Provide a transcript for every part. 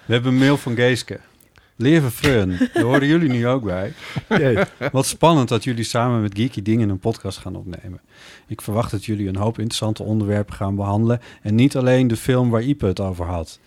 We hebben een mail van Geeske. Lieve vrienden, daar horen jullie nu ook bij. Wat spannend dat jullie samen met Geeky Dingen een podcast gaan opnemen. Ik verwacht dat jullie een hoop interessante onderwerpen gaan behandelen en niet alleen de film waar Ipe het over had.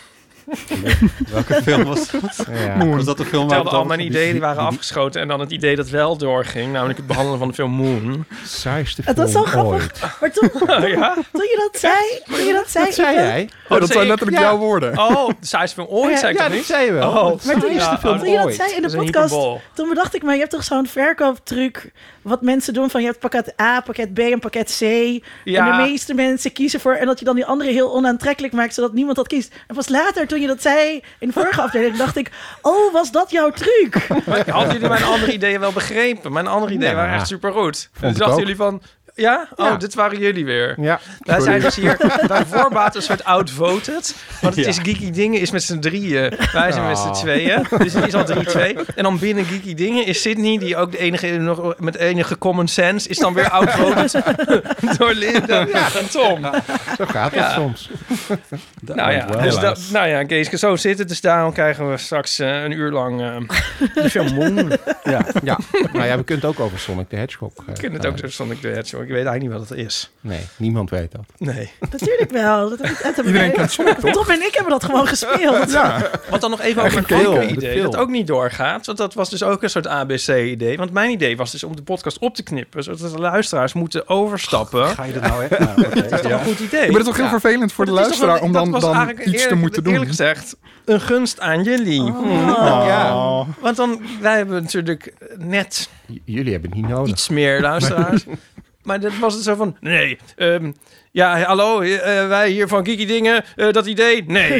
Welke film was dat? Ja. Was dat de film waar Vertelde al mijn ideeën die waren afgeschoten en dan het idee dat wel doorging, namelijk het behandelen van de film Moon. Saaiste Het film was zo grappig. ooit. Maar toen Ja? je dat zei... Wat zei jij? Oh, dat zei zijn ik. letterlijk jouw woorden. Oh, de saaiste film ooit, zei ik Ja, toch dat niet? zei je wel. Oh. Het Maar toen saaiste film je dat ooit. zei in de Dat is een podcast, hyperbol. toen bedacht ik, maar je hebt toch zo'n verkooptruc wat mensen doen van je hebt pakket A, pakket B en pakket C. Ja. En de meeste mensen kiezen voor en dat je dan die andere heel onaantrekkelijk maakt zodat niemand dat kiest. En pas later toen je dat zei in de vorige aflevering dacht ik, oh, was dat jouw truc? Hadden jullie mijn andere ideeën wel begrepen? Mijn andere ideeën Ja. waren echt supergoed. Dus ik dachten ook. jullie van... Ja? Oh, Ja. dit waren jullie weer. Ja. Wij zijn dus hier bij voorbaat een soort outvoted. Want het Ja. is Geeky Dingen is met z'n drieën. Wij zijn met z'n tweeën. Dus het is al 3-2. En dan binnen Geeky Dingen is Sydney, die ook de enige nog met enige common sense is dan weer outvoted door Linda en Tom. Zo gaat het Ja. soms. Nou ja, dus Geeske, zo zit het. Dus daarom krijgen we straks een uur lang de film Moon. Ja. Nou ja, we kunnen het ook over Sonic the Hedgehog. Ik ken het ook zo Sonic the Hedgehog. Ik weet eigenlijk niet wat het is. Nee, niemand weet dat. Nee. Natuurlijk wel. Dat heb ik uit Iedereen kent Sonic, toch? Tom en ik hebben dat gewoon gespeeld. Ja. Wat dan nog even over Eigenlijk een ander de idee, film. dat ook niet doorgaat. Want dat was dus ook een soort ABC-idee. Want mijn idee was dus om de podcast op te knippen, zodat de luisteraars moeten overstappen. Ga je dat nou echt? Nou, oké. Dat is toch een goed idee? Maar dat is toch heel vervelend voor de Maar dat is toch luisteraar wel- om dat was dan eigenlijk iets te moeten doen. Eerlijk gezegd, een gunst aan jullie. Ja. Want dan, wij hebben natuurlijk net Jullie hebben het niet nodig. iets meer luisteraars. Maar dat was het zo van, nee, ja, hallo, wij hier van Geeky Dingen, dat idee, nee.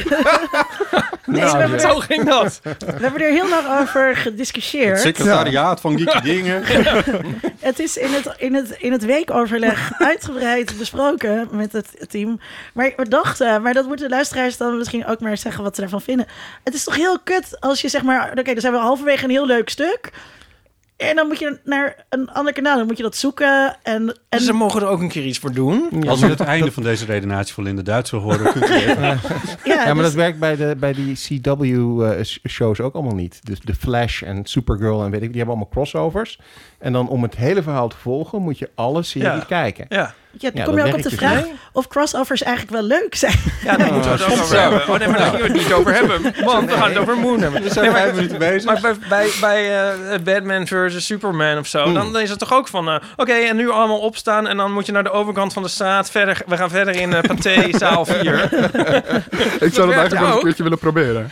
Nee, Zo ging dat. we hebben er heel lang over gediscussieerd. Het secretariaat van Geeky Dingen. Het is in het weekoverleg uitgebreid besproken met het team. Maar we dachten, maar dat moeten de luisteraars dan misschien ook maar zeggen wat ze ervan vinden. Het is toch heel kut als je zeg maar, oké, dan zijn we halverwege een heel leuk stuk. En dan moet je naar een ander kanaal, dan moet je dat zoeken. En Ze mogen er ook een keer iets voor doen. Als we het einde van deze redenatie vol in de Duits wil horen, kunt u even... Ja, maar dus- dat werkt bij die CW-shows ook allemaal niet. Dus The Flash en Supergirl en weet ik, die hebben allemaal crossovers. En dan om het hele verhaal te volgen, moet je alle series kijken. Ja. Ja, dan Ja, kom dat je ook op werkt de dus vraag niet. of crossovers eigenlijk wel leuk zijn. Ja, daar moeten we het ook over hebben. Oh nee, maar daar gingen we het niet over hebben. Want we gaan het over Moon hebben. We zijn 5 minuten bezig. Maar bij Batman versus Superman of zo, dan is het toch ook van... Oké, en nu allemaal opstaan en dan moet je naar de overkant van de straat. Verder, we gaan verder in Pathé, zaal 4. Ik zou dat eigenlijk wel eens ook. een keertje willen proberen.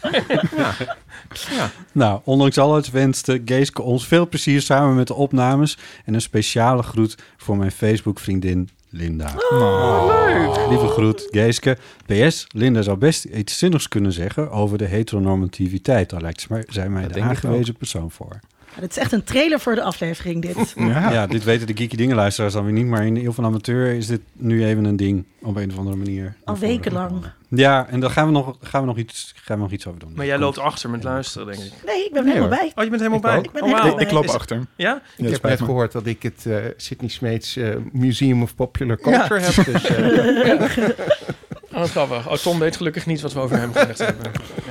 Nou, ondanks al het wenste Geeske ons veel plezier samen met de opnames. En een speciale groet voor mijn Facebook-vriendin Linda. leuk. Lieve groet, Geeske. PS, Linda zou best iets zinnigs kunnen zeggen over de heteronormativiteit. Daar lijkt zij mij Dat de denk ik aangewezen persoon voor. Het is echt een trailer voor de aflevering, dit. Ja, dit weten de Geeky Dingen luisteraars dan weer niet. Maar in de Eeuw van Amateur is dit nu even een ding. Op een of andere manier. Al wekenlang. Ja, en daar gaan we nog iets over doen. Maar jij loopt achter met luisteren, denk ik. Nee, ik ben er helemaal hoor. bij. Oh, je bent helemaal Ik bij? ook. Ik ben Oh, wauw. helemaal Ik loop Is- achter. Ja? Ja, Ik heb spijt net me. gehoord dat ik het Sydney Smeets Museum of Popular Culture heb. Dus, Oh, grappig. Oh, Tom weet gelukkig niet wat we over hem gezegd hebben.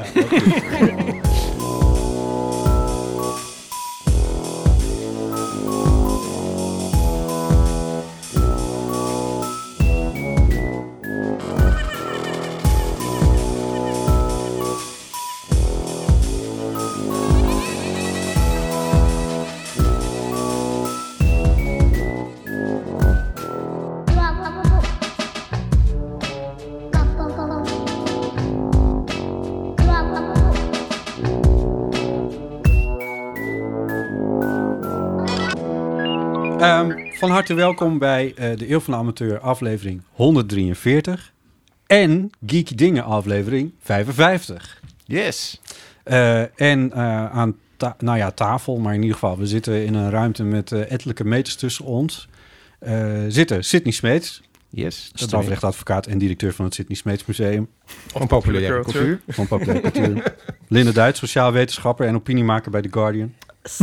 Van harte welkom bij de Eeuw van de Amateur aflevering 143 en Geeky Dingen aflevering 55. yes. Aan tafel, maar in ieder geval, we zitten in een ruimte met ettelijke meters tussen ons. Zitten Sydney Smeets, Yes. strafrechtadvocaat en directeur van het Sydney Smeets Museum. Van populaire cultuur. Van populaire cultuur. Linda Duits, sociaal wetenschapper en opiniemaker bij The Guardian.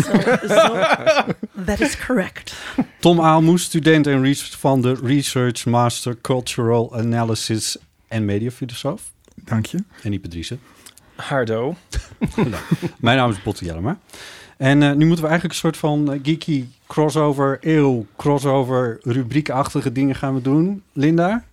That is correct. Tom Aalmoes, student en van de Research Master Cultural Analysis en mediafilosoof. Dank je. En Ipe Driessen. Hardo. Mijn naam is Botte Jellema. En nu moeten we eigenlijk een soort van geeky crossover, crossover, rubriekachtige dingen gaan we doen. Linda?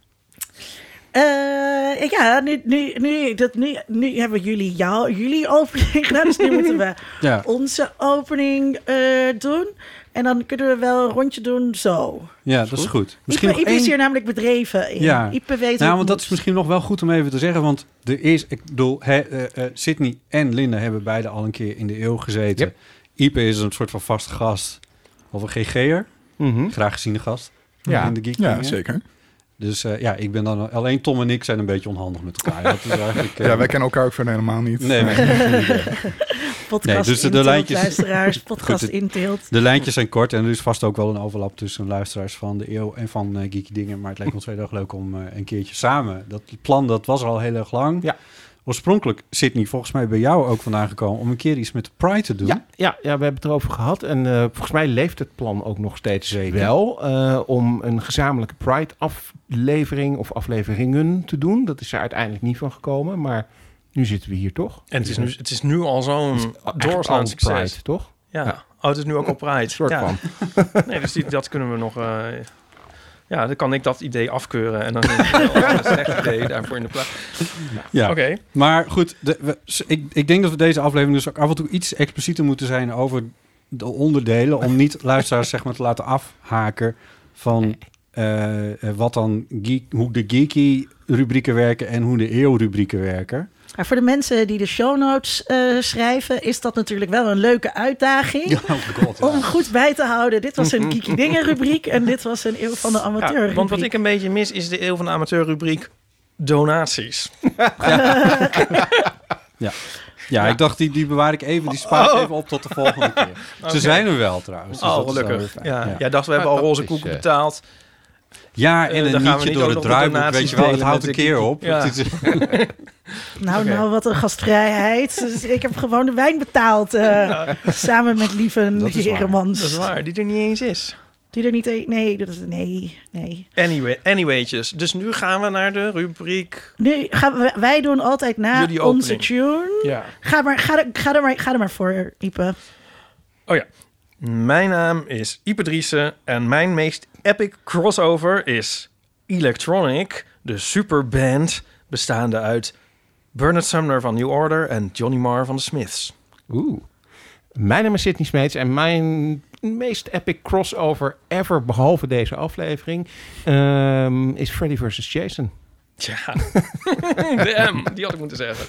Ja, nu hebben jullie opening gedaan. Dus nu moeten we onze opening doen. En dan kunnen we wel een rondje doen zo. Ja, dat is goed. Misschien Ipe is hier namelijk bedreven in. Ja. Ipe weet want dat is misschien nog wel goed om even te zeggen. Want er is, ik bedoel, Sydney en Linda hebben beide al een keer in de eeuw gezeten. Yep. Ipe is een soort van vaste gast. Of een GG'er. Graag geziene gast. Ja. In de geek Ja, dingen. zeker. Dus ik ben dan... Alleen Tom en ik zijn een beetje onhandig met elkaar. Dat is eigenlijk... Ja, wij kennen elkaar ook verder helemaal niet. Nee, maar geen idee. Podcast dus de inteelt, lijntjes- luisteraars. Podcast Goed, inteelt. De lijntjes zijn kort en er is vast ook wel een overlap tussen luisteraars van de eeuw en van Geeky Dingen. Maar het leek ons heel erg leuk om een keertje samen. Dat plan dat was er al heel erg lang. Ja. Oorspronkelijk, Sydney, volgens mij bij jou ook vandaan gekomen om een keer iets met de Pride te doen. Ja, we hebben het erover gehad. En volgens mij leeft het plan ook nog steeds Zeker. wel. Om een gezamenlijke Pride-aflevering of afleveringen te doen. Dat is er uiteindelijk niet van gekomen. Maar nu zitten we hier toch. En het is nu al zo'n doorslaand succes. Pride, toch? Ja. Ja. Oh, het is nu ook al Pride. Soort ja. van. Nee, dus dat kunnen we nog... dan kan ik dat idee afkeuren. En dan is het wel een slecht idee daarvoor in de plaats. Ja. Oké. Maar goed, ik denk dat we deze aflevering dus ook af en toe iets explicieter moeten zijn over de onderdelen. Om niet luisteraars zeg maar te laten afhaken van wat dan hoe de geeky rubrieken werken en hoe de eeuwrubrieken werken. Maar voor de mensen die de show notes schrijven, is dat natuurlijk wel een leuke uitdaging. Om goed bij te houden. Dit was een Geeky Dingen rubriek en dit was een Eeuw van de Amateur rubriek. Want wat ik een beetje mis is de Eeuw van de Amateur rubriek donaties. Ja, ik dacht, die bewaar ik even, die spaar ik even op tot de volgende keer. Ze zijn er wel trouwens. Dus dat is wel gelukkig. weer fijn. Ja. Jij dacht, we hebben al roze koeken betaald. Ja, en dan een gaan we nietje niet door ook het nog de draaiboek, donaties weet je wel. Het delen houdt met een de keer geeky- op. Ja. Het is- Nou, wat een gastvrijheid. Dus ik heb gewoon de wijn betaald. Samen met lieve Dat is waar. Heremans. Dat is waar, die er niet eens is. Die er niet... Nee, dat is... Nee. Anywaytjes, dus nu gaan we naar de rubriek... Nu gaan wij doen altijd na Jullie onze opening. tune. Ja. Ga er maar voor, Ipe. Oh ja. Mijn naam is Ipe Driessen en mijn meest epic crossover is Electronic, de superband bestaande uit Bernard Sumner van New Order en Johnny Marr van de Smiths. Mijn naam is Sydney Smeets en mijn meest epic crossover ever, behalve deze aflevering, is Freddy vs. Jason. Tja, damn, die had ik moeten zeggen.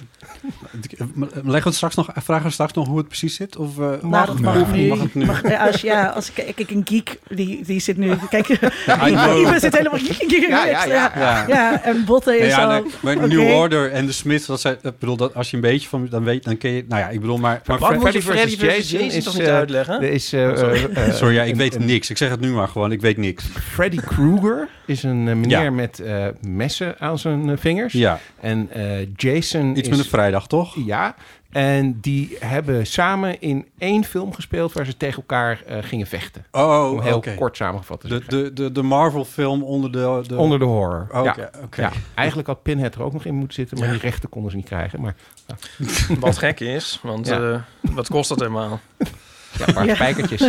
Vragen we straks nog hoe het precies zit? Of, Nou, dat mag of nu. mag het nu? Als ik een geek, die zit nu... Kijk, I know. Ipe zit helemaal... Ja, en Botte is al... Maar oké. New Order en de Smiths, dat zijn, ik bedoel, dat als je een beetje van, dan weet, dan ken je, nou ja, ik bedoel, maar Wat moet je Freddy Freddy vs. vs. Jason toch niet is, uitleggen? Er is, sorry, ja, ik weet niks. Ik zeg het nu maar gewoon, ik weet niks. Freddy Krueger is een meneer Ja. met messen aan zijn vingers. Ja, En Jason iets is... met een vrijdag, toch? Ja, en die hebben samen in één film gespeeld waar ze tegen elkaar gingen vechten. Oh, Om heel oké. kort samengevat te zeggen. De Marvel-film onder de... Onder de horror. Oh, ja. oké. Ja, eigenlijk had Pinhead er ook nog in moeten zitten, maar die rechten konden ze niet krijgen. Maar Wat gek is, want Ja. wat kost dat helemaal? ja, een paar Ja. spijkertjes.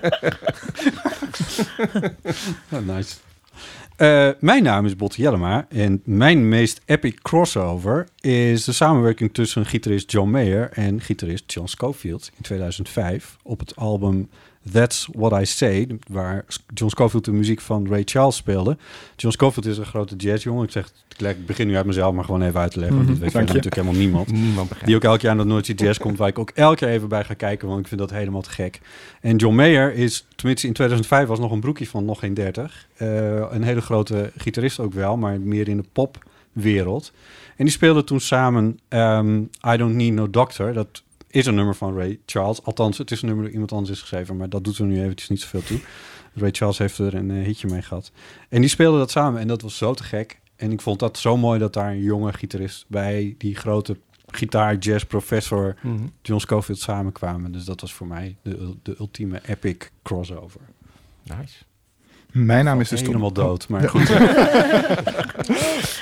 Oh, nice. Mijn naam is Botte Jellema en mijn meest epic crossover is de samenwerking tussen gitarist John Mayer en gitarist John Scofield in 2005 op het album That's What I Say, waar John Scofield de muziek van Ray Charles speelde. John Scofield is een grote jazzjongen. Ik begin nu uit mezelf, maar gewoon even uit te leggen, want dit weet verder natuurlijk helemaal niemand. Niemand begrijpt. Die ook elk jaar naar Noordse Jazz komt, waar ik ook elke keer even bij ga kijken, want ik vind dat helemaal te gek. En John Mayer is, tenminste in 2005 was nog een broekje van nog geen 30. Een hele grote gitarist ook wel, maar meer in de popwereld. En die speelden toen samen I Don't Need No Doctor. Dat is een nummer van Ray Charles. Althans, het is een nummer dat iemand anders is geschreven, maar dat doet er nu eventjes niet zoveel toe. Ray Charles heeft er een hitje mee gehad. En die speelden dat samen en dat was zo te gek. En ik vond dat zo mooi dat daar een jonge gitarist bij die grote gitaar-jazz-professor John Scofield samenkwamen. Dus dat was voor mij de ultieme epic crossover. Nice. Mijn naam is dus Helemaal Tom. dood, maar Ja. goed.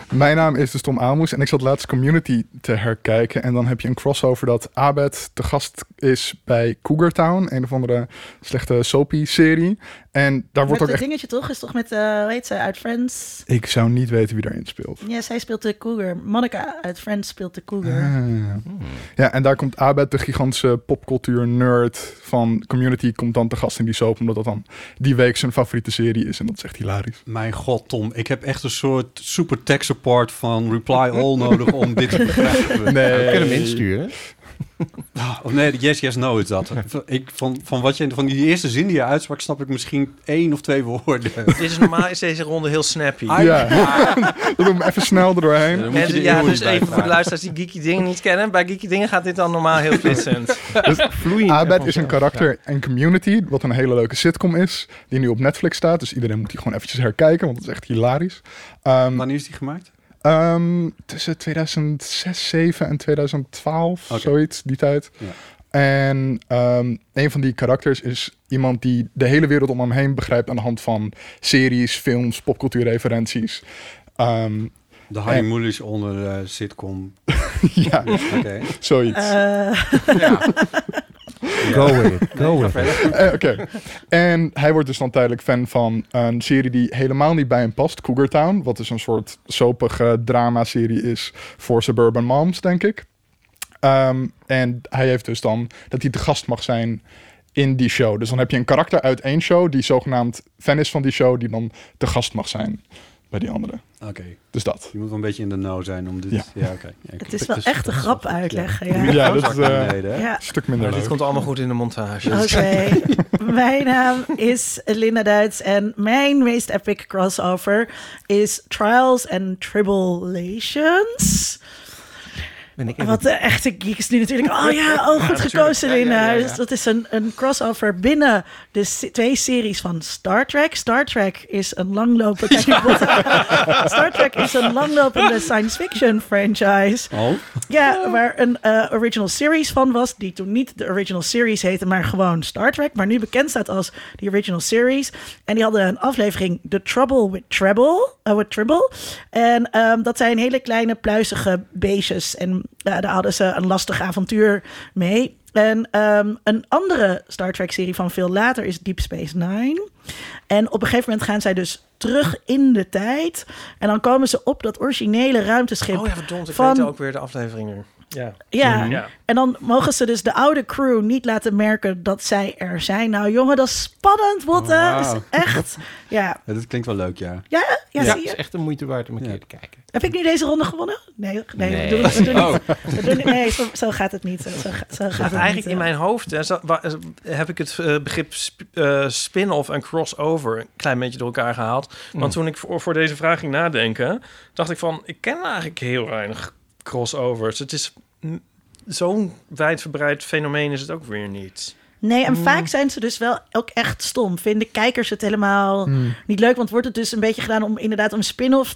Mijn naam is dus Tom Aalmoes en ik zat laatst Community te herkijken. En dan heb je een crossover dat Abed te gast is bij Cougar Town. Een of andere slechte soapie-serie. En daar wordt ook het echt... dingetje toch? Is toch met, hoe heet zij, uit Friends? Ik zou niet weten wie daarin speelt. Ja, zij speelt de Cougar. Monica uit Friends speelt de Cougar. Ja, en daar komt Abed, de gigantische popcultuur-nerd van Community, komt dan te gast in die soap. Omdat dat dan die week zijn favoriete serie is. En dat is echt hilarisch. Mijn god, Tom. Ik heb echt een soort super tech support van Reply All nodig om dit te begrijpen. We kunnen hem insturen. Of nee, yes, no is dat. Van wat je van die eerste zin die je uitsprak, snap ik misschien 1 of 2 woorden. Is deze ronde heel snappy. Ja, dat doen we even snel er doorheen. Dan moet je de Ja, eeuwig dus even voor de bijvragen. luisteraars die Geeky Dingen niet kennen. Bij Geeky Dingen gaat dit dan normaal heel flitsend. Abed is een karakter in Community, wat een hele leuke sitcom is, die nu op Netflix staat. Dus iedereen moet die gewoon eventjes herkijken, want het is echt hilarisch. Wanneer is die gemaakt? Tussen 2006, 2007 en 2012, Oké. zoiets, die tijd. Ja. En een van die karakters is iemand die de hele wereld om hem heen begrijpt aan de hand van series, films, popcultuurreferenties. De Harry Mulisch onder sitcom. Ja, Oké. zoiets. Go with it. Oké. En hij wordt dus dan tijdelijk fan van een serie die helemaal niet bij hem past. Cougar Town. Wat dus een soort soapige drama-serie is voor suburban moms, denk ik. En hij heeft dus dan dat hij te gast mag zijn in die show. Dus dan heb je een karakter uit één show die zogenaamd fan is van die show, die dan te gast mag zijn bij die andere. Oké. Dus dat. Je moet wel een beetje in de know zijn om dit... Ja. Ja, oké. Ja, Het is wel echt een grap uitleggen. Ja. Ja, dat is beneden, hè? Ja. een stuk minder Maar dit leuk. komt allemaal goed in de montage. Oké, mijn naam is Linda Duits en mijn meest epic crossover is Trials and Tribulations. Ben ik Wat de echte geeks nu natuurlijk. Oh ja, goed gekozen, Linda. Dus dat is een crossover binnen de 2 series van Star Trek. Star Trek is een langlopende science fiction franchise. Oh, Ja, waar een original series van was, die toen niet de original series heette, maar gewoon Star Trek, maar nu bekend staat als de original series. En die hadden een aflevering The Trouble with Tribble. En dat zijn hele kleine pluizige beestjes. En daar hadden ze een lastig avontuur mee. En een andere Star Trek-serie van veel later is Deep Space Nine. En op een gegeven moment gaan zij dus terug in de tijd. En dan komen ze op dat originele ruimteschip. Oh ja, verdomd. Ik van- weet ook weer de aflevering nu. Ja. Ja, Ja. en dan mogen ze dus de oude crew niet laten merken dat zij er zijn. Nou jongen, dat is spannend, Botte. Oh, Is wauw. echt. Ja, dat klinkt wel leuk, ja. ja, Ja, zie het is je. echt een moeite waard om een Ja. keer te kijken. Heb ik nu deze ronde gewonnen? Nee. Nee. We doen niet. Oh. We doen niet. Nee, zo gaat het niet. Zo gaat het Eigenlijk niet. in mijn hoofd heb ik het begrip spin-off en crossover een klein beetje door elkaar gehaald. Want toen ik voor deze vraag ging nadenken, dacht ik van, ik ken eigenlijk heel weinig crossovers. Het is zo'n wijdverbreid fenomeen is het ook weer niet. Nee, en vaak zijn ze dus wel ook echt stom. Vinden kijkers het helemaal niet leuk? Want wordt het dus een beetje gedaan om inderdaad een spin-off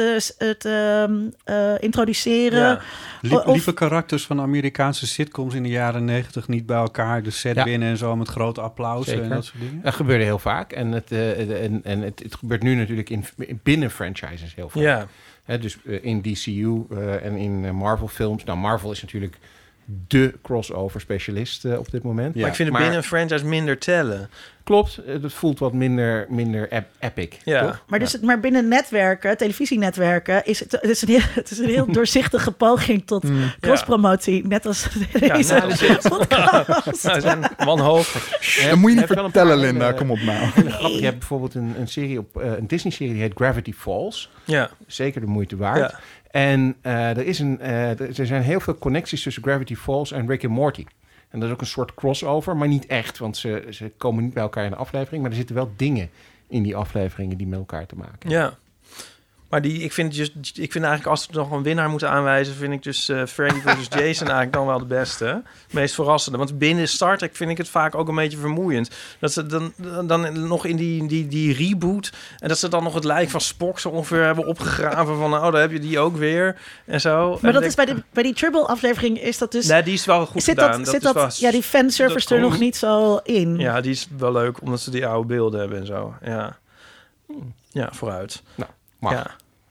te introduceren? Ja. Liepen karakters van Amerikaanse sitcoms in de jaren 90 niet bij elkaar de set Ja. binnen en zo met grote applaus en Zeker. dat soort dingen? Dat gebeurde heel vaak. En het gebeurt nu natuurlijk binnen franchises heel vaak. Ja. Hè, dus in DCU en in Marvel films. Nou, Marvel is natuurlijk de crossover specialist op dit moment. Ja. Maar ik vind het binnen een franchise minder tellen. Klopt, het voelt wat minder epic. Ja. Toch? Maar binnen netwerken, televisienetwerken, is het is een heel doorzichtige poging tot crosspromotie. Net als deze nou, dat is- podcast. Nou, ze zijn wanhopig. Dat moet je niet hebt wel een vertellen, paar Linda. hele- Kom op nou. hele grappige. Je hebt bijvoorbeeld een serie een Disney-serie die heet Gravity Falls. Ja. Zeker de moeite waard. Ja. En er zijn heel veel connecties tussen Gravity Falls en Rick and Morty. En dat is ook een soort crossover, maar niet echt. Want ze komen niet bij elkaar in de aflevering. Maar er zitten wel dingen in die afleveringen die met elkaar te maken hebben. Ja. Maar ik vind eigenlijk als we nog een winnaar moeten aanwijzen, vind ik dus Freddy versus Jason eigenlijk dan wel de beste. Het meest verrassende. Want binnen Star Trek vind ik het vaak ook een beetje vermoeiend. Dat ze dan nog in die reboot en dat ze dan nog het lijk van Spock zo ongeveer hebben opgegraven van, oh, daar heb je die ook weer en zo. Maar En dat is bij die Tribble-aflevering is dat dus... Nee, die is wel goed gedaan. Die fanservice er nog niet zo in? Ja, die is wel leuk, omdat ze die oude beelden hebben en zo. Ja, ja, vooruit. Nou, mag. Ja.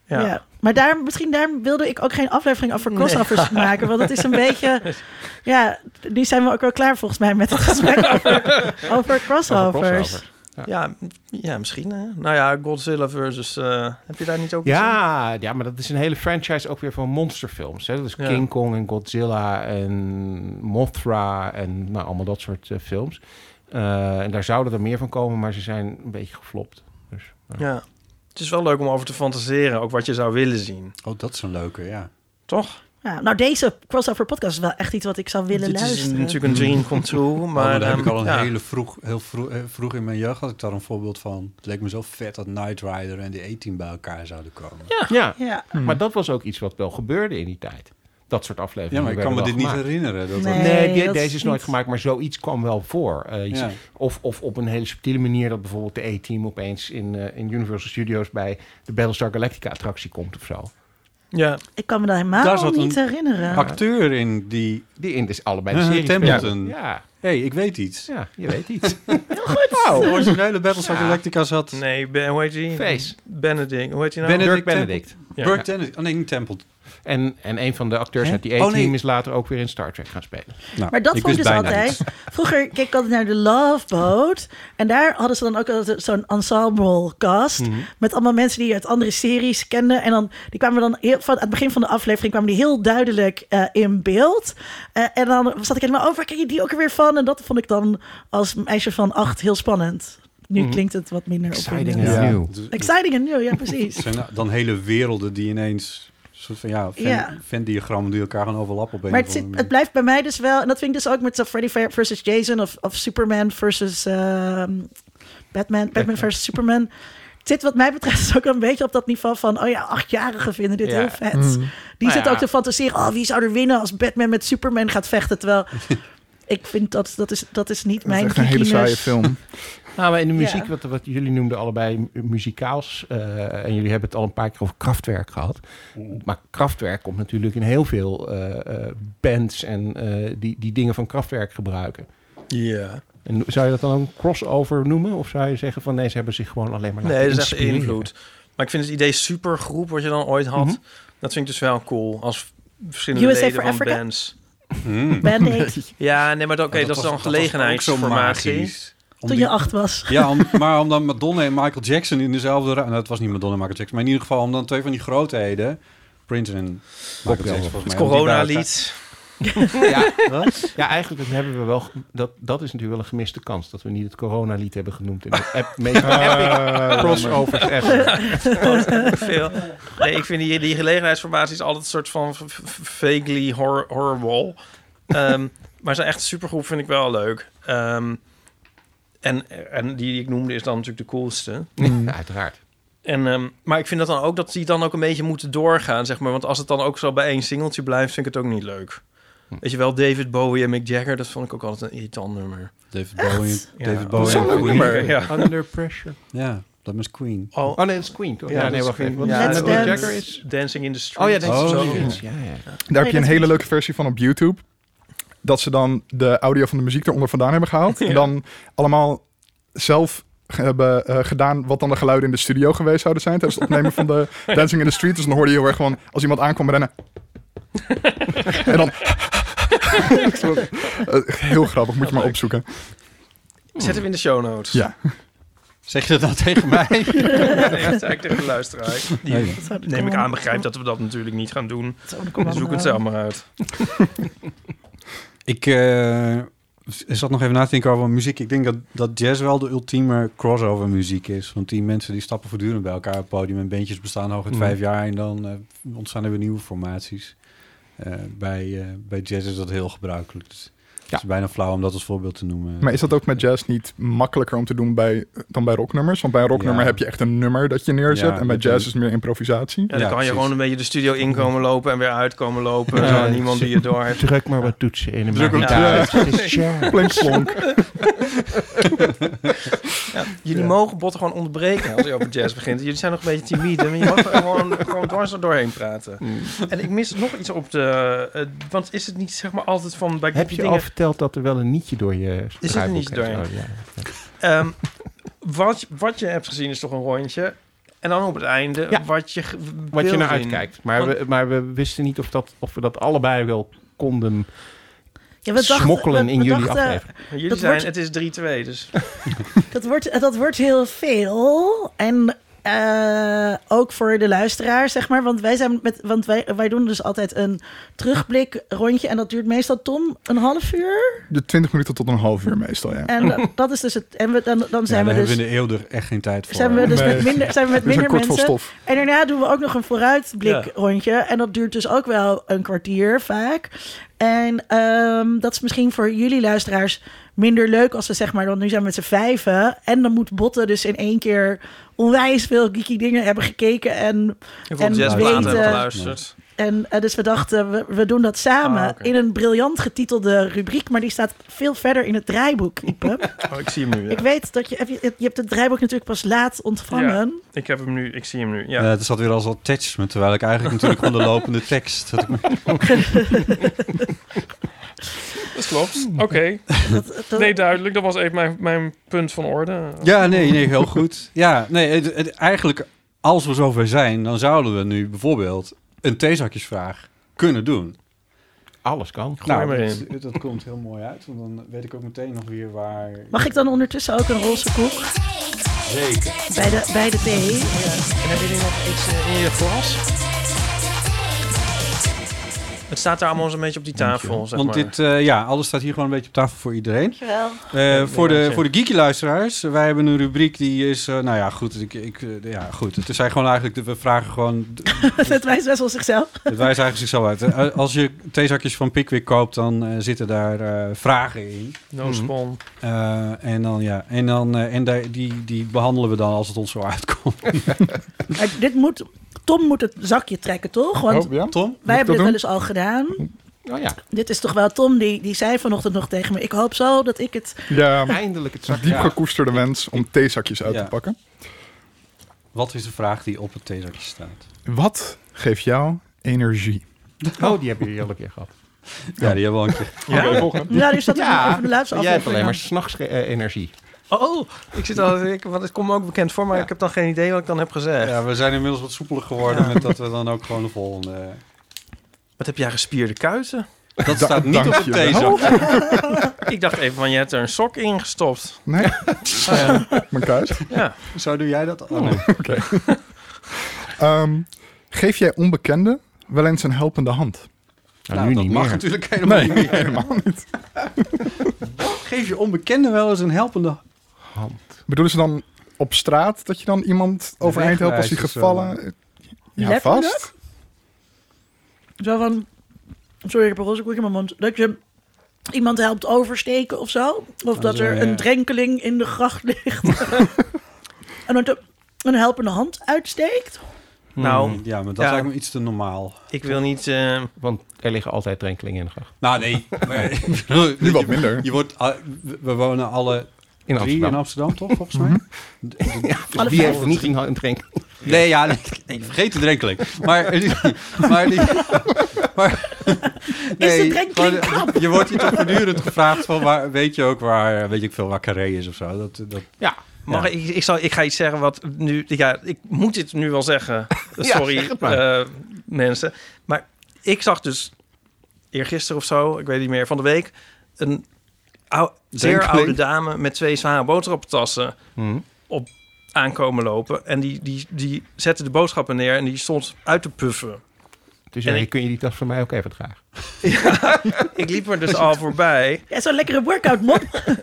Ja. Maar misschien daar wilde ik ook geen aflevering over crossovers maken. Want het is een beetje... Ja, nu zijn we ook wel klaar volgens mij met het gesprek over crossovers. Ja, misschien. Hè? Nou ja, Godzilla versus... heb je daar niet ook Ja, maar dat is een hele franchise ook weer van monsterfilms. Hè? Dat is King Kong en Godzilla en Mothra en allemaal dat soort films. En daar zouden er meer van komen, maar ze zijn een beetje geflopt. Dus, ja. Het is wel leuk om over te fantaseren, ook wat je zou willen zien. Oh, dat is een leuke, ja. Toch? Ja, nou, deze crossover podcast is wel echt iets wat ik zou willen luisteren. Het is natuurlijk een dream come true, maar... daar heb ik al een heel vroeg in mijn jeugd had ik daar een voorbeeld van. Het leek me zo vet dat Knight Rider en de A-Team bij elkaar zouden komen. Ja. Maar dat was ook iets wat wel gebeurde in die tijd. Dat soort afleveringen. Ja, maar ik kan me dit gemaakt. niet herinneren. Nee, deze is nooit gemaakt, maar zoiets kwam wel voor. Of op een hele subtiele manier dat bijvoorbeeld de A-Team opeens in Universal Studios bij de Battlestar Galactica attractie komt of zo. Ja. Ik kan me dat helemaal niet herinneren. Acteur in die in dus allebei de series. Templeton. Ja. Hey, ik weet iets. Ja, je weet iets. Heel goed. Wow. De originele Battlestar Galactica zat... Nee, hoe heet die? Face. Benedict. Hoe heet die nou? Dirk Benedict. Burke Benedict. Oh nee, niet Templeton. En een van de acteurs uit die A-Team is later ook weer in Star Trek gaan spelen. Nou, maar dat vond ik dus altijd... Vroeger keek ik altijd naar de Love Boat. En daar hadden ze dan ook altijd zo'n ensemble cast. Met allemaal mensen die je uit andere series kenden. En dan, die kwamen dan aan het begin van de aflevering kwamen die heel duidelijk in beeld. En dan zat ik helemaal over, waar ken je die ook weer van? En dat vond ik dan als meisje van 8 heel spannend. Nu klinkt het wat minder Exciting and new. Exciting and new, ja precies. Het zijn dan hele werelden die ineens... soort van Venn-diagrammen die elkaar gaan overlappen. Op maar het blijft bij mij dus wel... en dat vind ik dus ook met Freddy versus Jason... of Superman versus Batman versus Superman. Het zit wat mij betreft dus ook een beetje op dat niveau van... 8-jarigen vinden dit heel vet. Die zitten ook te fantaseren... wie zou er winnen als Batman met Superman gaat vechten? Terwijl ik vind dat is niet mijn... Dat is echt een hele saaie film. Nou, maar in de muziek, wat jullie noemden allebei muzikaals... en jullie hebben het al een paar keer over Kraftwerk gehad. Maar Kraftwerk komt natuurlijk in heel veel bands... en die dingen van Kraftwerk gebruiken. Ja. En zou je dat dan ook een crossover noemen? Of zou je zeggen van nee, ze hebben zich gewoon alleen maar laten inspireren? Nee, dat is echt invloed. Maar ik vind het idee supergroep wat je dan ooit had... dat vind ik dus wel cool. Als verschillende USA leden for van Africa? bands. Band-Aid. Ja, nee, maar dat is dan gelegenheidsformatie. Toen je 8 was. Ja, maar om dan Madonna en Michael Jackson in dezelfde... Nou, het was niet Madonna en Michael Jackson... maar in ieder geval om dan twee van die grootheden... Prince en Michael Jackson volgens mij... Het corona-lied. Ja, eigenlijk dat hebben we wel... Dat is natuurlijk wel een gemiste kans... dat we niet het corona-lied hebben genoemd... in de meest epic crossovers ever. Veel. Nee, ik vind die gelegenheidsformaties... altijd een soort van vaguely horrible. Maar zijn echt supergroep vind ik wel leuk. En die ik noemde is dan natuurlijk de coolste. Uiteraard. Maar ik vind dat dan ook dat die dan ook een beetje moeten doorgaan, zeg maar. Want als het dan ook zo bij één singeltje blijft, vind ik het ook niet leuk. Weet je wel, David Bowie en Mick Jagger, dat vond ik ook altijd een irritant nummer. David Bowie en Queen. Nummer, ja. Under Pressure. Ja, dat is Queen. Oh nee, dat is Queen, toch? Ja, nee, wacht even. Let's Mick Jagger is... Dancing in the Street. Oh ja, Dancing in the Street. Ja. Daar heb je een hele leuke versie van op YouTube. Dat ze dan de audio van de muziek eronder vandaan hebben gehaald. En dan allemaal zelf hebben gedaan wat dan de geluiden in de studio geweest zouden zijn tijdens het opnemen van de Dancing in the Street. Dus dan hoorde je heel erg gewoon als iemand aankwam rennen. En dan... heel grappig, moet je maar opzoeken. Zet hem in de show notes. Ja. Zeg je dat nou tegen mij? Nee, dat zei ik tegen de luisteraar. Die neem ik aan, begrijp dat we dat natuurlijk niet gaan doen. Zoek het zelf maar uit. Ik zat nog even na te denken over muziek. Ik denk dat jazz wel de ultieme crossover muziek is. Want die mensen die stappen voortdurend bij elkaar op het podium. En bandjes bestaan hooguit 5 jaar. En dan ontstaan er weer nieuwe formaties. Bij jazz is dat heel gebruikelijk. Dus het is bijna flauw om dat als voorbeeld te noemen. Maar is dat ook met jazz niet makkelijker om te doen dan bij rocknummers? Want bij een rocknummer heb je echt een nummer dat je neerzet. Ja, en bij jazz is het meer improvisatie. Ja, dan kan je gewoon een beetje de studio inkomen lopen en weer uitkomen lopen. Ja, niemand die je door heeft. Druk maar wat toetsen in. Jullie mogen Botten gewoon onderbreken als je over jazz begint. Jullie zijn nog een beetje timide. Maar je mag gewoon dwars er doorheen praten. En ik mis nog iets op de... want is het niet zeg maar altijd van... Heb je al verteld dat er wel een nietje door je is er een nietje doorheen? Ja. Wat je hebt gezien is toch een rondje. En dan op het einde Ja. wat je Wat je naar wil uitkijkt. Want- Maar we wisten niet of we dat allebei wel konden Ja, we dachten- smokkelen we- in we jullie dachten, aflevering. Jullie Dat zijn, wordt- het is 3-2, dus... Dat wordt heel veel. En ook voor de luisteraar, zeg maar. Want wij doen dus altijd een terugblik rondje. En dat duurt meestal, Tom, een half uur. De 20 minuten tot een half uur meestal, ja. En dat is dus het. En dan zijn we daar dus. hebben we in de eeuw er echt geen tijd voor. Zijn we dus Nee. met minder, zijn we met We zijn minder kort van mensen. stof. En daarna doen we ook nog een vooruitblik Ja. rondje. En dat duurt dus ook wel een kwartier vaak. En dat is misschien voor jullie luisteraars minder leuk als we zeg maar, want nu zijn we met z'n vijven. En dan moet Botte dus in één keer onwijs veel geeky dingen hebben gekeken. En Ik vond Jess weten- Platen hebben geluisterd. dus we dachten, we doen dat samen Ah, oké. in een briljant getitelde rubriek. Maar die staat veel verder in het draaiboek, Ipe. Oh, ik zie hem nu, ja. Ik weet dat je hebt het draaiboek natuurlijk pas laat ontvangen. Ik heb hem nu, ik zie hem nu, ja. Het zat weer als attachment, terwijl ik eigenlijk natuurlijk gewoon de lopende tekst... Dat klopt. Oké. Nee, duidelijk. Dat was even mijn punt van orde. Ja, nee, heel goed. Ja, nee, eigenlijk als we zover zijn, dan zouden we nu bijvoorbeeld een theezakjesvraag kunnen doen. Alles kan. Gooi maar in. dat komt heel mooi uit, want dan weet ik ook meteen nog weer waar... Mag ik dan ondertussen ook een roze koek Zeker. bij de thee? En heb je nu nog iets in je glas? Het staat daar allemaal zo'n beetje op die tafel, zeg Want maar. alles staat hier gewoon een beetje op tafel voor iedereen. Dankjewel. Voor de geeky luisteraars, wij hebben een rubriek die is... goed. Het zijn gewoon eigenlijk... We vragen gewoon... Het wijst best wel zichzelf. Het wijst eigenlijk zichzelf uit. Als je theezakjes van Pickwick koopt, dan zitten daar vragen in. No spawn. Die behandelen we dan als het ons zo uitkomt. Maar Tom moet het zakje trekken, toch? Want Oh, ja? Tom? wij hebben dat dit wel eens al gedaan. Oh ja, Dit is toch wel Tom, die zei vanochtend nog tegen me... ik hoop zo dat ik het... Ja, eindelijk het zakje. diep gekoesterde wens om theezakjes uit Ja. te pakken. Wat is de vraag die op het theezakje staat? Wat geeft jou energie? Oh, die hebben jullie al een keer gehad. Ja, die hebben we al een keer. Ja? Oké, volgende. Ja, die staat Ja, even de laatste jij hebt alleen maar aflevering. s'nachts energie. Oh, ik zit al... Want het komt me ook bekend voor, maar Ja. ik heb dan geen idee wat ik dan heb gezegd. Ja, we zijn inmiddels wat soepeler geworden met dat we dan ook gewoon de volgende... Wat heb jij gespierde kuiten? Dat staat niet op het dankjewel. theezakje. Ik dacht even, van je hebt er een sok in gestopt. Nee, mijn kuis. Ja. Zo doe jij dat? Oh, nee. Oké. Geef jij onbekenden wel eens een helpende hand? Nou, nu dat niet mag meer. natuurlijk helemaal Nee, niet meer. helemaal niet. Geef je onbekenden wel eens een helpende... Bedoelen ze dan op straat dat je dan iemand overeind helpt als hij wegwijs of gevallen? Ja, Letterlijk? vast. Zo van... Sorry, ik heb een roze koek in mijn mond. Dat je iemand helpt oversteken of zo. Of dat zo, er ja. een drenkeling in de gracht ligt. En dat er een helpende hand uitsteekt. Nou, Ja, maar dat Ja. lijkt me iets te normaal. ik wil niet... Want er liggen altijd drenkelingen in de gracht. Nou, nee. Nu wat minder. Je wordt, we wonen alle In 3 Amsterdam. in Amsterdam, toch? Volgens mij. Alle Wie vijf. heeft niet een drenkeling? Nee, ja, nee, vergeet de drenkeling. Maar nee, de drenkeling gewoon, je wordt hier toch voortdurend gevraagd van waar, weet je ook waar, weet ik veel, waar Carré is of zo. Dat, Ja. Mag ik ga iets zeggen wat nu... Ja, ik moet dit nu wel zeggen. Sorry, zeg het maar. mensen. Maar ik zag dus eergisteren of zo, ik weet niet meer, van de week... een zeer Drenkeling. oude dame met 2 zware boodschappentassen aankomen lopen. En die zette de boodschappen neer en die stond uit te puffen. Dus En kun je die tas voor mij ook even dragen? Ik liep er dus al voorbij. Ja, zo'n lekkere workout mop.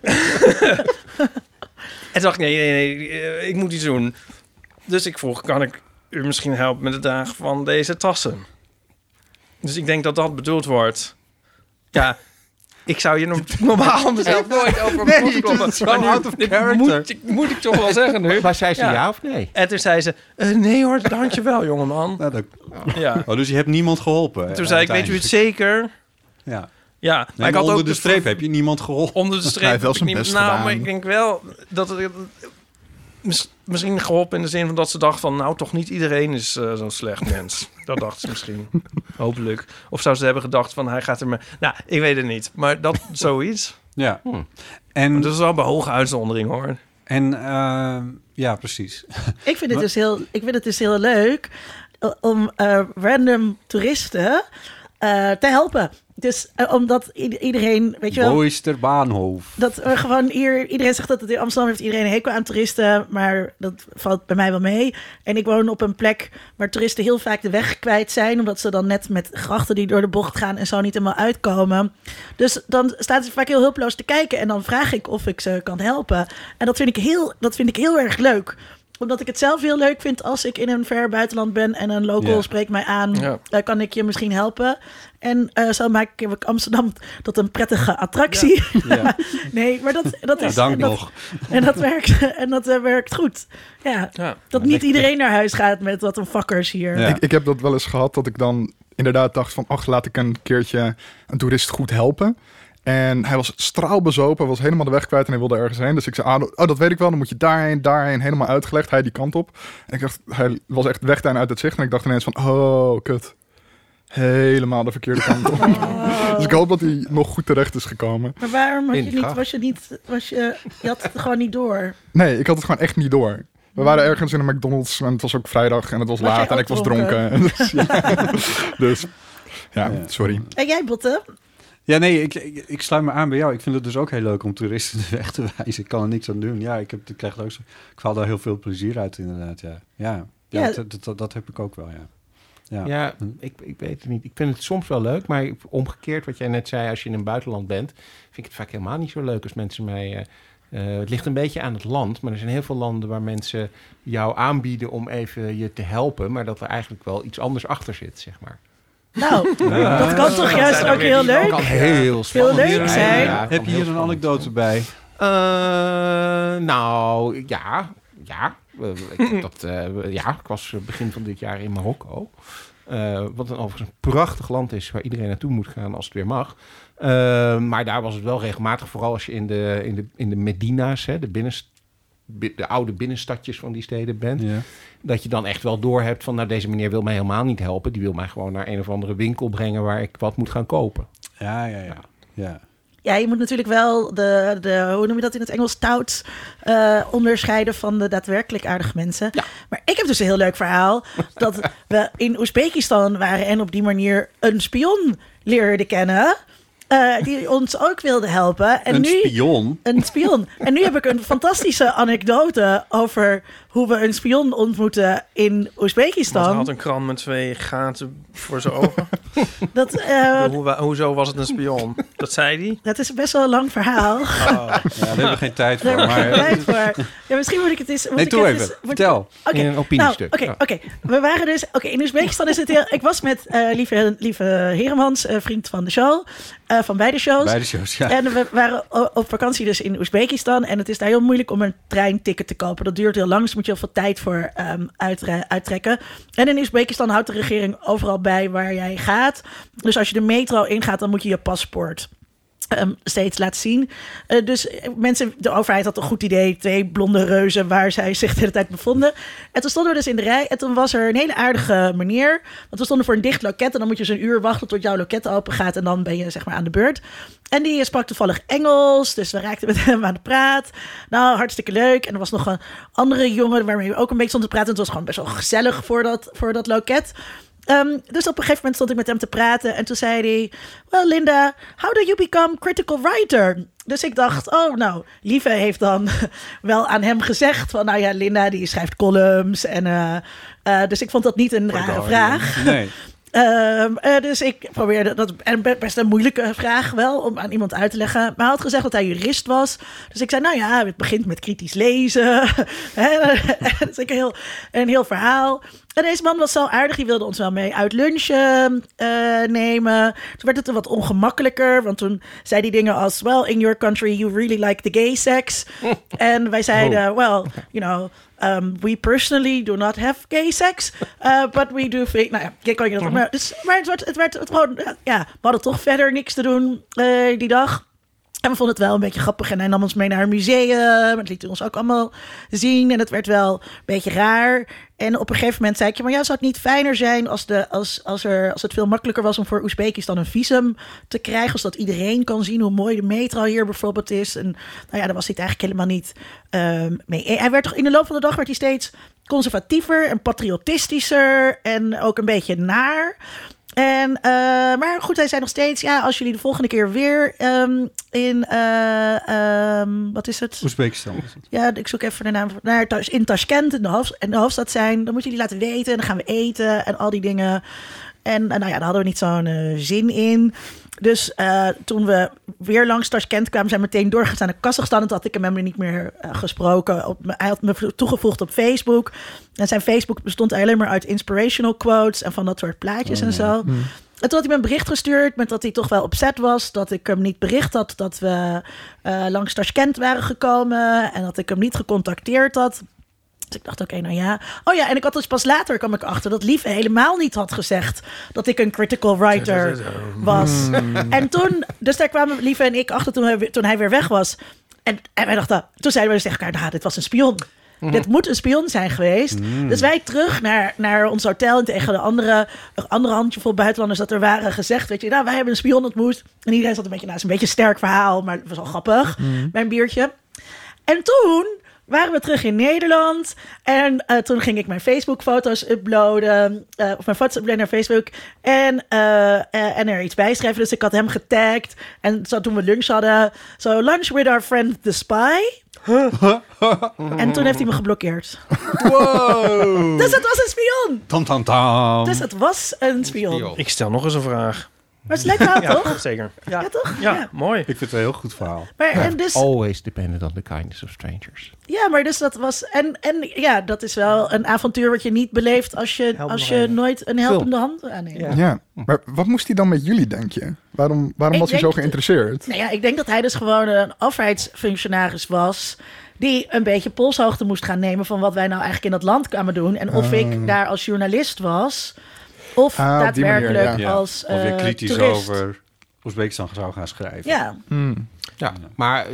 En toen dacht ik, nee, ik moet iets doen. Dus ik vroeg, kan ik u misschien helpen met het dragen van deze tassen? Dus ik denk dat dat bedoeld wordt. Ja, ik zou je normaal mezelf nooit over een Nee, post kloppen. dat is zo Maar nu out of character. moet ik toch wel zeggen nu. Maar zei ze Ja. ja of nee? En toen zei ze, nee hoor, dankjewel jongeman. nou, dat, Ja. oh, dus je hebt niemand geholpen. Toen zei ik, weet u het zeker? Ja. Ja, Nee, maar ik had onder ook de streep heb je niemand geholpen. onder de Hij streep. heeft wel heb ik zijn niet- best nou, gedaan. maar ik denk wel dat het misschien geholpen in de zin van dat ze dacht van... nou, toch niet iedereen is zo'n slecht mens. Dat dacht ze misschien. Hopelijk. Of zou ze hebben gedacht van hij gaat er maar... Nou, ik weet het niet. Maar dat zoiets. Ja. Hmm. En, Dat is wel bij hoge uitzondering hoor. En ja, precies. Ik vind het dus heel leuk om random toeristen te helpen. Dus omdat iedereen, weet je wel... Boisterbaanhof. Dat er gewoon iedereen zegt dat het in Amsterdam heeft iedereen een hekel aan toeristen, maar dat valt bij mij wel mee. En ik woon op een plek waar toeristen heel vaak de weg kwijt zijn, omdat ze dan net met grachten die door de bocht gaan en zo niet helemaal uitkomen. Dus dan staat ze vaak heel hulpeloos te kijken en dan vraag ik of ik ze kan helpen. En dat vind ik heel erg leuk. Omdat ik het zelf heel leuk vind als ik in een ver buitenland ben en een local spreekt mij aan. Ja. Kan ik je misschien helpen? En zo maak ik Amsterdam tot een prettige attractie. Ja. Nee, maar dat is... Dank nog. En dat werkt goed. Ja, dat niet iedereen naar huis gaat met wat een fuckers hier. Ja. Ik heb dat wel eens gehad, dat ik dan inderdaad dacht van... laat ik een keertje een toerist goed helpen. En hij was straalbezopen, was helemaal de weg kwijt en hij wilde ergens heen. Dus ik zei, dat weet ik wel, dan moet je daarheen, helemaal uitgelegd. Hij die kant op. En ik dacht, hij was echt weg uit het zicht. En ik dacht ineens van, kut. Helemaal de verkeerde kant op. Dus ik hoop dat hij nog goed terecht is gekomen. Maar waarom je had het gewoon niet door? Nee, ik had het gewoon echt niet door. We waren ergens in een McDonald's en het was ook vrijdag en het was laat en ik was dronken. Dus sorry. En jij, Botte? Ja, nee, ik sluit me aan bij jou. Ik vind het dus ook heel leuk om toeristen de weg te wijzen. Ik kan er niks aan doen. Ja, ik haal daar heel veel plezier uit, inderdaad. Dat heb ik ook wel, Ja, ik weet het niet. Ik vind het soms wel leuk, maar omgekeerd wat jij net zei, als je in een buitenland bent, vind ik het vaak helemaal niet zo leuk als mensen mij... het ligt een beetje aan het land, maar er zijn heel veel landen waar mensen jou aanbieden om even je te helpen, maar dat er eigenlijk wel iets anders achter zit, zeg maar. Nou, dat kan toch juist ook heel leuk? Dat kan heel spannend zijn. Ja, heb je hier een anekdote bij? Nou, ja. Ik was begin van dit jaar in Marokko. Wat dan overigens een prachtig land is waar iedereen naartoe moet gaan als het weer mag. Maar daar was het wel regelmatig, vooral als je in de Medina's, de oude binnenstadjes van die steden bent. Ja. Dat je dan echt wel doorhebt van, deze meneer wil mij helemaal niet helpen. Die wil mij gewoon naar een of andere winkel brengen waar ik wat moet gaan kopen. Ja. Ja, je moet natuurlijk wel de hoe noem je dat in het Engels, touts onderscheiden van de daadwerkelijk aardige mensen. Ja. Maar ik heb dus een heel leuk verhaal dat we in Oezbekistan waren en op die manier een spion leerden kennen. Die ons ook wilde helpen. En Een spion. En nu heb ik een fantastische anekdote over hoe we een spion ontmoeten in Oezbekistan. Hij had een krant met 2 gaten voor zijn ogen. Hoezo was het een spion? Dat zei hij? Dat is best wel een lang verhaal. Daar hebben we geen tijd voor. Ja, misschien moet ik het eens... Vertel. In een opiniestuk. Oké. We waren dus... in Oezbekistan is het heel... Ik was met lieve Heremans, vriend van de show... van beide shows. Beide shows, ja. En we waren op vakantie dus in Oezbekistan. En het is daar heel moeilijk om een treinticket te kopen. Dat duurt heel lang, dus moet je heel veel tijd voor uittrekken. En in Oezbekistan houdt de regering overal bij waar jij gaat. Dus als je de metro ingaat, dan moet je je paspoort steeds laten zien. Dus de overheid had een goed idee. 2 blonde reuzen waar zij zich de hele tijd bevonden. En toen stonden we dus in de rij. En toen was er een hele aardige meneer. Want we stonden voor een dicht loket. En dan moet je dus een uur wachten tot jouw loket open gaat. En dan ben je zeg maar aan de beurt. En die sprak toevallig Engels. Dus we raakten met hem aan de praat. Nou, hartstikke leuk. En er was nog een andere jongen waarmee we ook een beetje stonden te praten. En het was gewoon best wel gezellig voor dat loket. Dus op een gegeven moment stond ik met hem te praten. En toen zei hij... Well, Linda, how do you become critical writer? Dus ik dacht, Lieve heeft dan wel aan hem gezegd... van Linda die schrijft columns. En, dus ik vond dat niet een rare vraag. Nee. Dus ik probeerde dat, en best een moeilijke vraag wel om aan iemand uit te leggen. Maar hij had gezegd dat hij jurist was. Dus ik zei, het begint met kritisch lezen. Dus ik een heel verhaal. En deze man was zo aardig, die wilde ons wel mee uit lunchen nemen. Toen werd het wat ongemakkelijker, want toen zei hij dingen als... Well, in your country you really like the gay sex. En wij zeiden, we personally do not have gay sex, but we do think... kan je dat... Maar het werd gewoon... we hadden toch verder niks te doen die dag. En we vonden het wel een beetje grappig. En hij nam ons mee naar een museum. Het liet ons ook allemaal zien. En het werd wel een beetje raar. En op een gegeven moment zei ik... maar ja, zou het niet fijner zijn als het veel makkelijker was... om voor Oezbekistan een visum te krijgen... zodat iedereen kan zien hoe mooi de metro hier bijvoorbeeld is. En nou ja, daar was hij het eigenlijk helemaal niet mee. Hij werd toch in de loop van de dag werd hij steeds conservatiever en patriotistischer... en ook een beetje naar... maar goed, hij zei nog steeds... ja, als jullie de volgende keer weer wat is het? Oezbekistan. Ja, ik zoek even de naam. In Tashkent, in de hoofdstad zijn. Dan moeten jullie laten weten. En dan gaan we eten en al die dingen. En nou ja, daar hadden we niet zo'n zin in. Dus toen we weer langs Tashkent kwamen... zijn we meteen doorgegaan naar Kazachstan. En toen had ik hem helemaal niet meer gesproken. Hij had me toegevoegd op Facebook. En zijn Facebook bestond alleen maar uit inspirational quotes... en van dat soort plaatjes en zo. En toen had hij me een bericht gestuurd... met dat hij toch wel upset was... dat ik hem niet bericht had dat we langs Tashkent waren gekomen... en dat ik hem niet gecontacteerd had... Dus ik dacht, oké, nou ja. Oh ja, en ik had dus pas later kwam ik achter dat Lieve helemaal niet had gezegd dat ik een critical writer was. En toen, dus daar kwamen Lieve en ik achter toen hij weer weg was. En wij dachten, toen zeiden we dus tegen elkaar, nou, dit was een spion. Dit moet een spion zijn geweest. Dus wij terug naar ons hotel en tegen de andere handjevol buitenlanders dat er waren gezegd, weet je, nou, wij hebben een spion ontmoet. En iedereen zat een beetje, nou, het is een beetje een sterk verhaal, maar het was wel grappig, mijn biertje. En toen waren we terug in Nederland. En toen ging ik mijn Facebook-foto's uploaden. Of mijn foto's uploaden naar Facebook. En er iets bijschrijven. Dus ik had hem getagd. En zo toen we lunch hadden. So, lunch with our friend the spy. En toen heeft hij me geblokkeerd. Wow. Dus het was een spion. Tam, tam, tam. Dus het was een spion. Ik stel nog eens een vraag. Maar het is leuk verhaal, toch? Zeker. Ja, toch? Ja, mooi. Ik vind het een heel goed verhaal. Maar, en dus, Always dependent on the kindness of strangers. ja, maar dus dat was... En ja, dat is wel een avontuur wat je niet beleeft als je nooit een helpende hand aanneemt. Ja. Ja, maar wat moest hij dan met jullie, denk je? Waarom Ik was hij denk zo geïnteresseerd? Nou ja, ik denk dat hij dus gewoon een overheidsfunctionaris was... die een beetje polshoogte moest gaan nemen... van wat wij nou eigenlijk in dat land kwamen doen. En of ik daar als journalist was... of daadwerkelijk manier, als Of je kritisch toerist. over Oezbekistan zou gaan schrijven. Ja, Ja, maar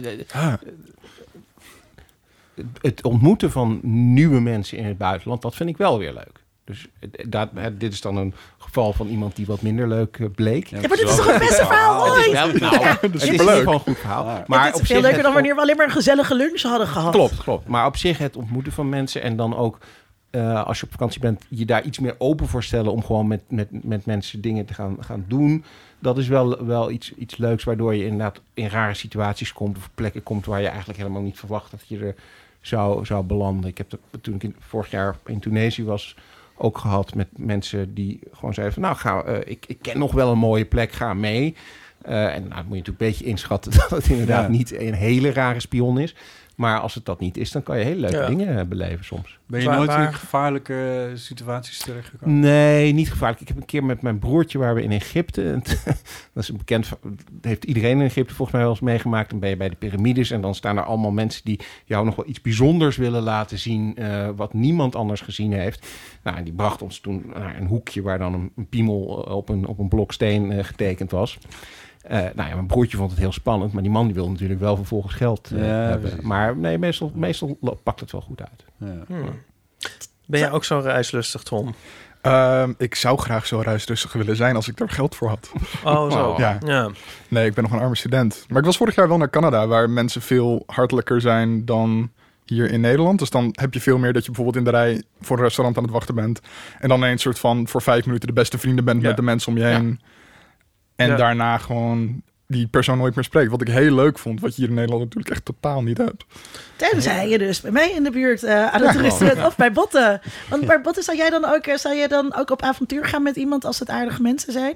het ontmoeten van nieuwe mensen in het buitenland, dat vind ik wel weer leuk. Dus dit is dan een geval van iemand die wat minder leuk bleek. Ja, maar dit is toch het beste verhaal Het is ooit? wel, nou, het is in ieder geval een goed verhaal. Ja. Maar het op is veel zich leuker dan wanneer we alleen maar een gezellige lunch hadden gehad. Klopt. Maar op zich het ontmoeten van mensen en dan ook als je op vakantie bent, je daar iets meer open voor stellen om gewoon met mensen dingen te gaan doen. Dat is wel iets leuks, waardoor je inderdaad in rare situaties komt of plekken komt waar je eigenlijk helemaal niet verwacht dat je er zou belanden. Ik heb dat toen ik vorig jaar in Tunesië was ook gehad met mensen die gewoon zeiden van nou, ik ken nog wel een mooie plek, ga mee. En nou, moet je natuurlijk een beetje inschatten dat het inderdaad niet een hele rare spion is. Maar als het dat niet is, dan kan je hele leuke dingen beleven soms. Ben je nooit in gevaarlijke situaties terechtgekomen? Nee, niet gevaarlijk. Ik heb een keer met mijn broertje, waar we in Egypte... dat is een bekend... heeft iedereen in Egypte volgens mij wel eens meegemaakt. Dan ben je bij de piramides en dan staan er allemaal mensen die jou nog wel iets bijzonders willen laten zien, wat niemand anders gezien heeft. Nou, en die bracht ons toen naar een hoekje waar dan een piemel op een blok steen getekend was. Nou ja, mijn broertje vond het heel spannend, maar die man die wil natuurlijk wel vervolgens geld hebben. Precies. Maar nee, meestal pakt het wel goed uit. Ja. Ben jij ook zo reislustig, Tom? Ik zou graag zo reisrustig willen zijn als ik er geld voor had. Oh, zo. Ja. Nee, ik ben nog een arme student. Maar ik was vorig jaar wel naar Canada, waar mensen veel hartelijker zijn dan hier in Nederland. Dus dan heb je veel meer dat je bijvoorbeeld in de rij voor een restaurant aan het wachten bent. En dan een soort van voor 5 minuten de beste vrienden bent met de mensen om je heen. En daarna gewoon die persoon nooit meer spreekt. Wat ik heel leuk vond, wat je hier in Nederland natuurlijk echt totaal niet hebt. Tenzij je dus bij mij in de buurt aan het toeristen bent of bij Botten. Want bij Botten zou jij dan ook op avontuur gaan met iemand als het aardige mensen zijn?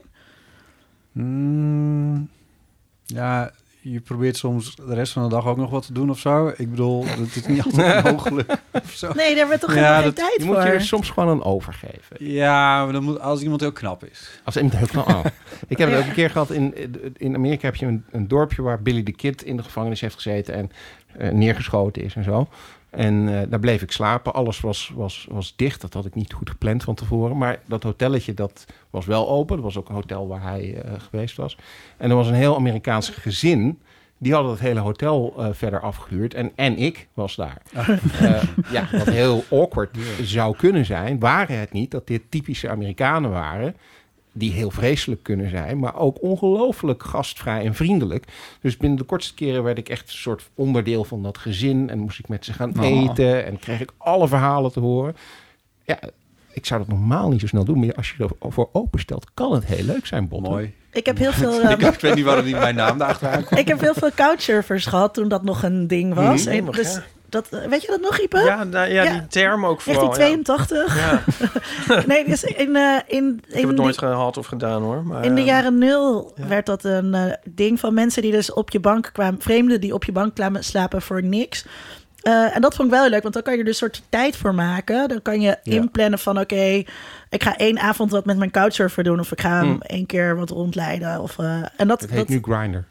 Ja, je probeert soms de rest van de dag ook nog wat te doen of zo. Ik bedoel, dat is niet altijd mogelijk. Of zo. Nee, daar hebben we toch helemaal geen tijd Je voor. moet je er soms gewoon een overgeven. Ja, maar dan moet, als iemand heel knap is. Als iemand heel knap. Oh. Ik heb het ook een keer gehad. In Amerika heb je een dorpje waar Billy the Kid in de gevangenis heeft gezeten en neergeschoten is en zo. En daar bleef ik slapen. Alles was dicht. Dat had ik niet goed gepland van tevoren. Maar dat hotelletje, dat was wel open. Dat was ook een hotel waar hij geweest was. En er was een heel Amerikaans gezin Die hadden het hele hotel verder afgehuurd. En ik was daar. Wat heel awkward zou kunnen zijn, waren het niet dat dit typische Amerikanen waren, die heel vreselijk kunnen zijn, maar ook ongelooflijk gastvrij en vriendelijk. Dus binnen de kortste keren werd ik echt een soort onderdeel van dat gezin en moest ik met ze gaan eten en kreeg ik alle verhalen te horen. Ja, ik zou dat normaal niet zo snel doen, maar als je ervoor openstelt, kan het heel leuk zijn, Botte. Mooi. Ik heb heel veel... Ik weet niet waarom niet mijn naam daarachteraan komt. Ik heb heel veel couchsurfers gehad toen dat nog een ding was. En dus weet je dat nog, Ipe? Ja, die term ook vooral. 1982. Ja. Nee, dus ik heb het nooit gehad of gedaan, hoor. Maar, in de jaren 0 werd dat een ding van mensen die dus op je bank kwamen, vreemden die op je bank kwamen slapen voor niks. En dat vond ik wel leuk, want dan kan je er een soort tijd voor maken. Dan kan je inplannen van oké, ik ga 1 avond wat met mijn couchsurfer doen, of ik ga hem 1 keer wat rondleiden. En dat heet nu Grindr.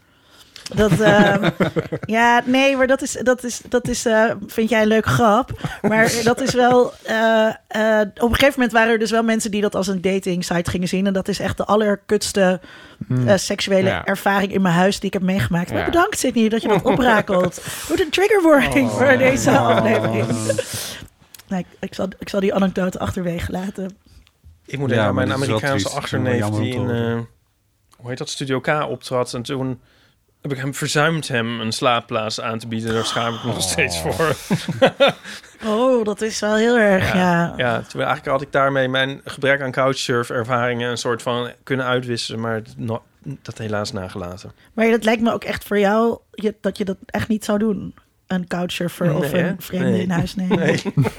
Maar dat is vind jij een leuke grap. Maar dat is wel... op een gegeven moment waren er dus wel mensen die dat als een dating site gingen zien. En dat is echt de allerkutste seksuele ervaring in mijn huis die ik heb meegemaakt. Maar bedankt, Sydney, dat je dat oprakelt. Doe een trigger warning voor deze aflevering. Nee, ik zal die anekdote achterwege laten. Ik moet denken aan mijn Amerikaanse achterneef die in... hoe heet dat? Studio K optrad. En toen heb ik hem verzuimd een slaapplaats aan te bieden. Daar schaam ik me nog steeds voor. Dat is wel heel erg, ja. Toen eigenlijk had ik daarmee mijn gebrek aan couchsurf-ervaringen een soort van kunnen uitwisselen, maar dat helaas nagelaten. Maar dat lijkt me ook echt voor jou dat je dat echt niet zou doen. Een couchsurfer of een vreemde in huis nemen.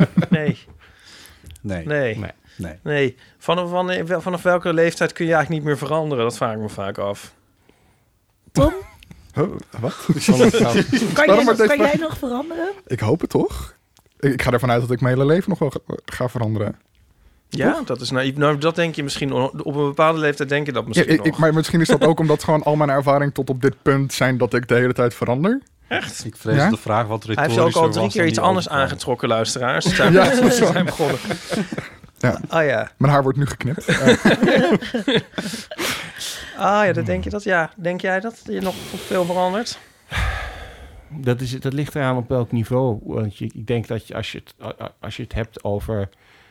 Nee. Vanaf welke leeftijd kun je eigenlijk niet meer veranderen? Dat vraag ik me vaak af. Tom? Wat? Kan jij nog veranderen? Ik hoop het toch? Ik ga ervan uit dat ik mijn hele leven nog wel ga veranderen. Ja, toch? Dat is naïef. Nou, dat denk je misschien. Op een bepaalde leeftijd denk je dat misschien nog. Maar misschien is dat ook omdat gewoon al mijn ervaring tot op dit punt zijn dat ik de hele tijd verander. Echt? Ik vrees de vraag wat retorischer Hij heeft ook al 3 was keer iets anders aangetrokken, luisteraars. Ze zijn begonnen. Ja. Oh ja. Mijn haar wordt nu geknipt. Dat denk je dat? Ja. Denk jij dat je nog veel verandert? Dat ligt eraan op welk niveau. Want ik denk dat als je het hebt over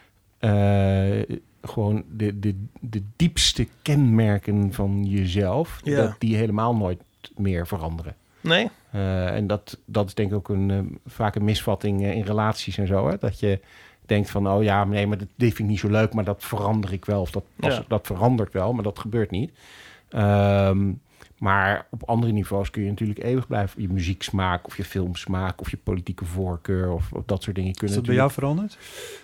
gewoon de diepste kenmerken van jezelf, dat die helemaal nooit meer veranderen. Nee. En dat is denk ik ook vaak een misvatting in relaties en zo. Hè? Dat je denkt van, maar dit vind ik niet zo leuk, maar dat verander ik wel. Of dat verandert wel, maar dat gebeurt niet. Maar op andere niveaus kun je natuurlijk eeuwig blijven. Je muzieksmaak of je filmsmaak of je politieke voorkeur of dat soort dingen kunnen. Is dat bij jou veranderd?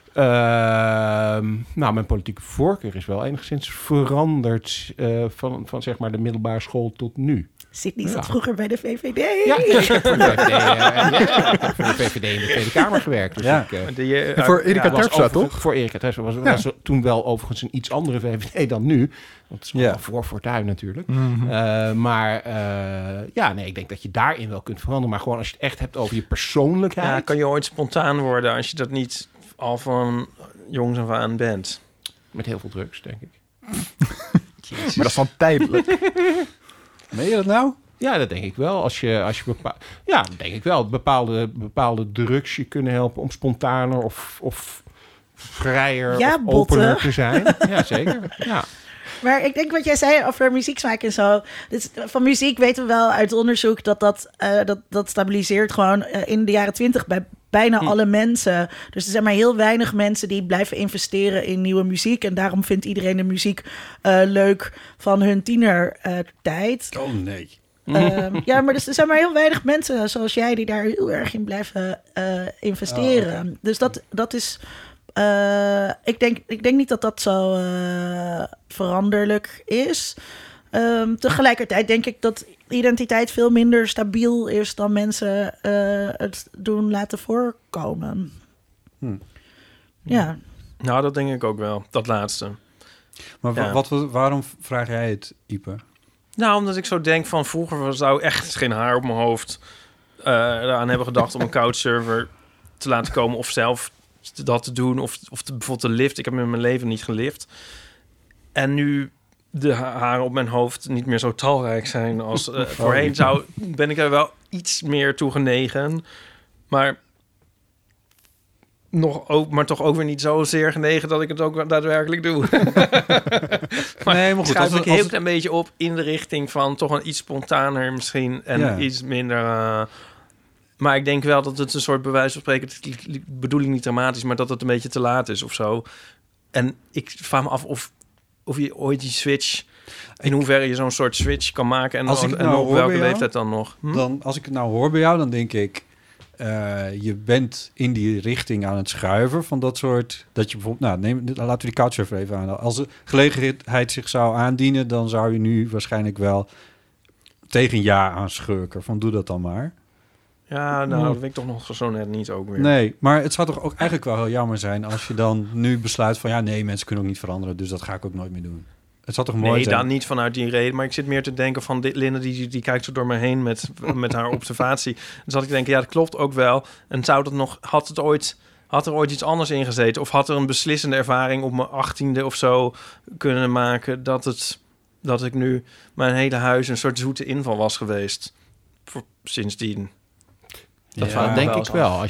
Mijn politieke voorkeur is wel enigszins veranderd van zeg maar de middelbare school tot nu. Sydney zat vroeger bij de VVD. Ja, ik heb voor de VVD in de Tweede Kamer gewerkt. Dus voor Erika Terpstra, toch? Voor Erika Terpstra was toen wel overigens een iets andere VVD dan nu. Want het is wel voor Fortuyn natuurlijk. Mm-hmm. Ik denk dat je daarin wel kunt veranderen. Maar gewoon als je het echt hebt over je persoonlijkheid. Ja, kan je ooit spontaan worden als je dat niet al van jongs af aan bent? Met heel veel drugs, denk ik. Maar dat is dan tijdelijk. Meen je dat nou? Ja, dat denk ik wel. Als je denk ik wel. Bepaalde drugs je kunnen helpen om spontaner of vrijer of opener te zijn. Ja, zeker. Ja. Maar ik denk wat jij zei over muzieksmaak en zo. Dus van muziek weten we wel uit onderzoek dat stabiliseert gewoon in de jaren 20 bij bijna alle mensen. Dus er zijn maar heel weinig mensen die blijven investeren in nieuwe muziek. En daarom vindt iedereen de muziek leuk van hun tienertijd. Oh nee. Maar dus er zijn maar heel weinig mensen zoals jij die daar heel erg in blijven investeren. Okay. Dus dat is... Ik denk niet dat zo veranderlijk is. Tegelijkertijd denk ik dat identiteit veel minder stabiel is dan mensen het doen laten voorkomen. Ja. Nou, dat denk ik ook wel. Dat laatste. Maar waarom vraag jij het, Ipe? Nou, omdat ik zo denk van vroeger zou echt geen haar op mijn hoofd eraan hebben gedacht om een couchsurfer te laten komen of zelf dat te doen of bijvoorbeeld de lift. Ik heb in mijn leven niet gelift. En nu de haren op mijn hoofd niet meer zo talrijk zijn als voorheen ben ik er wel iets meer toe genegen. Maar toch ook weer niet zozeer genegen dat ik het ook daadwerkelijk doe. maar goed, schuif ik een heel klein beetje op in de richting van toch een iets spontaner misschien en iets minder... maar ik denk wel dat het een soort bewijs van spreken... de bedoeling niet dramatisch, maar dat het een beetje te laat is of zo. En ik vraag me af of je ooit die switch... in hoeverre je zo'n soort switch kan maken... en op welke leeftijd dan nog? Dan, als ik het nou hoor bij jou, dan denk ik... je bent in die richting aan het schuiven van dat soort... dat je bijvoorbeeld... laten we die couchsurfer even aan. Als de gelegenheid zich zou aandienen... dan zou je nu waarschijnlijk wel tegen ja aanschurken. Van doe dat dan maar. Ja, dat weet ik toch nog zo net niet ook weer. Nee, maar het zou toch ook eigenlijk wel heel jammer zijn... als je dan nu besluit van... mensen kunnen ook niet veranderen... dus dat ga ik ook nooit meer doen. Het zou toch mooi zijn? Nee, dan niet vanuit die reden. Maar ik zit meer te denken van... Linde, die kijkt zo door me heen met haar observatie. Dan zat ik te denken, ja, dat klopt ook wel. En had er ooit iets anders in gezeten? Of had er een beslissende ervaring op mijn 18e of zo kunnen maken... dat ik nu mijn hele huis een soort zoete inval was geweest? Sindsdien. Dat denk ik wel.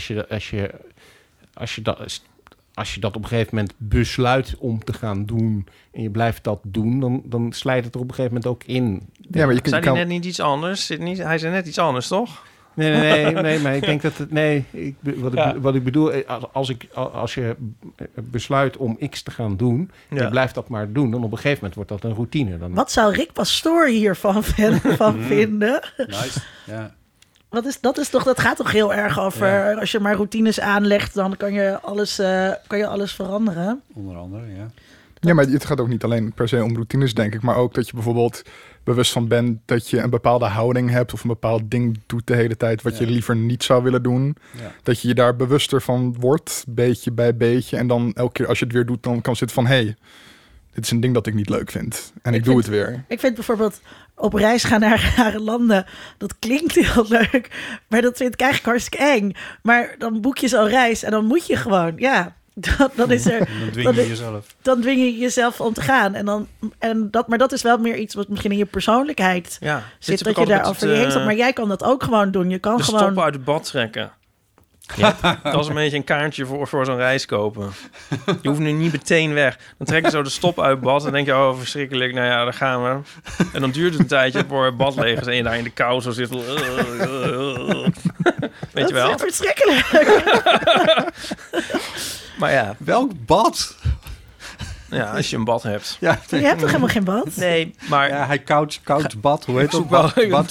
Als je dat op een gegeven moment besluit om te gaan doen... en je blijft dat doen, dan slijt het er op een gegeven moment ook in. Ja, maar zei hij net niet iets anders? Hij zei net iets anders, toch? Nee, maar ik denk dat het... Nee, wat ik bedoel... Als je besluit om X te gaan doen... en je blijft dat maar doen... dan op een gegeven moment wordt dat een routine. Dan... Wat zou Rick Pastoor hiervan vinden? Nice, ja. Dat gaat toch heel erg over... als je maar routines aanlegt... dan kan je alles veranderen. Onder andere, ja. Ja, maar het gaat ook niet alleen per se om routines, denk ik. Maar ook dat je bijvoorbeeld bewust van bent... dat je een bepaalde houding hebt... of een bepaald ding doet de hele tijd... wat je liever niet zou willen doen. Ja. Dat je daar bewuster van wordt, beetje bij beetje. En dan elke keer als je het weer doet... dan kan zitten van... hey, dit is een ding dat ik niet leuk vind. En ik doe het weer. Ik vind bijvoorbeeld op reis gaan naar rare landen. Dat klinkt heel leuk. Maar dat vind ik eigenlijk hartstikke eng. Maar dan boek je zo'n reis en dan moet je gewoon... Ja, dan is er... Dan dwing je jezelf. Dan dwing je jezelf om te gaan. Maar dat is wel meer iets wat misschien in je persoonlijkheid zit. Dat je daar over je heen staat. Maar jij kan dat ook gewoon doen. Je kan gewoon... stoppen uit het bad trekken. Ja, dat is een beetje een kaartje voor zo'n reis kopen. Je hoeft nu niet meteen weg. Dan trek je zo de stop uit het bad en denk je, oh, verschrikkelijk. Nou ja, daar gaan we. En dan duurt het een tijdje voor het bad leeg is en je daar in de kou zo zit. Weet je wel? Dat is verschrikkelijk. Maar ja. Welk bad? Ja, als je een bad hebt. Ja, je hebt toch helemaal geen bad? Nee, maar... Ja, hij couch bad. Hoe heet het?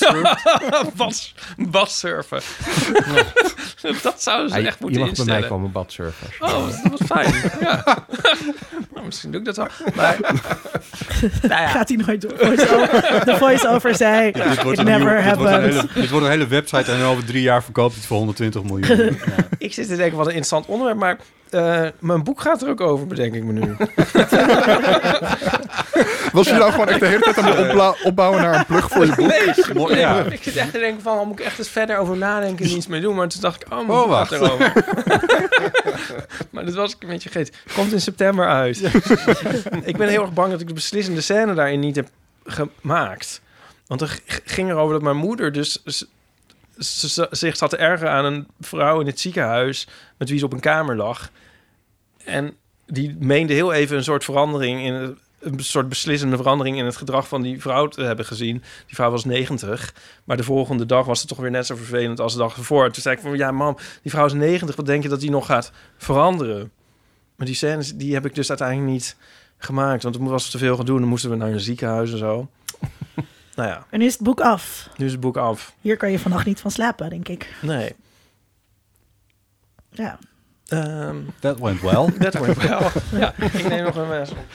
Badsurfen. Dat zouden ze echt moeten instellen. Je mag bij mij komen badsurfen. Oh, dat was fijn. Ja. Nou, misschien doe ik dat wel. Maar, gaat hij nooit doen. De voice-over zei, it never happened. Dit wordt een hele website en over 3 jaar verkoopt het voor 120 miljoen. Ja. Ik zit te denken, wat een interessant onderwerp, maar... mijn boek gaat er ook over, bedenk ik me nu. Was je nou gewoon echt de hele tijd aan het opbouwen naar een plug voor je boek? Nee, ja. Ik zit echt te denken van, moet ik echt eens verder over nadenken en niets meer doen? Maar toen dacht ik, mijn boek gaat erover. Maar dat was ik een beetje vergeten. Komt in september uit. Ik ben heel erg bang dat ik de beslissende scène daarin niet heb gemaakt. Want er ging erover dat mijn moeder dus... zich zat te ergeren aan een vrouw in het ziekenhuis... met wie ze op een kamer lag. En die meende heel even een soort verandering... een soort beslissende verandering in het gedrag van die vrouw te hebben gezien. Die vrouw was 90. Maar de volgende dag was het toch weer net zo vervelend als de dag ervoor. Toen zei ik van, ja mam, die vrouw is 90. Wat denk je dat die nog gaat veranderen? Maar die scènes, die heb ik dus uiteindelijk niet gemaakt. Want toen was het te veel gedoe. Dan moesten we naar een ziekenhuis en zo. Nou ja. En nu is het boek af. Nu is het boek af. Hier kan je vannacht niet van slapen, denk ik. Nee. Ja. That went well. That went well. Ja, ik neem nog een mes op.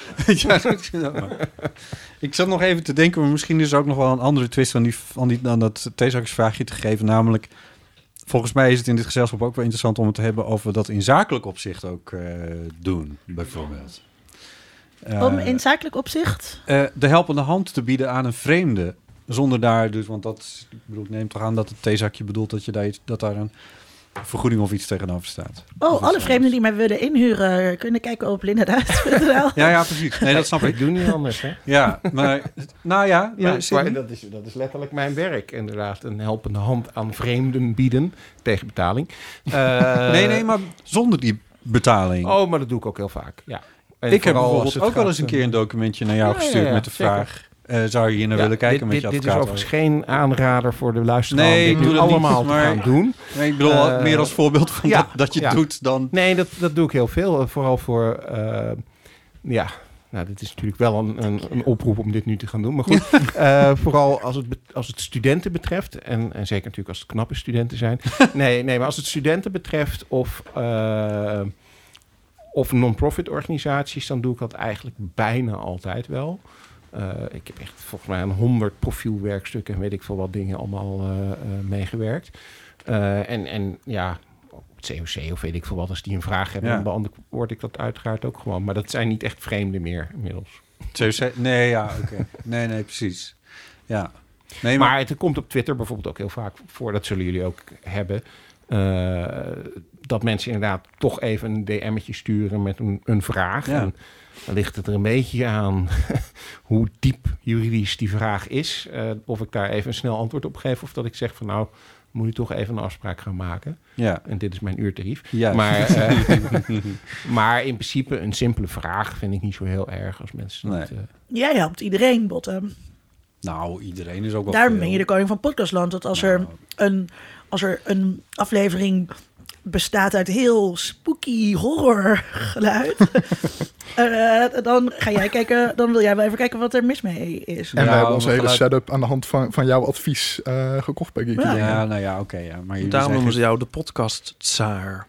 Ik zat nog even te denken, maar misschien is er ook nog wel een andere twist dan dat theezakjesvraagje te geven. Namelijk, volgens mij is het in dit gezelschap ook wel interessant om het te hebben over dat in zakelijk opzicht ook doen, bijvoorbeeld. Om in zakelijk opzicht? De helpende hand te bieden aan een vreemde. Zonder daar dus, want dat, ik bedoel, ik neem toch aan dat het theezakje bedoelt dat je dat daar een vergoeding of iets tegenover staat. Oh, alle vreemden die mij willen inhuren kunnen kijken op lindaduit.nl. Ja, precies. Nee, dat snap Ik ik. doe niet anders, hè? Ja, maar... Nou ja, Ja, maar maar dat is letterlijk mijn werk. Inderdaad, een helpende hand aan vreemden bieden tegen betaling. nee, maar zonder die betaling. Oh, maar dat doe ik ook heel vaak, ja. En Ik heb vooral als bijvoorbeeld het ook wel gaat, eens een keer een documentje naar jou gestuurd met de zeker. vraag... zou je hier naar willen kijken met je Dit is advocaat? overigens geen aanrader voor de luisteraar Nee, om ik dit doe nu dat niet, allemaal maar- te gaan doen. Nee, ik bedoel meer als voorbeeld van ja, dat je het ja. doet dan... Nee, dat doe ik heel veel. Vooral voor... Nou, dit is natuurlijk wel een oproep om dit nu te gaan doen. Maar goed, vooral als het studenten betreft... en zeker natuurlijk als het knappe studenten zijn. Nee, maar als het studenten betreft of non-profit organisaties... dan doe ik dat eigenlijk bijna altijd wel. Ik heb echt volgens mij aan 100 profielwerkstukken... en weet ik veel wat dingen allemaal meegewerkt. En ja... COC of weet ik veel wat, als die een vraag hebben... Ja. dan beantwoord ik dat uiteraard ook gewoon. Maar dat zijn niet echt vreemden meer inmiddels. Nee, ja, oké. Nee, precies. Ja. Nee, Maar het komt op Twitter bijvoorbeeld ook heel vaak voor... dat zullen jullie ook hebben... dat mensen inderdaad toch even een DM'tje sturen met een vraag. Ja. En dan ligt het er een beetje aan hoe diep juridisch die vraag is. Of ik daar even een snel antwoord op geef... of dat ik zeg van nou... moet je toch even een afspraak gaan maken. Ja. En dit is mijn uurtarief. Ja. Maar in principe een simpele vraag vind ik niet zo heel erg als mensen dat... Jij helpt iedereen, Bottom. Nou, iedereen is ook wel Daarom veel. ben je de koning van Podcastland. Dat als er een aflevering bestaat uit heel spooky horror geluid... dan ga jij kijken, dan wil jij wel even kijken wat er mis mee is. En we hebben onze hele geluid- setup aan de hand van jouw advies gekocht bij Geeky. Ja, nou ja, oké. Ja. Maar jullie Daarom noemen zeggen- ze jou de podcast-tsaar.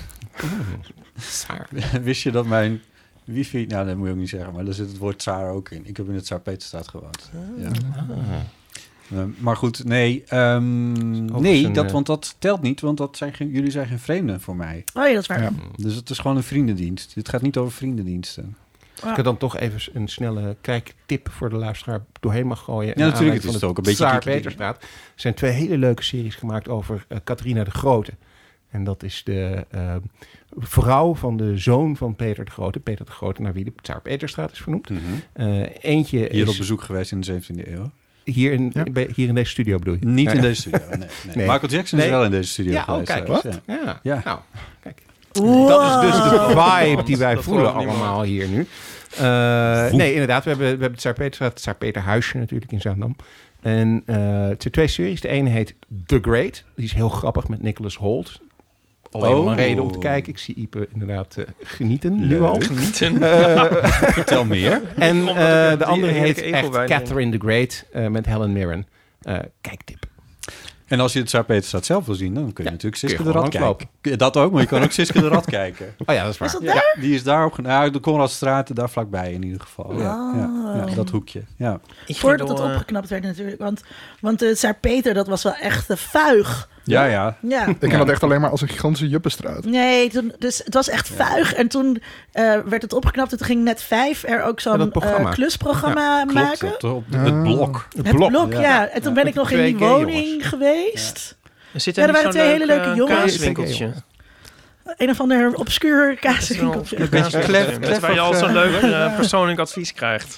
Wist je dat mijn wifi... Nou, dat moet je ook niet zeggen, maar daar zit het woord Tsaar ook in. Ik heb in het Tsaar-Peterstraat gewoond. Ja. Maar goed, nee. Want dat telt niet, want jullie zijn geen vreemden voor mij. Oh ja, dat is waar. Ja. Dus het is gewoon een vriendendienst. Dit gaat niet over vriendendiensten. Als ik er dan toch even een snelle kijktip voor de luisteraar doorheen mag gooien. Ja, natuurlijk, het is van ook een beetje Tsaar kiekie. Peterstraat. Er zijn 2 hele leuke series gemaakt over Catharina de Grote. En dat is de vrouw van de zoon van Peter de Grote. Peter de Grote, naar wie de Tsaar Peterstraat is vernoemd. Eentje Hier is op bezoek geweest in de 17e eeuw. hier in deze studio bedoel je? Niet Ja. in deze studio, nee. Nee. Michael Jackson is Nee. wel in deze studio Ja, geweest. kijk. trouwens, Wat? ja. Ja. Ja. Nou, kijk. Wow. Dat is dus de vibe die wij Dat voelen geloof ik niet, allemaal hier nu. Nee, inderdaad. We hebben het Tsaar Peterstraat, het Tsaar Peterhuisje natuurlijk in Zaandam. En het zijn 2 series. De ene heet The Great. Die is heel grappig met Nicholas Hoult. Alleen maar een reden om te kijken. Ik zie Ipe inderdaad genieten nu al. Genieten. Vertel meer. En Omdat ik de andere die heet heerlijke echt egelwijn Catherine the Great met Helen Mirren. Kijktip. En als je het Tsaar-Peterstraat zelf wil zien, dan kun je Ja, natuurlijk kun je Siske de gewoon Rad langslopen. kijken. Dat ook, maar je kan ook Siske de Rad kijken. Oh ja, dat is waar. Is dat Ja. daar? Die is daar op... Nou, de Konradstraat, daar vlakbij in ieder geval. Ja, dat hoekje. Ja. Voordat het opgeknapt werd natuurlijk. Want de Tsaar Peter, dat was wel echt de vuig. Ja. Ja. Ik ken dat echt alleen maar als een gigantische juppenstraat. Nee, dus het was echt vuig. En toen werd het opgeknapt. En toen ging Net5 er ook Ja, zo'n dat programma. klusprogramma Klopt, maken. het blok. Het blok, ja. En toen ben ik nog in die 2 gay woning geweest. Er zit Ja, er waren 2 hele leuke jongens. kaaswinkeltje. Een of ander obscuur kaaswinkeltje. Een beetje klef waar je al zo'n leuk persoonlijk advies krijgt.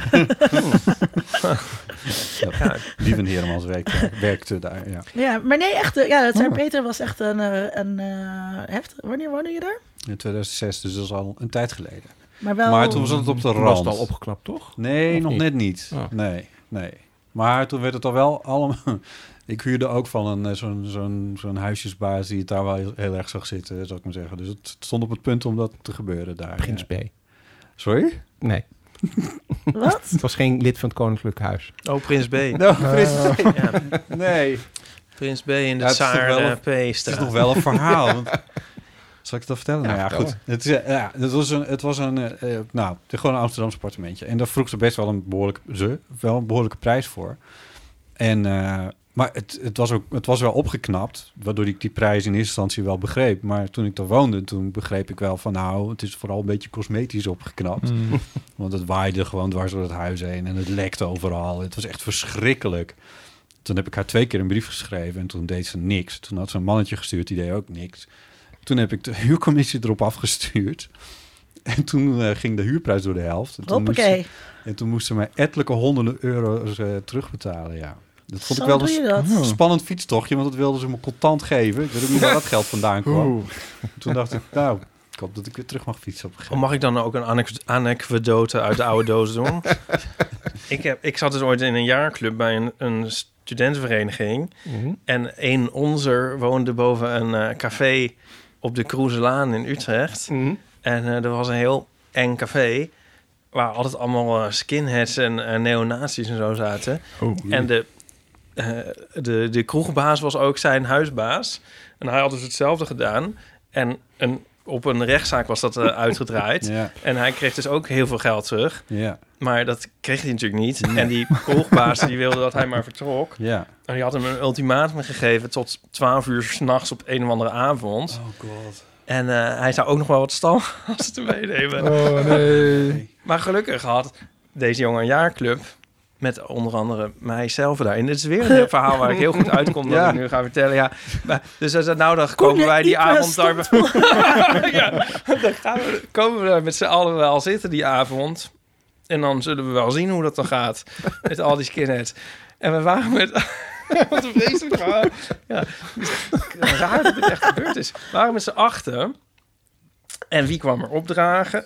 Lieven Heremans werkte daar, ja. Ja, maar nee, echt. Ja, het Tsaar Peter was echt een heftig. Wanneer woonde je daar? In 2006, dus dat is al een tijd geleden. Maar wel. Maar toen was het op de Toen was rand. het al opgeknapt, toch? Nee, Of nog niet? net niet. Oh. Nee. Maar toen werd het al wel allemaal... Ik huurde ook van zo'n huisjesbaas die het daar wel heel erg zag zitten, zou ik maar zeggen. Dus het stond op het punt om dat te gebeuren daar. Prins ja. B. Sorry? Nee, Wat? het was geen lid van het Koninklijk Huis. Oh, Prins B. Nou, Prins Ja, Nee. Prins B in de Ja, het is toch wel Tsaar een- P. Het is nog wel een verhaal. Want... Zal ik dat vertellen? Ja, Nou ja, vertel goed. Het was gewoon een Amsterdamse appartementje. En daar vroeg ze best wel een behoorlijke prijs voor. En, maar het was wel opgeknapt, waardoor ik die prijs in eerste instantie wel begreep. Maar toen ik daar woonde, toen begreep ik wel van nou, het is vooral een beetje cosmetisch opgeknapt. Want het waaide gewoon dwars door het huis heen en het lekte overal. Het was echt verschrikkelijk. Toen heb ik haar 2 keer een brief geschreven en toen deed ze niks. Toen had ze een mannetje gestuurd, die deed ook niks. Toen heb ik de huurcommissie erop afgestuurd. En toen ging de huurprijs door de helft. En toen moest ze mij ettelijke honderden euro's terugbetalen, ja. Dat vond ik wel een spannend fietstochtje, want dat wilden ze me contant geven. Ik weet ook niet waar dat geld vandaan kwam. Toen dacht ik, nou, ik hoop dat ik weer terug mag fietsen op een gegeven moment. Mag ik dan ook een anekdote uit de oude doos doen? Ik zat dus ooit in een jaarclub bij een studentenvereniging. Mm-hmm. En een onzer woonde boven een café op de Kroeselaan in Utrecht. Mm-hmm. En er was een heel eng café waar altijd allemaal skinheads en neonazies en zo zaten. En de kroegbaas was ook zijn huisbaas. En hij had dus hetzelfde gedaan. En op een rechtszaak was dat uitgedraaid. Ja. En hij kreeg dus ook heel veel geld terug. Ja. Maar dat kreeg hij natuurlijk niet. Nee. En die kroegbaas die wilde dat hij maar vertrok. Ja. En die had hem een ultimatum gegeven tot 12 uur 's nachts op een of andere avond. Oh god. En hij zou ook nog wel wat stalgasten te meenemen. Oh nee. Maar gelukkig had deze jongen een jaarclub met onder andere mijzelf daarin. Dit is weer een verhaal waar ik heel goed uitkom dat ik nu ga vertellen. Ja, maar, dus nou, dan komen wij die avond daar. Ja, dan komen we met z'n allen wel zitten die avond. En dan zullen we wel zien hoe dat dan gaat met al die skinheads. En we waren met... Wat een vreselijk verhaal. Ja, raar dat dit echt gebeurd is. We waren met z'n achten. En wie kwam er opdragen?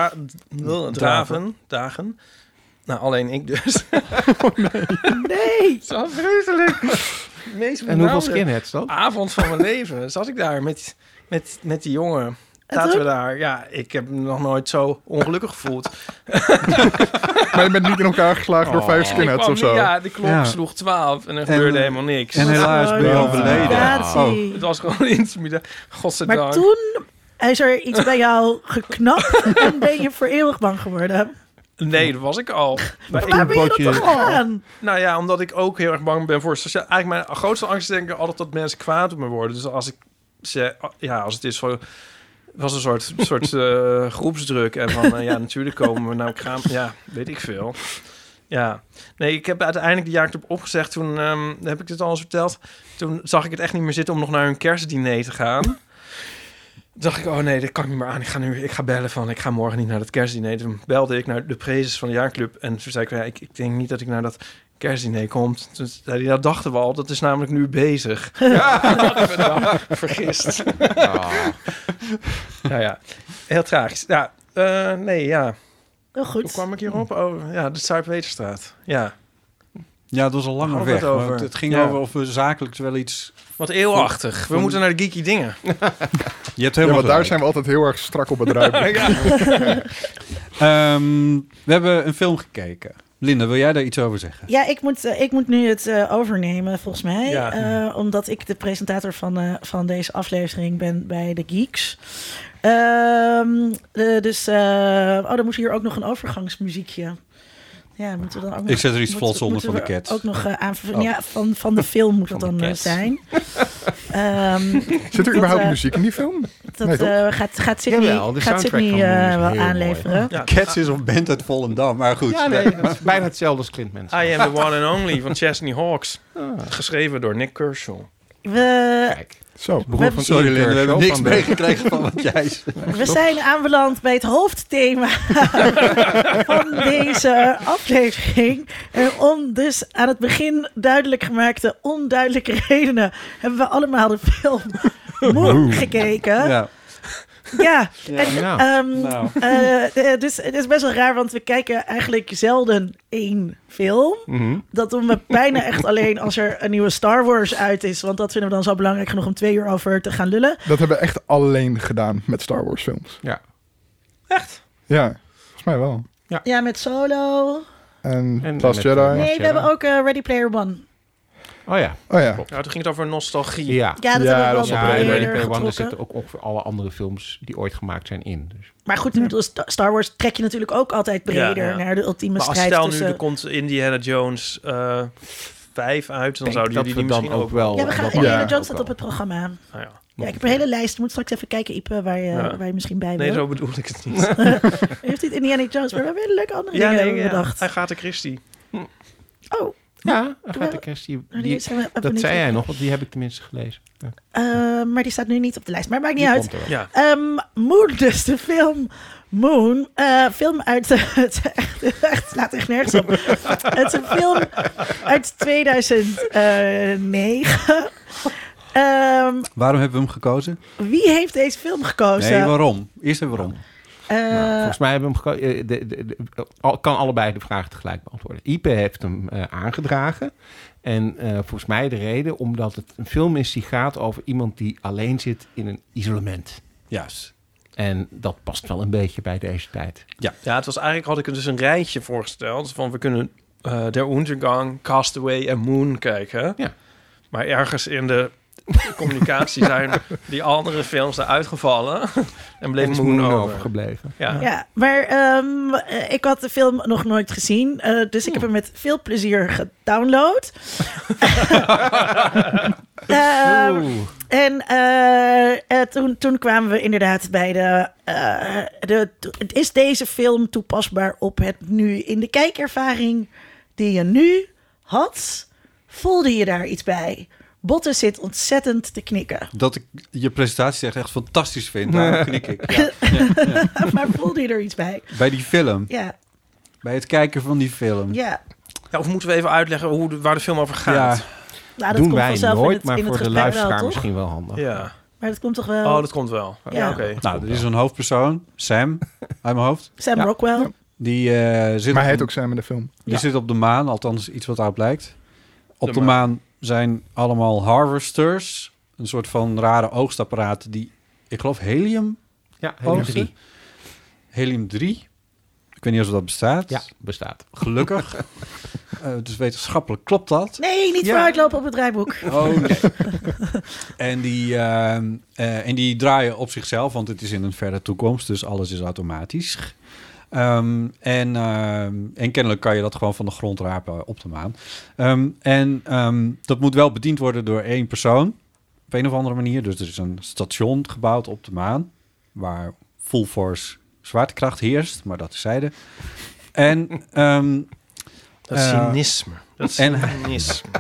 Dagen. Nou, alleen ik dus. Oh, nee. Zo vreselijk. En hoeveel skinheads dan? Avond van mijn leven. Zat ik daar met die jongen. Zaten we daar. Ja, ik heb me nog nooit zo ongelukkig gevoeld. Maar je bent niet in elkaar geslagen door 5 skinheads of zo? Ja, de klok sloeg 12 en er gebeurde helemaal niks. En helaas ben je al beleden. Het was gewoon intimidatie. Godzijdank. Maar toen is er iets bij jou geknapt en ben je voor eeuwig bang geworden. Nee, dat was ik al. Maar waar ben je dat toch aan? Nou ja, omdat ik ook heel erg bang ben voor sociaal. Eigenlijk mijn grootste angst is denk ik altijd dat mensen kwaad op me worden. Dus als ik zeg, als het is voor... Het was een soort groepsdruk. En van, natuurlijk komen we. Nou, ik ga... Ja, weet ik veel. Ja. Nee, ik heb uiteindelijk de jaarclub opgezegd. Toen heb ik dit al eens verteld. Toen zag ik het echt niet meer zitten om nog naar hun kerstdiner te gaan. Toen dacht ik, oh nee, dat kan ik niet meer aan. Ik ga bellen van, ik ga morgen niet naar dat kerstdiner. Toen belde ik naar de prezes van de jaarclub. En toen zei ik, ik denk niet dat ik naar dat kerstdiner komt. Toen zei hij, dat dachten we al. Dat is namelijk nu bezig. Ja, dat hadden we dan vergist. Nou ja, heel tragisch. Ja, Heel goed. Hoe kwam ik hierop? Oh, ja, de Zuid-Weterstraat. Ja. Ja, dat was al langer weg. Het ging over of we zakelijk wel iets... Wat eeuwachtig. We moeten naar de geeky dingen. Je hebt helemaal daar zijn we altijd heel erg strak op het ruimen. We hebben een film gekeken. Linda, wil jij daar iets over zeggen? Ja, ik moet nu het overnemen, volgens mij. Ja. Omdat ik de presentator van deze aflevering ben bij de Geeks. Dan moet hier ook nog een overgangsmuziekje. Ja, moeten we dan ook nog, ik zet er iets vlots onder van de Cats. Ook nog ja, van de film moet dat dan zijn. Zit er überhaupt muziek in die film? Dat gaat Sydney wel aanleveren. Ja. Cats is een band uit Volendam, maar goed. Ja, nee, dat is bijna hetzelfde als Clint Mansell. I Am The One and Only van Chesney Hawkes. Geschreven door Nick Kershaw. Kijk. Zo, sorry Linda, we hebben niks meegekregen van wat jij zei. We zijn aanbeland bij het hoofdthema van deze aflevering. En om dus aan het begin duidelijk gemaakte onduidelijke redenen hebben we allemaal de film Moon gekeken. Ja. Ja, dus het is best wel raar, want we kijken eigenlijk zelden één film. Mm-hmm. Dat doen we bijna echt alleen als er een nieuwe Star Wars uit is. Want dat vinden we dan zo belangrijk genoeg om 2 uur over te gaan lullen. Dat hebben we echt alleen gedaan met Star Wars films. Ja. Echt? Ja, volgens mij wel. Ja, met Solo. En Last Jedi. Nee, we hebben ook Ready Player One. Oh ja. Ja, toen ging het over nostalgie. Ja, dat hebben we wel Ready Player One. Er zitten ook ongeveer alle andere films die ooit gemaakt zijn in. Dus. Maar goed, Star Wars trek je natuurlijk ook altijd breder naar de ultieme strijd tussen... Stel nu, er komt Indiana Jones 5 uit, dan zouden jullie die misschien ook wel... Ja, we gaan Indiana Jones staat op het programma. Ja, ik heb een hele lijst. Je moet straks even kijken, Ipe, waar je misschien bij wil. Nee, zo bedoel ik het niet. Heeft niet Indiana Jones, maar we hebben hele leuke andere dingen bedacht. Agatha Christie. Oh, Ja, Agatha Christie. Dat zei jij nog, want die heb ik tenminste gelezen. Ja. Maar die staat nu niet op de lijst. Maar maakt niet Die uit. komt er wel. Ja. Moon, dus de film Moon. Film uit... het slaat echt nergens op. Het is een film uit 2009. Waarom hebben we hem gekozen? Wie heeft deze film gekozen? Nee, waarom? Eerst en waarom. Volgens mij hebben we hem kan allebei de vragen tegelijk beantwoorden. Ipe heeft hem aangedragen. En volgens mij de reden omdat het een film is die gaat over iemand die alleen zit in een isolement. Juist. En dat past wel een beetje bij deze tijd. Ja, het was eigenlijk, had ik dus een rijtje voorgesteld van we kunnen Der Untergang, Castaway en Moon kijken. Ja. Maar ergens in de communicatie zijn die andere films eruit gevallen en bleef En is Moon Moon over. overgebleven. Ja. Ja, maar ik had de film nog nooit gezien. Dus ik heb hem met veel plezier gedownload. Toen kwamen we inderdaad bij is deze film toepasbaar op het nu in de kijkervaring die je nu had? Voelde je daar iets bij? Botte zit ontzettend te knikken. Dat ik je presentatie echt fantastisch vind. Daarom knik ik. Ja. Maar voelde je er iets bij? Bij die film. Ja. Bij het kijken van die film. Ja. Ja, of moeten we even uitleggen waar de film over gaat? Ja. Nou, dat Doen komt wij vanzelf nooit, in maar het voor de gesprek wel, luisteraar toch? misschien wel handig. Ja. Maar dat komt toch wel... Oh, dat komt wel. Ja. Oké. Nou, er is een hoofdpersoon, Sam, uit mijn hoofd. Sam Rockwell. Die zit Maar hij op heet ook Sam in de film. Die zit op de maan, althans iets wat uit blijkt. Op de maan. maan zijn allemaal harvesters. Een soort van rare oogstapparaten die, ik geloof, helium Ja, Helium oogsten. 3. Helium 3. Ik weet niet of dat bestaat. Ja, bestaat. Gelukkig. Dus wetenschappelijk klopt dat. Nee, niet vooruitlopen op het draaiboek. Oh nee. En die draaien op zichzelf, want het is in een verre toekomst, dus alles is automatisch. En kennelijk kan je dat gewoon van de grond rapen op de maan. Dat moet wel bediend worden door één persoon, op een of andere manier. Dus er is een station gebouwd op de maan, waar full force zwaartekracht heerst, maar dat terzijde. En Dat is cynisme. Dat is cynisme.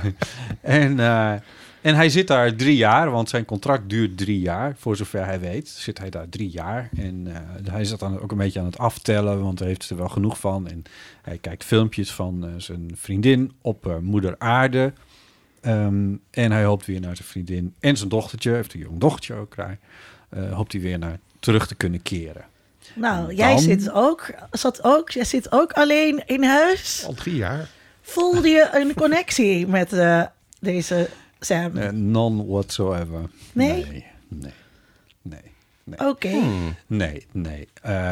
En hij zit daar 3 jaar, want zijn contract duurt 3 jaar. Voor zover hij weet zit hij daar 3 jaar. En hij zit dan ook een beetje aan het aftellen, want hij heeft er wel genoeg van. En hij kijkt filmpjes van zijn vriendin op moeder aarde. En hij hoopt weer naar zijn vriendin en zijn dochtertje, heeft een jong dochtertje ook, hoopt hij weer naar terug te kunnen keren. Nou, jij zit ook alleen in huis. Al 3 jaar. Voelde je een connectie met deze Sam? None whatsoever. Nee? Nee. Oké. Nee.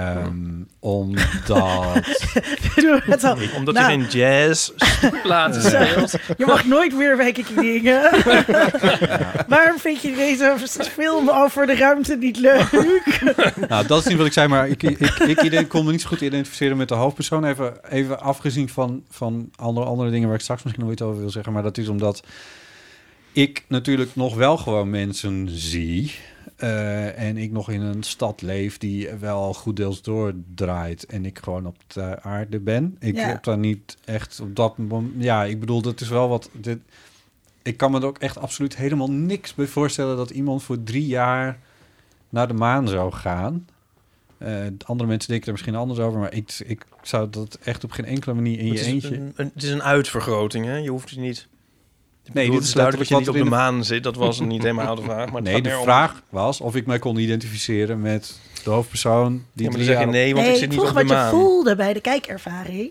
Omdat... Omdat Nou. hij in jazz plaatsen speelt. Je mag nooit meer bij Kiki dingen. Waarom vind je deze film over de ruimte niet leuk? Nou, dat is niet wat ik zei, maar ik kon me niet zo goed identificeren met de hoofdpersoon. Even afgezien van andere dingen waar ik straks misschien nog iets over wil zeggen. Maar dat is omdat ik natuurlijk nog wel gewoon mensen zie. En ik nog in een stad leef die wel goed deels doordraait. En ik gewoon op de aarde ben. Ik heb daar niet echt op dat moment... Ja, ik bedoel, dat is wel wat... Ik kan me er ook echt absoluut helemaal niks bij voorstellen dat iemand voor 3 jaar naar de maan zou gaan. Andere mensen denken er misschien anders over, maar ik zou dat echt op geen enkele manier in je eentje... Het is een uitvergroting, hè? Je hoeft je niet... Nee, dit is duidelijk dat je niet op de maan. maan zit. Dat was niet helemaal de vraag. Maar het Nee, gaat de meer om- vraag was of ik mij kon identificeren met de hoofdpersoon die Ja, maar 3 dan zeg je jaar... nee, want ik zit niet vroeg op de wat je maan. voelde bij de kijkervaring.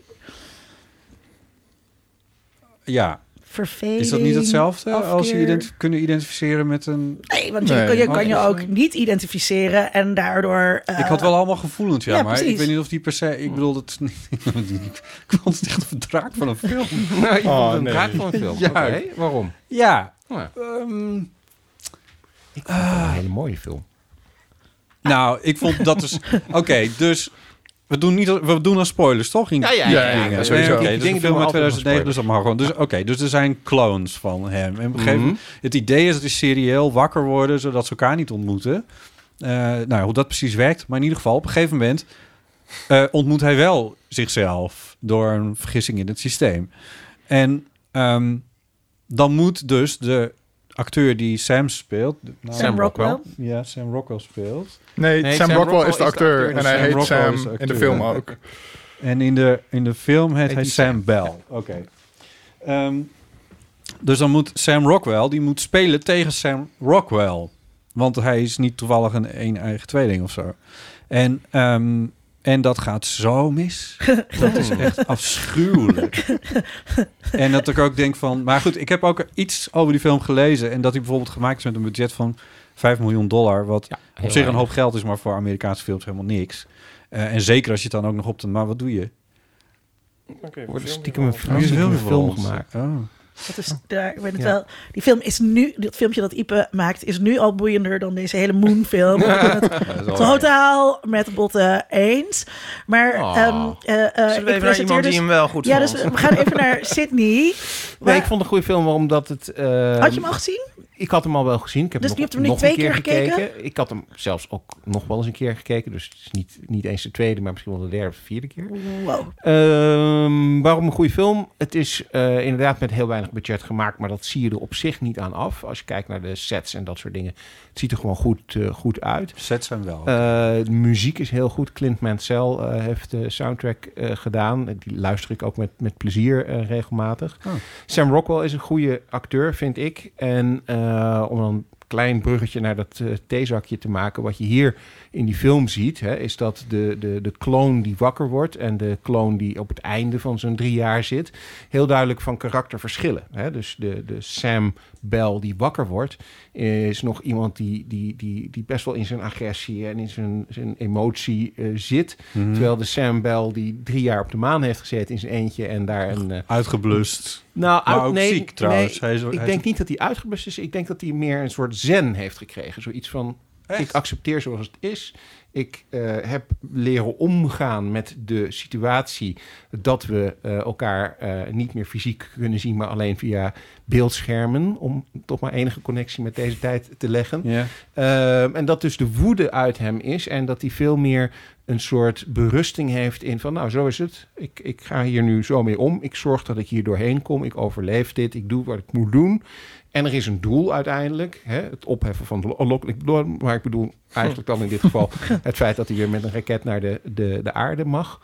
Ja, Verveling. is dat niet hetzelfde als afkeer? je kunnen identificeren met een... Nee, want Nee. je kan je Oh, ook niet identificeren en daardoor... Ik had wel allemaal gevoelens, ja, ja, maar precies. ik weet niet of die per se... Ik bedoel, dat is niet... Ik vond het echt een verdraak van een film. Nou, je Oh, vond een nee. draak van een film. Ja. Oké, waarom? Ja. Oh, ja. ehm, Ik vond het een hele mooie film. nou, ik vond dat dus... Oké, dus... We doen aan spoilers, toch? Ja, dingen. sowieso. Oké, dus Dingen een film doen we uit altijd 2009, dus dat mag gewoon. Dus oké, dus er zijn clones van hem. En op een gegeven moment, het idee is dat die serieel wakker worden, zodat ze elkaar niet ontmoeten. Nou, hoe dat precies werkt. Maar in ieder geval, op een gegeven moment ontmoet hij wel zichzelf door een vergissing in het systeem. En dan moet dus de acteur die Sam speelt... Sam Rockwell. Ja, Sam Rockwell speelt. Nee, Sam Rockwell is de acteur en hij heet Sam in de film ook. En in de film heet hij Sam Bell. Oké. Dus dan moet Sam Rockwell, die moet spelen tegen Sam Rockwell. Want hij is niet toevallig een eigen tweeling of zo. En dat gaat zo mis. Dat is echt afschuwelijk. En dat ik ook denk van... Maar goed, ik heb ook iets over die film gelezen. En dat hij bijvoorbeeld gemaakt is met een budget van $5 miljoen. Wat op zich een hoop geld is, maar voor Amerikaanse films helemaal niks. En zeker als je het dan ook nog op de... Maar wat doe je? Wordt stiekem een film gemaakt. Oh. Dat is daar, ik weet het wel. Die film is nu, dat filmpje dat Ipe maakt, is nu al boeiender dan deze hele Moon-film. Totaal met botten eens. Maar zullen we even naar iemand die hem wel goed vond? Dus we gaan even naar Sydney. Nee, ik vond het een goede film, omdat het... Had je hem al gezien? Ik had hem al wel gezien. Ik heb dus nog, je hebt hem nu nog 2 een keer gekeken? Ik had hem zelfs ook nog wel eens een keer gekeken. Dus het is niet eens de tweede, maar misschien wel de derde of de vierde keer. Wow. Waarom een goede film? Het is inderdaad met heel weinig budget gemaakt, maar dat zie je er op zich niet aan af. Als je kijkt naar de sets en dat soort dingen. Het ziet er gewoon goed uit. Sets zijn wel. De muziek is heel goed. Clint Mansell heeft de soundtrack gedaan. Die luister ik ook met plezier regelmatig. Oh. Sam Rockwell is een goede acteur, vind ik. En om dan een klein bruggetje naar dat theezakje te maken. Wat je hier in die film ziet, is dat de kloon die wakker wordt en de kloon die op het einde van zijn 3 jaar zit, heel duidelijk van karakter verschillen. Dus de Sam Bell die wakker wordt, is nog iemand die best wel in zijn agressie en in zijn emotie zit. Mm-hmm. Terwijl de Sam Bell die 3 jaar op de maan heeft gezeten in zijn eentje en daar een... uitgeblust. Maar ook ziek trouwens. Ik denk niet dat hij uitgeblust is. Ik denk dat hij meer een soort zen heeft gekregen. Zoiets van, echt? Ik accepteer zoals het is. Ik heb leren omgaan met de situatie dat we elkaar niet meer fysiek kunnen zien, maar alleen via beeldschermen, om toch maar enige connectie met deze tijd te leggen. Yeah. En dat dus de woede uit hem is en dat hij veel meer een soort berusting heeft in van, nou, zo is het. Ik ga hier nu zo mee om. Ik zorg dat ik hier doorheen kom. Ik overleef dit. Ik doe wat ik moet doen. En er is een doel uiteindelijk. Het opheffen van de maar ik bedoel eigenlijk dan in dit geval het feit dat hij weer met een raket naar de aarde mag.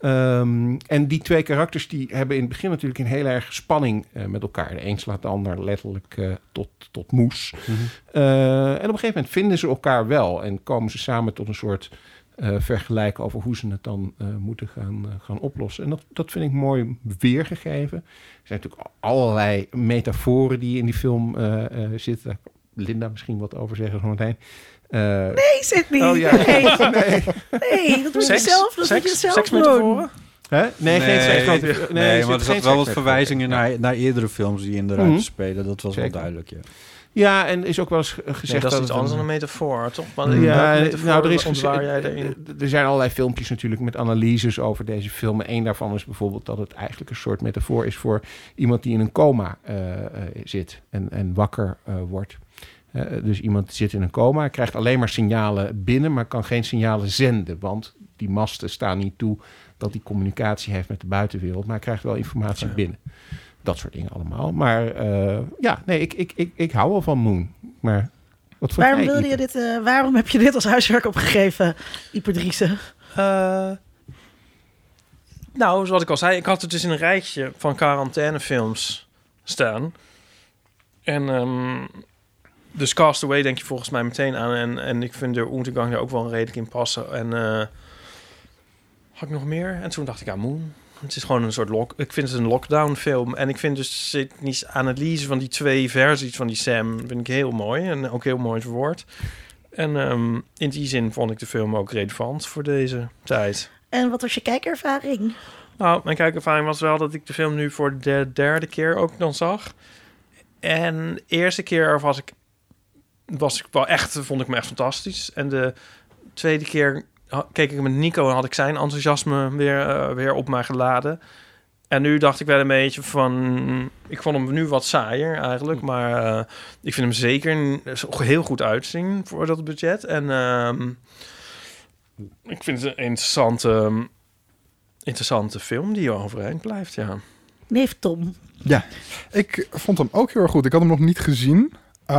En die 2 karakters die hebben in het begin natuurlijk een heel erg spanning met elkaar. De een slaat de ander letterlijk tot moes. Mm-hmm. En op een gegeven moment vinden ze elkaar wel en komen ze samen tot een soort vergelijken over hoe ze het dan moeten gaan oplossen. En dat vind ik mooi weergegeven. Er zijn natuurlijk allerlei metaforen die in die film zitten. Daar kan Linda misschien wat over zeggen zometeen. Nee, Sydney. Oh ja. Nee, dat doe je zelf. Dat doe je zelf. Seksmetaforen? Nee, geen seks. Nee, maar er zat wel wat verwijzingen naar eerdere films die in de ruimte spelen. Dat was wel duidelijk, ja. Ja, en is ook wel eens gezegd dat is iets anders dan een metafoor, toch? Maar er is er zijn allerlei filmpjes natuurlijk met analyses over deze film. En één daarvan is bijvoorbeeld dat het eigenlijk een soort metafoor is voor iemand die in een coma zit en wakker wordt. Dus iemand zit in een coma, krijgt alleen maar signalen binnen, maar kan geen signalen zenden, want die masten staan niet toe dat hij communicatie heeft met de buitenwereld, maar hij krijgt wel informatie binnen. Dat soort dingen allemaal. Maar ik hou wel van Moon. Maar wat vond jij, waarom heb je dit als huiswerk opgegeven, Ipe Driessen? Nou, zoals ik al zei, ik had het dus in een rijtje van quarantainefilms staan. En dus Castaway denk je volgens mij meteen aan. En ik vind de Untergang daar ook wel redelijk in passen. En had ik nog meer? En toen dacht ik aan Moon. Het is gewoon een soort ik vind het een lockdown film. En ik vind dus Sydney's analyse van die 2 versies van die Sam vind ik heel mooi. En ook heel mooi verwoord. En in die zin vond ik de film ook relevant voor deze tijd. En wat was je kijkervaring? Nou, mijn kijkervaring was wel dat ik de film nu voor de 3e keer ook dan zag. En de eerste keer was ik wel echt, vond ik me echt fantastisch. En de 2e keer keek ik met Nico en had ik zijn enthousiasme weer op mij geladen. En nu dacht ik wel een beetje van... Ik vond hem nu wat saaier eigenlijk. Maar ik vind hem zeker heel goed uitzien voor dat budget. En ik vind het een interessante film die overeind blijft, ja. Neef Tom. Ja, ik vond hem ook heel erg goed. Ik had hem nog niet gezien.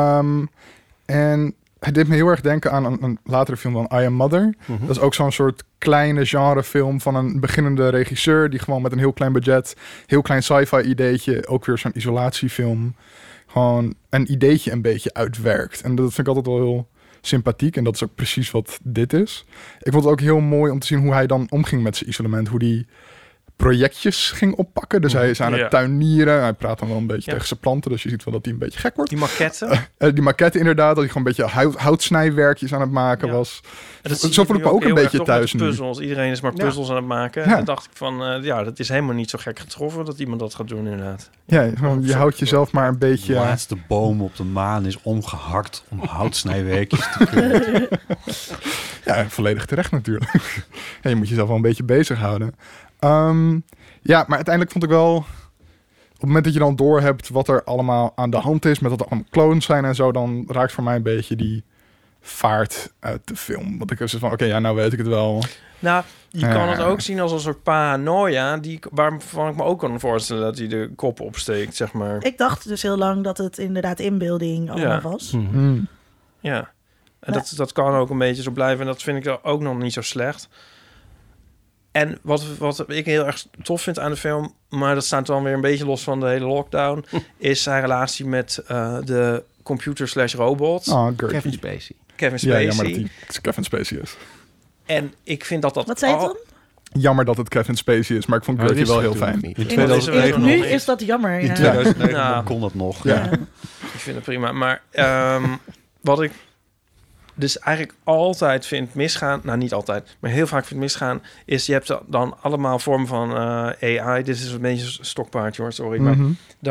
En hij deed me heel erg denken aan een latere film dan I Am Mother. Mhm. Dat is ook zo'n soort kleine genrefilm van een beginnende regisseur... die gewoon met een heel klein budget, heel klein sci-fi ideetje... ook weer zo'n isolatiefilm, gewoon een ideetje een beetje uitwerkt. En dat vind ik altijd wel heel sympathiek. En dat is ook precies wat dit is. Ik vond het ook heel mooi om te zien hoe hij dan omging met zijn isolement. Hoe die projectjes ging oppakken. Dus hij is aan het tuinieren. Hij praat dan wel een beetje tegen zijn planten. Dus je ziet wel dat hij een beetje gek wordt. Die maquette. Die maquette inderdaad. Dat hij gewoon een beetje houtsnijwerkjes aan het maken was. Zo voel ik me ook een beetje thuis nu. Puzzels. Iedereen is maar puzzels aan het maken. Ja. En dacht ik van, dat is helemaal niet zo gek getroffen dat iemand dat gaat doen inderdaad. Ja, gewoon, je houdt jezelf maar een beetje... De laatste boom op de maan is omgehakt om houtsnijwerkjes te kunnen. Ja, volledig terecht natuurlijk. Ja, je moet jezelf wel een beetje bezighouden. Ja, maar uiteindelijk vond ik wel... Op het moment dat je dan doorhebt wat er allemaal aan de hand is... met dat er allemaal clones zijn en zo... dan raakt voor mij een beetje die vaart uit de film. Want ik was van, oké, nou weet ik het wel. Nou, je kan het ook zien als een soort paranoia... waarvan ik me ook kan voorstellen dat hij de kop opsteekt, zeg maar. Ik dacht dus heel lang dat het inderdaad inbeelding allemaal was. Mm. Ja, en dat kan ook een beetje zo blijven. En dat vind ik ook nog niet zo slecht. En wat ik heel erg tof vind aan de film... maar dat staat dan weer een beetje los van de hele lockdown... is zijn relatie met de computer/robot. Oh, Gertie. Kevin Spacey. Kevin Spacey. Ja, jammer dat hij Kevin Spacey is. En ik vind dat... Wat zei je dan? Jammer dat het Kevin Spacey is, maar ik vond Maar Gertie dat wel wist heel ik toen fijn. nog niet. In 2009 Nu nog is dat jammer. In Ja. 2009 Ja. kon dat nog. Ja. Ik vind het prima. Maar wat ik dus eigenlijk altijd vind misgaan... Nou, niet altijd, maar heel vaak vind misgaan... is je hebt dan allemaal vormen van AI. Dit is een beetje een stokpaardje hoor, sorry. Maar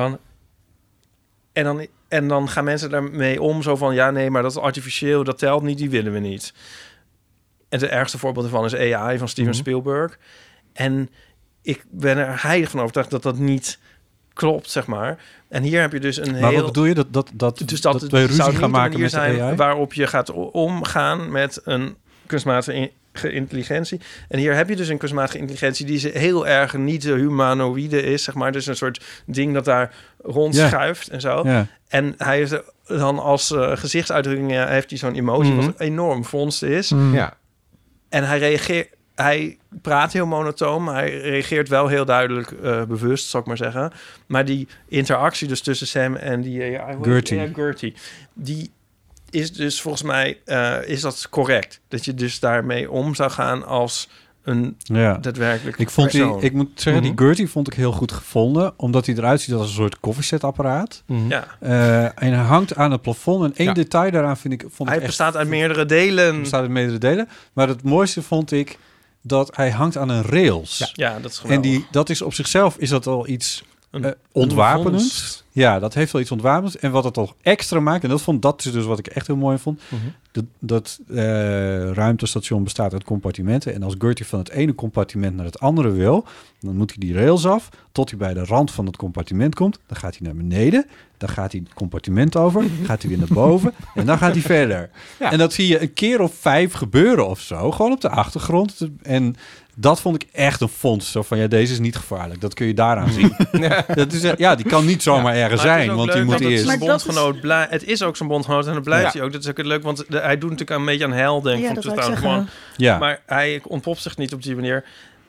En dan gaan mensen daarmee om. Zo van, ja, nee, maar dat is artificieel. Dat telt niet, die willen we niet. En het ergste voorbeeld ervan is AI van Steven Spielberg. En ik ben er heilig van overtuigd dat dat niet klopt, zeg maar. En hier heb je dus een Maar heel... wat bedoel je? Dat wij ruzie gaan maken met de AI? Waarop je gaat omgaan met een kunstmatige intelligentie. En hier heb je dus een kunstmatige intelligentie... die heel erg niet humanoïde is, zeg maar. Dus een soort ding dat daar rondschuift en zo. Ja. En hij heeft dan als gezichtsuitdrukking... heeft hij zo'n emotie wat enorm vondst is. Ja. En hij praat heel monotoom. Hij reageert wel heel duidelijk bewust, zal ik maar zeggen. Maar die interactie dus tussen Sam en die... Gertie. Die is dus volgens mij... is dat correct. Dat je dus daarmee om zou gaan als een daadwerkelijk persoon. Ik moet zeggen, die Gertie vond ik heel goed gevonden. Omdat hij eruit ziet als een soort koffiezetapparaat. Ja. En hij hangt aan het plafond. En één detail daaraan vond ik bestaat uit meerdere delen. Hij bestaat uit meerdere delen. Maar het mooiste vond ik dat hij hangt aan een rails. Ja, dat is geweldig. En dat is op zichzelf is dat al iets ontwapenends. Ja, dat heeft wel iets ontwapenends. En wat het al extra maakt, en dat is dus wat ik echt heel mooi vond. Dat ruimtestation bestaat uit compartimenten. En als Gertie van het ene compartiment naar het andere wil, dan moet hij die rails af tot hij bij de rand van het compartiment komt. Dan gaat hij naar beneden. Dan gaat hij het compartiment over. Gaat hij weer naar boven. En dan gaat hij verder. Ja. En dat zie je een keer of 5 gebeuren of zo. Gewoon op de achtergrond. En dat vond ik echt een fonds. Zo van, deze is niet gevaarlijk. Dat kun je daaraan zien. Dat is, die kan niet zomaar ergens zijn. Want die moet eerst... Het is ook zijn bondgenoot en dat blijft hij ook. Dat is ook het leuk, want hij doet natuurlijk een beetje aan Hel, denk ik. Maar hij ontpopt zich niet op die manier.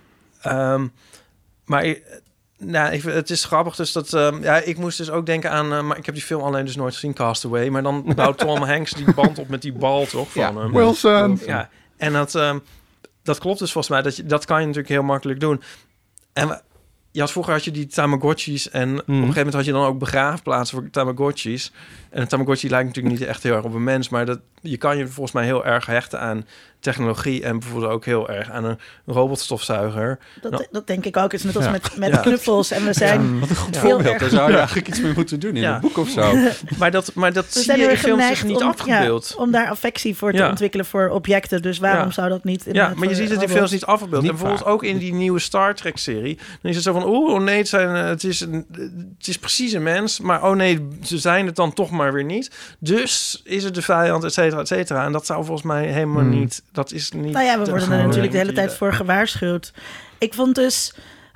Het is grappig dus dat... ik moest dus ook denken aan... maar ik heb die film alleen dus nooit gezien, Castaway. Maar dan bouwt Tom Hanks die band op met die bal, toch? Van Wilson! Ja, en dat klopt dus volgens mij. Dat kan je natuurlijk heel makkelijk doen. En vroeger had je die Tamagotchis... en op een gegeven moment had je dan ook begraafplaatsen voor Tamagotchis. En een Tamagotchi lijkt natuurlijk niet echt heel erg op een mens... maar je kan je volgens mij heel erg hechten aan technologie... en bijvoorbeeld ook heel erg aan een robotstofzuiger. Dat denk ik ook. Het is net als met knuffels. En we zijn wat een goed voorbeeld. Daar zou je eigenlijk iets mee moeten doen in een boek of zo. Maar dat zie je in films zich niet afgebeeld. Om daar affectie voor te ontwikkelen voor objecten. Dus waarom zou dat niet... maar je ziet het in films niet afgebeeld. En bijvoorbeeld ook in die nieuwe Star Trek-serie. Dan is het zo van, het is precies een mens. Maar ze zijn het dan toch maar weer niet. Dus is het de vijand, et cetera, et cetera. En dat zou volgens mij helemaal niet... Dat is niet... we worden er natuurlijk de hele tijd voor gewaarschuwd. Ik vond dus...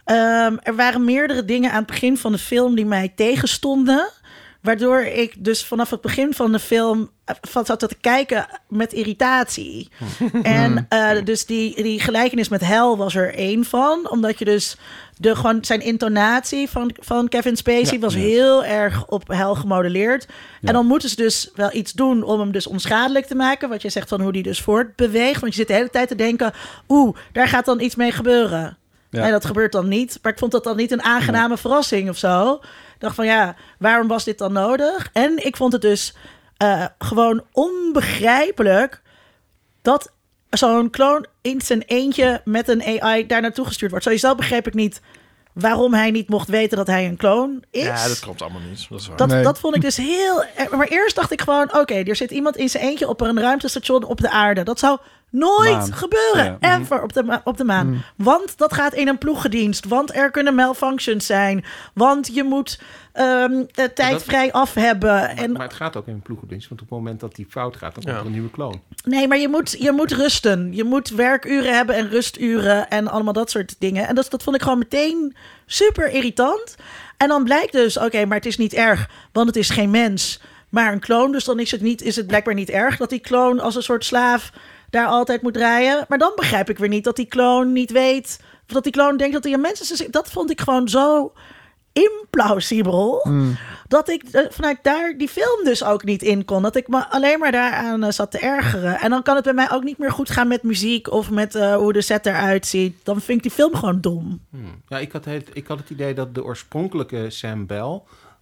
Er waren meerdere dingen aan het begin van de film die mij tegenstonden. Waardoor ik dus vanaf het begin van de film zat te kijken met irritatie. En dus die gelijkenis met Hel was er één van. Omdat je dus gewoon zijn intonatie van Kevin Spacey was heel erg op Hel gemodelleerd. Ja. En dan moeten ze dus wel iets doen om hem dus onschadelijk te maken. Wat je zegt van hoe die dus voortbeweegt. Want je zit de hele tijd te denken, daar gaat dan iets mee gebeuren. Ja. En dat gebeurt dan niet. Maar ik vond dat dan niet een aangename verrassing of zo. Ik dacht van waarom was dit dan nodig? En ik vond het dus gewoon onbegrijpelijk dat zo'n kloon in zijn eentje met een AI daar naartoe gestuurd wordt. Sowieso begreep ik niet waarom hij niet mocht weten dat hij een kloon is. Ja, dat klopt allemaal niet. Dat is waar. Dat vond ik dus heel... Maar eerst dacht ik gewoon, oké, er zit iemand in zijn eentje op een ruimtestation op de aarde. Dat zou nooit gebeuren. Ja. Ever op de maan. Want dat gaat in een ploegendienst. Want er kunnen malfunctions zijn. Want je moet tijd vrij af hebben. Maar het gaat ook in een ploegendienst. Want op het moment dat die fout gaat, dan komt er een nieuwe kloon. Nee, maar je moet rusten. Je moet werkuren hebben en rusturen en allemaal dat soort dingen. En dat vond ik gewoon meteen super irritant. En dan blijkt dus, oké, maar het is niet erg, want het is geen mens, maar een kloon. Dus dan is het blijkbaar niet erg dat die kloon als een soort slaaf daar altijd moet draaien. Maar dan begrijp ik weer niet dat die kloon niet weet, of dat die kloon denkt dat hij een mens is. Dus dat vond ik gewoon zo implausibel, dat ik vanuit daar die film dus ook niet in kon. Dat ik me alleen maar daaraan zat te ergeren. En dan kan het bij mij ook niet meer goed gaan met muziek of met hoe de set eruit ziet. Dan vind ik die film gewoon dom. Ja, ik had het idee dat de oorspronkelijke Sam Bell,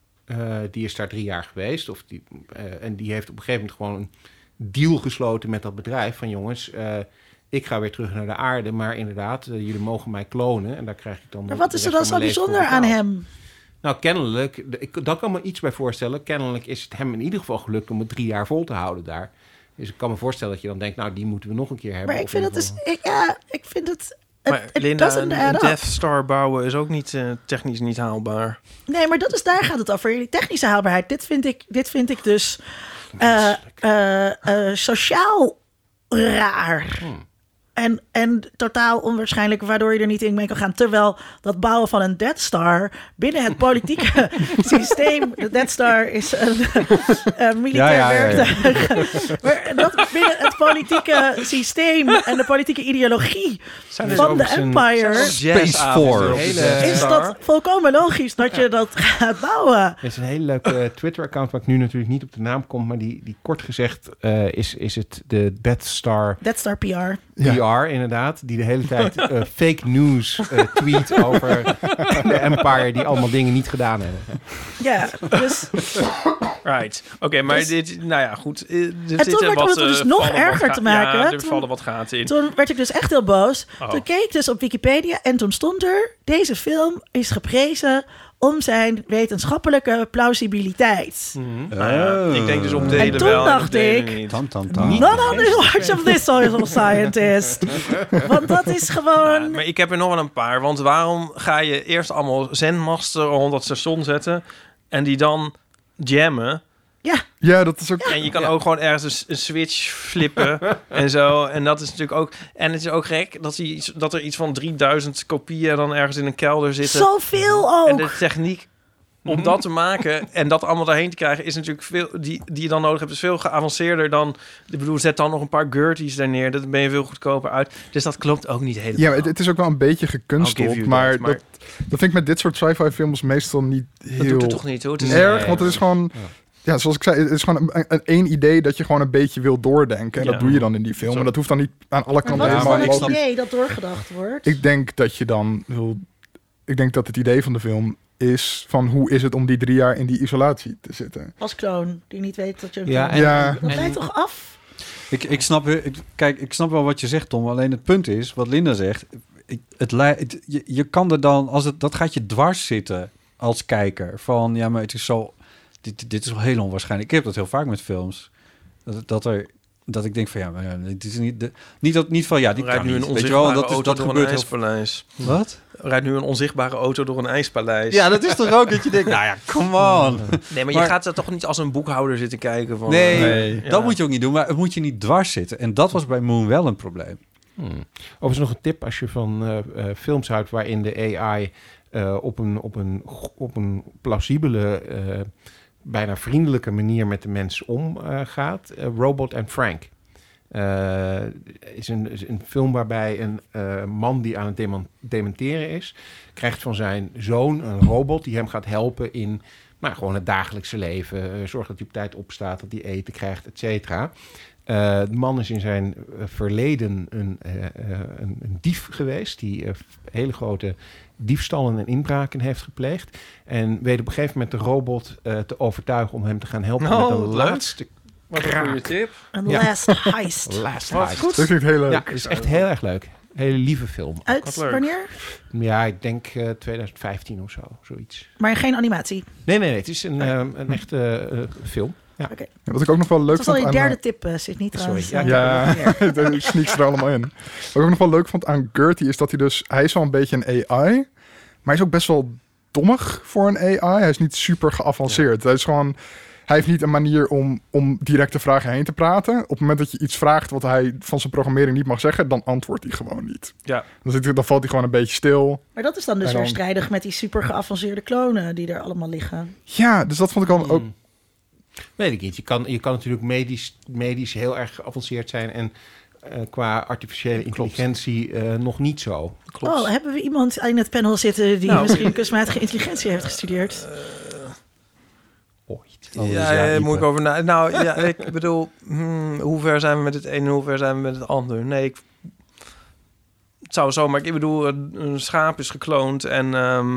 die is daar 3 jaar geweest, en die heeft op een gegeven moment gewoon een deal gesloten met dat bedrijf van jongens, ik ga weer terug naar de aarde, maar inderdaad, jullie mogen mij klonen en daar krijg ik dan. Maar wat is er dan zo bijzonder aan hem? Nou, kennelijk, dat kan me iets bij voorstellen. Kennelijk is het hem in ieder geval gelukt om het 3 jaar vol te houden daar. Dus ik kan me voorstellen dat je dan denkt, nou, die moeten we nog een keer hebben. Maar ik vind het dus, ik vind het. Maar Linda, een Death Star bouwen is ook niet technisch niet haalbaar. Nee, maar daar gaat het over. Die technische haalbaarheid. Dit vind ik dus sociaal raar. En totaal onwaarschijnlijk, waardoor je er niet in mee kan gaan. Terwijl dat bouwen van een Death Star binnen het politieke systeem... De Death Star is een militair werktuig. Maar dat binnen het politieke systeem en de politieke ideologie van de Empire... Space Force. Is dat volkomen logisch dat je dat gaat bouwen. Er is een hele leuke Twitter-account waar ik nu natuurlijk niet op de naam kom, maar die kort gezegd is het de Death Star PR. PR, inderdaad, die de hele tijd fake news tweet over de Empire die allemaal dingen niet gedaan hebben. Ja, dus... Right. Oké, maar dit, nou ja, goed. En toen werd het dus nog erger te maken. Ja, er vallen wat gaten in. Toen werd ik dus echt heel boos. Toen keek ik dus op Wikipedia en toen stond er, deze film is geprezen om zijn wetenschappelijke plausibiliteit. Ik denk dus op delen en toen wel. Dacht ik, not on the watch of this social scientist. Want dat is gewoon... Ja, maar ik heb er nog wel een paar. Want waarom ga je eerst allemaal zendmasten rond dat station zetten en die dan jammen? Ja, dat is ook... En je kan ook gewoon ergens een switch flippen en zo. En dat is natuurlijk ook... En het is ook gek dat er iets van 3000 kopieën dan ergens in een kelder zitten. Zoveel ook! En de techniek om dat te maken en dat allemaal daarheen te krijgen is natuurlijk veel... Die je dan nodig hebt is veel geavanceerder dan... Ik bedoel, zet dan nog een paar Gerties daar neer. Dat ben je veel goedkoper uit. Dus dat klopt ook niet helemaal. Ja, maar het is ook wel een beetje gekunsteld. Maar dat vind ik met dit soort sci-fi films meestal niet heel... Dat doet het toch niet, hoor? Het is erg, want het is gewoon... Ja, zoals ik zei, het is gewoon een idee dat je gewoon een beetje wil doordenken. En dat doe je dan in die film. En dat hoeft dan niet aan alle kanten helemaal logisch. Wat is het idee dat doorgedacht wordt? Ik denk dat je dan wil... Ik denk dat het idee van de film is van hoe is het om die 3 jaar in die isolatie te zitten. Als kloon, die niet weet dat je... Dat leidt toch af? Ik snap wel wat je zegt, Tom. Alleen het punt is, wat Linda zegt... Je kan er dan... Dat gaat je dwars zitten als kijker. Van, ja, maar het is zo... Dit is wel heel onwaarschijnlijk. Ik heb dat heel vaak met films. Dat ik denk van, ja, maar dit is niet van, ja, die rijdt kan nu niet. een Weet je wel, onzichtbare auto door een ijspaleis. Wat? Rijdt nu een onzichtbare auto door een ijspaleis. Ja, dat is toch ook dat je denkt, nou ja, come on. Nee, maar je gaat er toch niet als een boekhouder zitten kijken van... Nee, dat moet je ook niet doen. Maar het moet je niet dwars zitten. En dat was bij Moon wel een probleem. Overigens nog een tip als je van films houdt waarin de AI op een plausibele, bijna vriendelijke manier met de mens omgaat. Robot and Frank. Is een film waarbij een man die aan het dementeren is, krijgt van zijn zoon een robot die hem gaat helpen in gewoon het dagelijkse leven. Zorg dat hij op tijd opstaat, dat hij eten krijgt, et cetera. De man is in zijn verleden een dief geweest die hele grote diefstallen en inbraken heeft gepleegd. En weet op een gegeven moment de robot te overtuigen om hem te gaan helpen met de laatste Wat een goede tip. Een last heist. Last Wat heist. goed. Dat klinkt heel leuk. Ja, het is echt heel erg leuk. Hele lieve film. Uit leuk. wanneer? Ja, ik denk 2015 of zo, zoiets. Maar geen animatie. Nee, het is een echte film. Ja. Oké. Wat ik ook nog wel leuk Dat was al vond die aan... derde tip, Sydney, trouwens. Sorry, Ja, de sneaks er allemaal in. Wat ik ook nog wel leuk vond aan Gertie is dat hij is wel een beetje een AI, maar hij is ook best wel dommig voor een AI. Hij is niet super geavanceerd. Hij heeft niet een manier om directe vragen heen te praten. Op het moment dat je iets vraagt wat hij van zijn programmering niet mag zeggen, dan antwoordt hij gewoon niet. Ja. Dan valt hij gewoon een beetje stil. Maar dat is dan dus En dan- weer strijdig met die super geavanceerde klonen die er allemaal liggen. Ja, dus dat vond ik al ook... Weet ik niet. Je kan natuurlijk medisch heel erg geavanceerd zijn en qua artificiële intelligentie nog niet zo. Klopt. Oh, hebben we iemand in het panel zitten die Nou. misschien kunstmatige intelligentie heeft gestudeerd? Ooit. Ja, moet ik over na. Nou, ja, ik bedoel, hoe ver zijn we met het een en hoe ver zijn we met het ander? Nee, het zou zo, maar ik bedoel, een schaap is gekloond en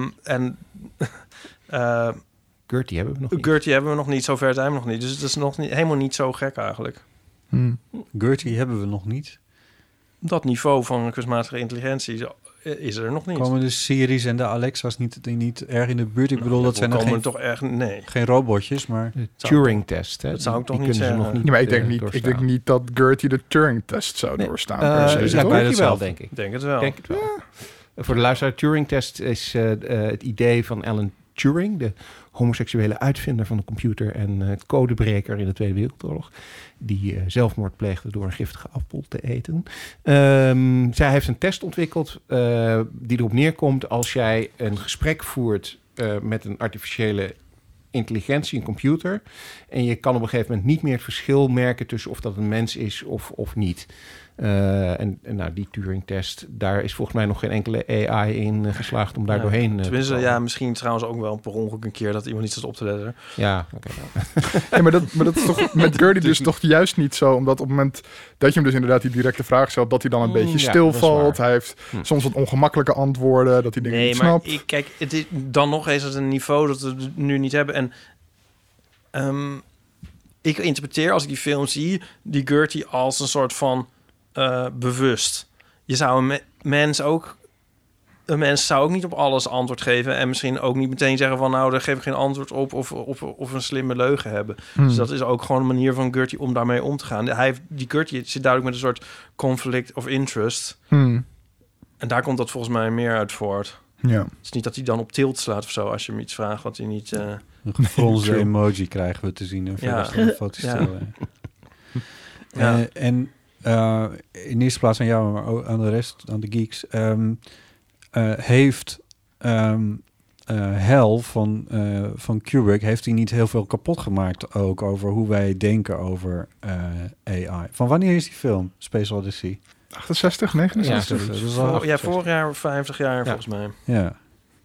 Gertie hebben we nog niet. Gertie hebben we nog niet, zo ver zijn we nog niet. Dus het is nog niet, helemaal niet zo gek eigenlijk. Gertie hebben we nog niet. Dat niveau van kunstmatige intelligentie is er nog niet. Komen de Siri's en de Alexa's niet erg in de buurt? Ik bedoel, dat zijn er komen toch echt, nee. geen robotjes, maar... De Turing-test. Hè? Dat zou ik toch Die niet kunnen ze zeggen. nog niet Ja, maar ik denk niet dat Gertie de Turing-test zou Nee. doorstaan. per se, Ja, toch? bij Gertie wel, hetzelfde. denk ik. Ik denk het wel. Denk het wel. Voor de luisteraar, Turing-test is het idee van Alan Turing, de homoseksuele uitvinder van de computer en codebreker in de Tweede Wereldoorlog, die zelfmoord pleegde door een giftige appel te eten. Zij heeft een test ontwikkeld die erop neerkomt als jij een gesprek voert met een artificiële intelligentie, een computer, en je kan op een gegeven moment niet meer het verschil merken tussen of dat een mens is of niet. En nou, die Turing-test, daar is volgens mij nog geen enkele AI in geslaagd om daar doorheen te Tenminste, komen. ja, misschien trouwens ook wel per ongeluk een keer dat iemand niet zat op te letten. Ja, oké. Ja, maar dat is toch met Gertie dus toch juist niet zo. Omdat op het moment dat je hem dus inderdaad die directe vraag stelt, dat hij dan een beetje ja, stilvalt. dat is waar. Hij heeft soms wat ongemakkelijke antwoorden, dat hij dingen Nee, niet maar snapt. kijk, het is dan nog eens een niveau dat we nu niet hebben. En ik interpreteer, als ik die film zie, die Gertie als een soort van bewust. Je zou een mens zou ook niet op alles antwoord geven en misschien ook niet meteen zeggen van nou, daar geef ik geen antwoord op of een slimme leugen hebben. Dus dat is ook gewoon een manier van Gertie om daarmee om te gaan. Die Gertie zit duidelijk met een soort conflict of interest. En daar komt dat volgens mij meer uit voort. Ja. Het is niet dat hij dan op tilt slaat of zo als je hem iets vraagt wat hij niet... Een gefronste emoji krijgen we te zien. En verder staan de foto's Ja. stil. Ja. En in eerste plaats aan jou, maar ook aan de rest, aan de geeks. Heeft Hal van Kubrick, heeft hij niet heel veel kapot gemaakt ook over hoe wij denken over AI? Van wanneer is die film, Space Odyssey? 68, 69? Ja, Dat is al, vorig jaar of 50 jaar volgens mij. ja.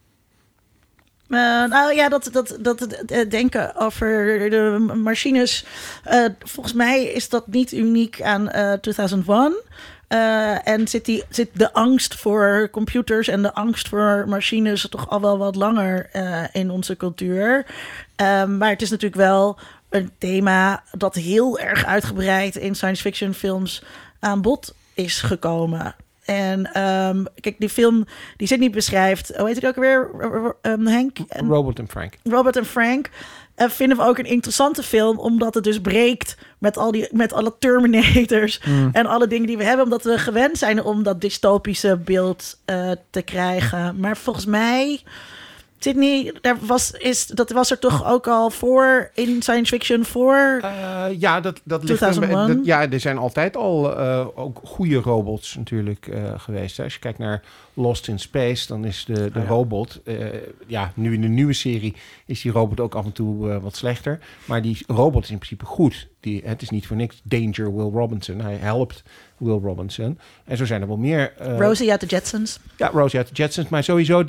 Nou ja, dat denken over de machines. Volgens mij is dat niet uniek aan 2001. En zit de angst voor computers en de angst voor machines toch al wel wat langer in onze cultuur. Maar het is natuurlijk wel een thema dat heel erg uitgebreid in science fiction films aan bod is gekomen. En kijk, die film die Sydney beschrijft, hoe heet het ook alweer, Henk? Robert en Frank. Robert en Frank vinden we ook een interessante film, omdat het dus breekt met alle Terminators en alle dingen die we hebben, omdat we gewend zijn om dat dystopische beeld te krijgen. Maar volgens mij Sydney, dat was er toch ook al voor in science fiction voor... Ja, dat ligt 2001. er zijn altijd al ook goede robots natuurlijk geweest. Hè. Als je kijkt naar Lost in Space, dan is de robot... nu in de nieuwe serie is die robot ook af en toe wat slechter. Maar die robot is in principe goed. Het is niet voor niks Danger Will Robinson. Hij helpt Will Robinson. En zo zijn er wel meer... Rosie uit de Jetsons. Ja, Rosie uit de Jetsons. Maar sowieso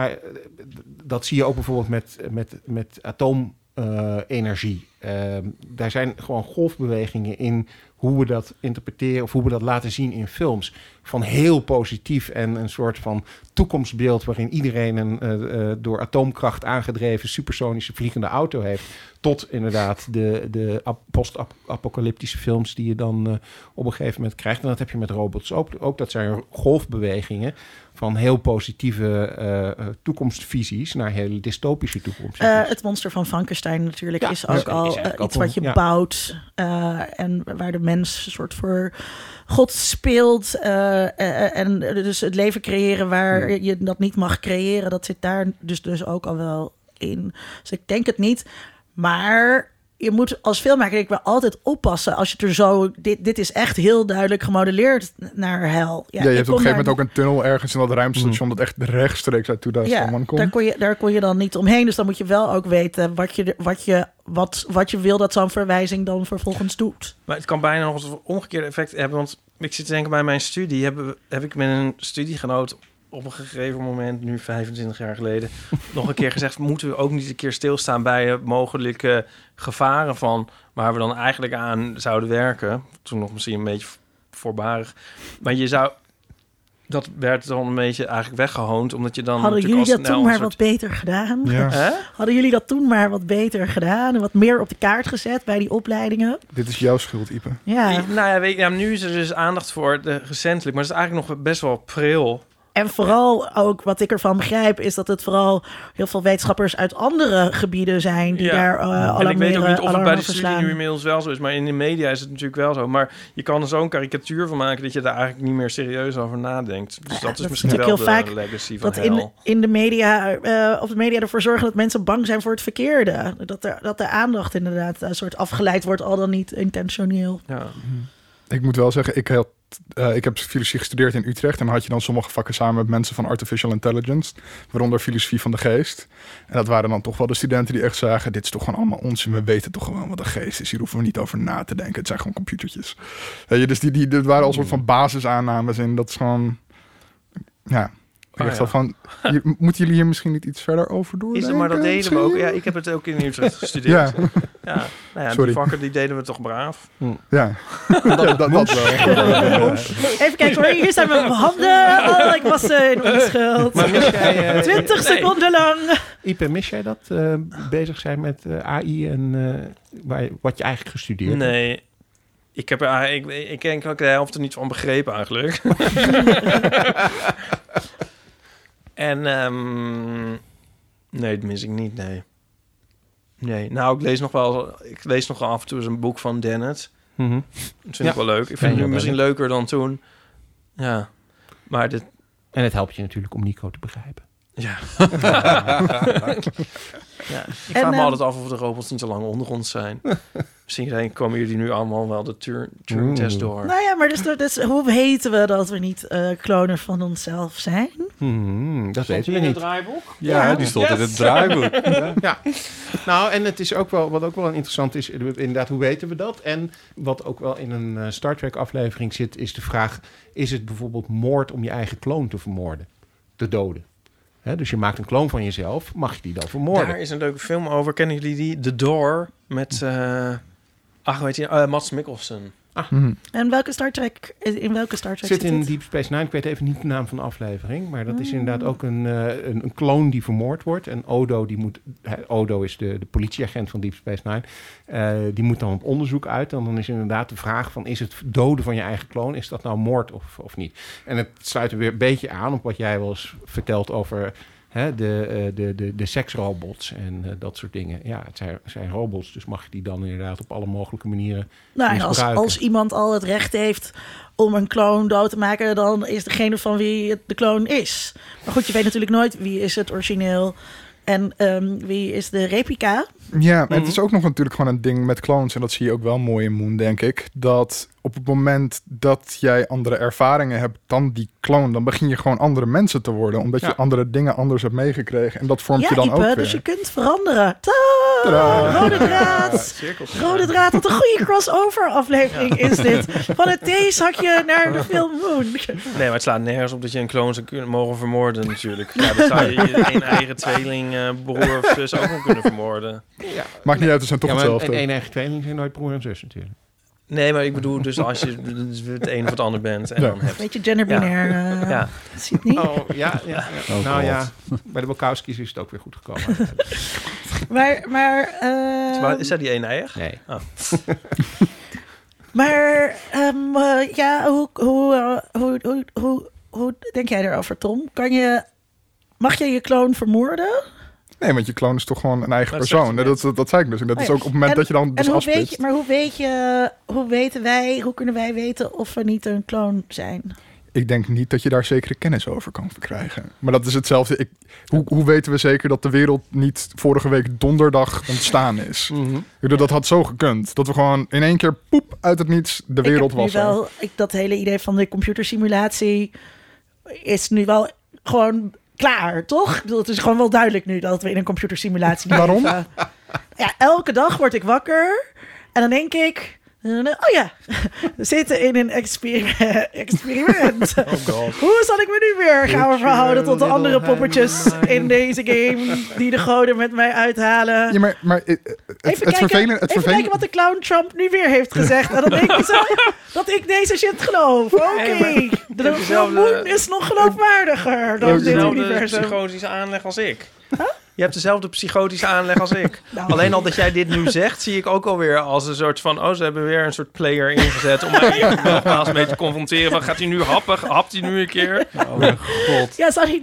dat zie je ook bijvoorbeeld met atoomenergie. Daar zijn gewoon golfbewegingen in hoe we dat interpreteren of hoe we dat laten zien in films. Van heel positief en een soort van toekomstbeeld waarin iedereen een door atoomkracht aangedreven supersonische vliegende auto heeft. Tot inderdaad de post-apocalyptische films die je dan op een gegeven moment krijgt. En dat heb je met robots ook. Dat zijn golfbewegingen van heel positieve toekomstvisies naar hele dystopische toekomstvisies. Het monster van Frankenstein natuurlijk is ook is al eigenlijk ook iets wat je ja. bouwt. En waar de mens een soort voor God speelt. En dus het leven creëren waar je dat niet mag creëren. Dat zit daar dus ook al wel in. Dus ik denk het niet. Maar je moet als filmmaker denk ik wel altijd oppassen als je er zo... Dit is echt heel duidelijk gemodelleerd naar hel. Ja, je hebt op een gegeven moment ook een tunnel ergens in dat ruimtestation dat echt rechtstreeks uit 2001 komt. Daar kon je dan niet omheen. Dus dan moet je wel ook weten wat je wil dat zo'n verwijzing dan vervolgens doet. Maar het kan bijna nog een omgekeerde effect hebben. Want ik zit te denken bij mijn studie. Heb ik met een studiegenoot op een gegeven moment, nu 25 jaar geleden, nog een keer gezegd, moeten we ook niet een keer stilstaan bij mogelijke gevaren van waar we dan eigenlijk aan zouden werken. Toen nog misschien een beetje voorbarig. Maar dat werd dan een beetje eigenlijk weggehoond, omdat je dan... Hadden jullie dat toen maar wat beter gedaan? Ja. Hadden jullie dat toen maar wat beter gedaan en wat meer op de kaart gezet bij die opleidingen? Dit is jouw schuld, Ipe. Ja. Nu is er dus aandacht voor recentelijk, maar het is eigenlijk nog best wel pril. En vooral ook wat ik ervan begrijp is dat het vooral heel veel wetenschappers uit andere gebieden zijn die daar en ik weet ook niet of het bij de studie verslaan. nu inmiddels wel zo is, maar in de media is het natuurlijk wel zo. Maar je kan er zo'n karikatuur van maken dat je daar eigenlijk niet meer serieus over nadenkt. Dus dat is misschien wel de legacy van dat in de media of de media ervoor zorgen dat mensen bang zijn voor het verkeerde. Dat de aandacht inderdaad een soort afgeleid wordt, al dan niet intentioneel. Ja. Ik moet wel zeggen, ik heb filosofie gestudeerd in Utrecht en dan had je dan sommige vakken samen met mensen van artificial intelligence, waaronder filosofie van de geest. En dat waren dan toch wel de studenten die echt zagen, dit is toch gewoon allemaal onzin, we weten toch gewoon wat een geest is, hier hoeven we niet over na te denken, het zijn gewoon computertjes. Dus dit waren al een soort van basisaannames en dat is gewoon, ja... moeten jullie hier misschien niet iets verder over doen? Is het, maar dat deden we ook. Ja, ik heb het ook in Utrecht gestudeerd. Sorry. Die vakken die deden we toch braaf. Ja, dat wel. Even kijken hoor, hier zijn mijn handen. Oh, ik was in onschuld. Maar mis jij, 20 seconden lang. Ipe, mis jij dat bezig zijn met AI en wat je eigenlijk gestudeerd hebt? Nee. Ik denk ook de helft er niet van begrepen eigenlijk. En nee, dat mis ik niet, nee. Nou, ik lees nog af en toe eens een boek van Dennett. Mm-hmm. Dat vind ik wel leuk. Ik vind het nu misschien leuker dan toen. Ja, maar dit... En het helpt je natuurlijk om Nico te begrijpen. Ja. Ik vraag me altijd af of de robots niet te lang onder ons zijn. Misschien komen jullie nu allemaal wel de Turing-test door. Nou ja, maar dus hoe weten we dat we niet klonen van onszelf zijn? Dat weten we niet. In het draaiboek? Ja, die stond in het draaiboek. Ja. Nou, en het is ook wel, wat ook wel interessant is, inderdaad, hoe weten we dat? En wat ook wel in een Star Trek aflevering zit, is de vraag, is het bijvoorbeeld moord om je eigen kloon te vermoorden? Te doden? Dus je maakt een kloon van jezelf, mag je die dan vermoorden? Daar is een leuke film over. Kennen jullie die? The Door met Mads Mikkelsen. En welke Star Trek? In welke Star Trek zit in Deep Space Nine. Ik weet even niet de naam van de aflevering, maar dat is inderdaad ook een kloon die vermoord wordt. En Odo, Odo is de politieagent van Deep Space Nine. Die moet dan op onderzoek uit. En dan is inderdaad de vraag van, is het doden van je eigen kloon, is dat nou moord of niet? En het sluit er weer een beetje aan op wat jij wel eens vertelt over de seksrobots en dat soort dingen. Ja, het zijn robots, dus mag je die dan inderdaad op alle mogelijke manieren misbruiken. Als iemand al het recht heeft om een kloon dood te maken, dan is degene van wie het de kloon is. Maar goed, je weet natuurlijk nooit wie is het origineel. En wie is de replica? Ja, en het is ook nog natuurlijk gewoon een ding met clones. En dat zie je ook wel mooi in Moon, denk ik. Dat op het moment dat jij andere ervaringen hebt dan die clone, dan begin je gewoon andere mensen te worden. Omdat je andere dingen anders hebt meegekregen. En dat vormt je dan Ipe, ook weer. dus je kunt veranderen. Tadaa! Rode draad. Rode draad. Wat een goede crossover aflevering is dit. Van het theezakje naar de film Moon. Nee, maar het slaat nergens op dat je een clone zou mogen vermoorden natuurlijk. Ja, dan zou je een eigen tweeling, broer of zus ook nog kunnen vermoorden. Ja. Maakt niet uit, het zijn toch hetzelfde. En één eigen tweeling zijn nooit broer en zus natuurlijk. Nee, maar ik bedoel dus als je het een of het ander bent en dan hebt. Beetje genderbinair. Ja. Ziet niet. Oh, ja. Oh, nou God. ja, bij de Bukowski's is het ook weer goed gekomen. Maar Is dat die eeneiig? Nee. Oh. Maar hoe denk jij erover, Tom? Mag je clone vermoorden? Nee, want je clone is toch gewoon een eigen Dat persoon. zegt ze Dat zei ik dus. En dat is ook op het moment dat je dan dus afsplitst. Hoe weten we een clone zijn? Ik denk niet dat je daar zekere kennis over kan verkrijgen. Maar dat is hetzelfde. Hoe weten we zeker dat de wereld niet vorige week donderdag ontstaan is? Mhm. Ik bedoel, dat had zo gekund. Dat we gewoon in één keer poep uit het niets de wereld was. Dat hele idee van de computersimulatie is nu wel gewoon klaar, toch? Ik bedoel, het is gewoon wel duidelijk nu dat we in een computersimulatie Waarom? leven. Ja, elke dag word ik wakker en dan denk ik, oh ja, we zitten in een experiment. Hoe zal ik me nu weer gaan verhouden tot de andere poppetjes in deze game die de goden met mij uithalen? Ja, maar Even kijken wat de clown Trump nu weer heeft gezegd. En dan denk ik zo dat ik deze shit geloof. Oké, de Moon is nog geloofwaardiger dan dit Dezelfde universum. psychotische aanleg als ik. Je hebt dezelfde psychotische aanleg als ik. Nou. Alleen al dat jij dit nu zegt, zie ik ook alweer als een soort van... ze hebben weer een soort player ingezet om mij hier nogmaals mee te confronteren. Van, gaat hij nu happen? Hapt hij nu een keer? Oh mijn god. Ja, zou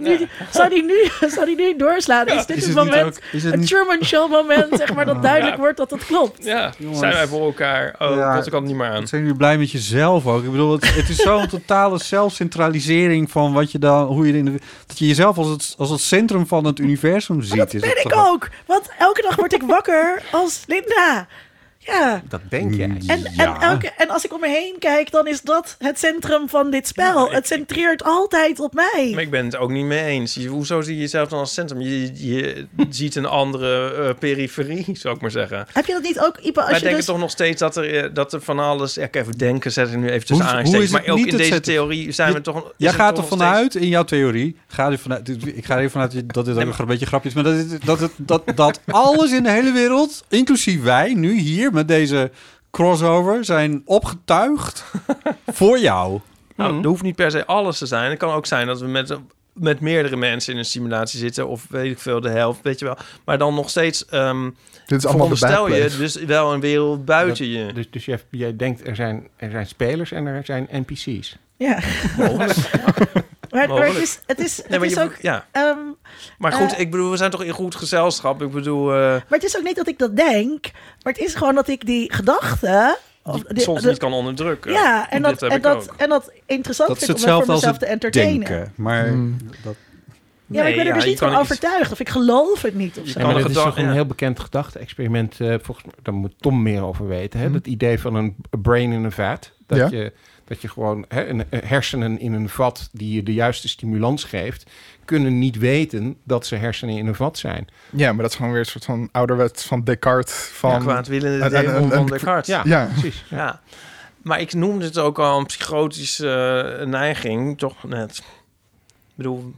die nu doorslaan? Is dit Is het het niet moment, ook- is het een niet- Truman Show moment, zeg maar, dat duidelijk wordt dat het klopt? Ja, Jongens. zijn wij voor elkaar? Oh, Ja. god, ik kan het niet meer aan. Zijn jullie blij met jezelf ook? Ik bedoel, het is zo'n totale zelfcentralisering van wat je dan, hoe je dat je jezelf als het centrum van het universum ziet. Dat Is ben het ik toch- ook. Want elke dag word ik wakker als Linda. Ja. Dat denk jij. En als ik om me heen kijk, dan is dat het centrum van dit spel. Het centreert altijd op mij. Maar ik ben het ook niet mee eens. Hoezo zie je jezelf dan als centrum? Je ziet een andere periferie, zou ik maar zeggen. Heb je dat niet ook, Ipe? Wij denken toch nog steeds dat er van alles... Ja, even denken, zet ik nu even tussen Hoe aanstekens. is het Maar ook niet in het deze zetten? theorie zijn we toch... Jij is het gaat toch er nog vanuit, in jouw theorie, ik ga er even vanuit dat dit ook een beetje grapje is, maar dat alles in de hele wereld, inclusief wij, nu hier met deze crossover, zijn opgetuigd voor jou. Nou, er hoeft niet per se alles te zijn. Het kan ook zijn dat we met meerdere mensen in een simulatie zitten... of weet ik veel, de helft, weet je wel. Maar dan nog steeds... Dit is allemaal de bad veronderstel je place. dus wel een wereld buiten je. Dus jij denkt, er zijn spelers en er zijn NPC's. Ja. Mogelijk. Maar Mogelijk. het is Nee, maar ook... ja. ehm, Maar goed, ik bedoel, we zijn toch in goed gezelschap. Ik bedoel... maar het is ook niet dat ik dat denk. Maar het is gewoon dat ik die gedachten... soms niet kan onderdrukken. Ja, en Dit heb ik ook. dat interessant Dat is vind om het voor hetzelfde als mezelf het te entertainen. denken. Maar dat, Ja, maar ik ben er dus je niet kan van iets- overtuigd. Of ik geloof het niet of zo. kan maar een dat is gedachte- toch een ja. heel bekend gedachte-experiment. Volgens mij, daar moet Tom meer over weten. Hè? Dat idee van een brain in een vat. Dat je gewoon hersenen in een vat die je de juiste stimulans geeft, kunnen niet weten dat ze hersenen in een vat zijn. Ja, maar dat is gewoon weer een soort van ouderwet van Descartes. Van, Ja, kwaadwillende en- en- demon en- van Descartes. Ja, Ja. precies. Ja. Ja. Maar ik noemde het ook al een psychotische neiging, toch net. Ik bedoel,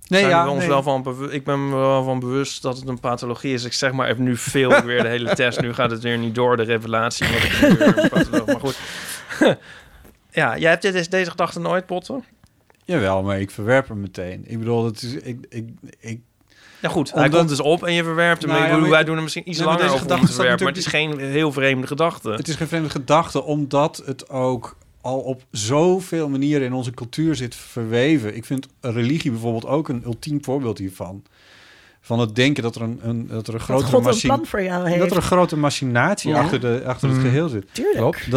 ik ben me wel van bewust dat het een pathologie is. Ik zeg maar even nu veel weer de hele test. Nu gaat het weer niet door, de revelatie. Wat ik nu weer een patholoog, maar goed. Ja, jij hebt deze gedachte nooit, Potter? jawel, maar ik verwerp hem meteen. Ik bedoel, het is, ik Ja goed, hij Omdat- komt dus op en je verwerpt hem. Nou Ik ja, bedoel, maar- wij doen er misschien iets Nee, maar langer deze over om gedachte te staat verwerpen. Maar het is geen heel vreemde gedachte. Het is geen vreemde gedachte, omdat het ook al op zoveel manieren in onze cultuur zit verweven. Ik vind religie bijvoorbeeld ook een ultiem voorbeeld hiervan. van het denken dat er een Dat grotere God een machine... plan voor jou heeft. Dat er een grote machinatie Ja. achter het geheel zit. Tuurlijk. Klopt.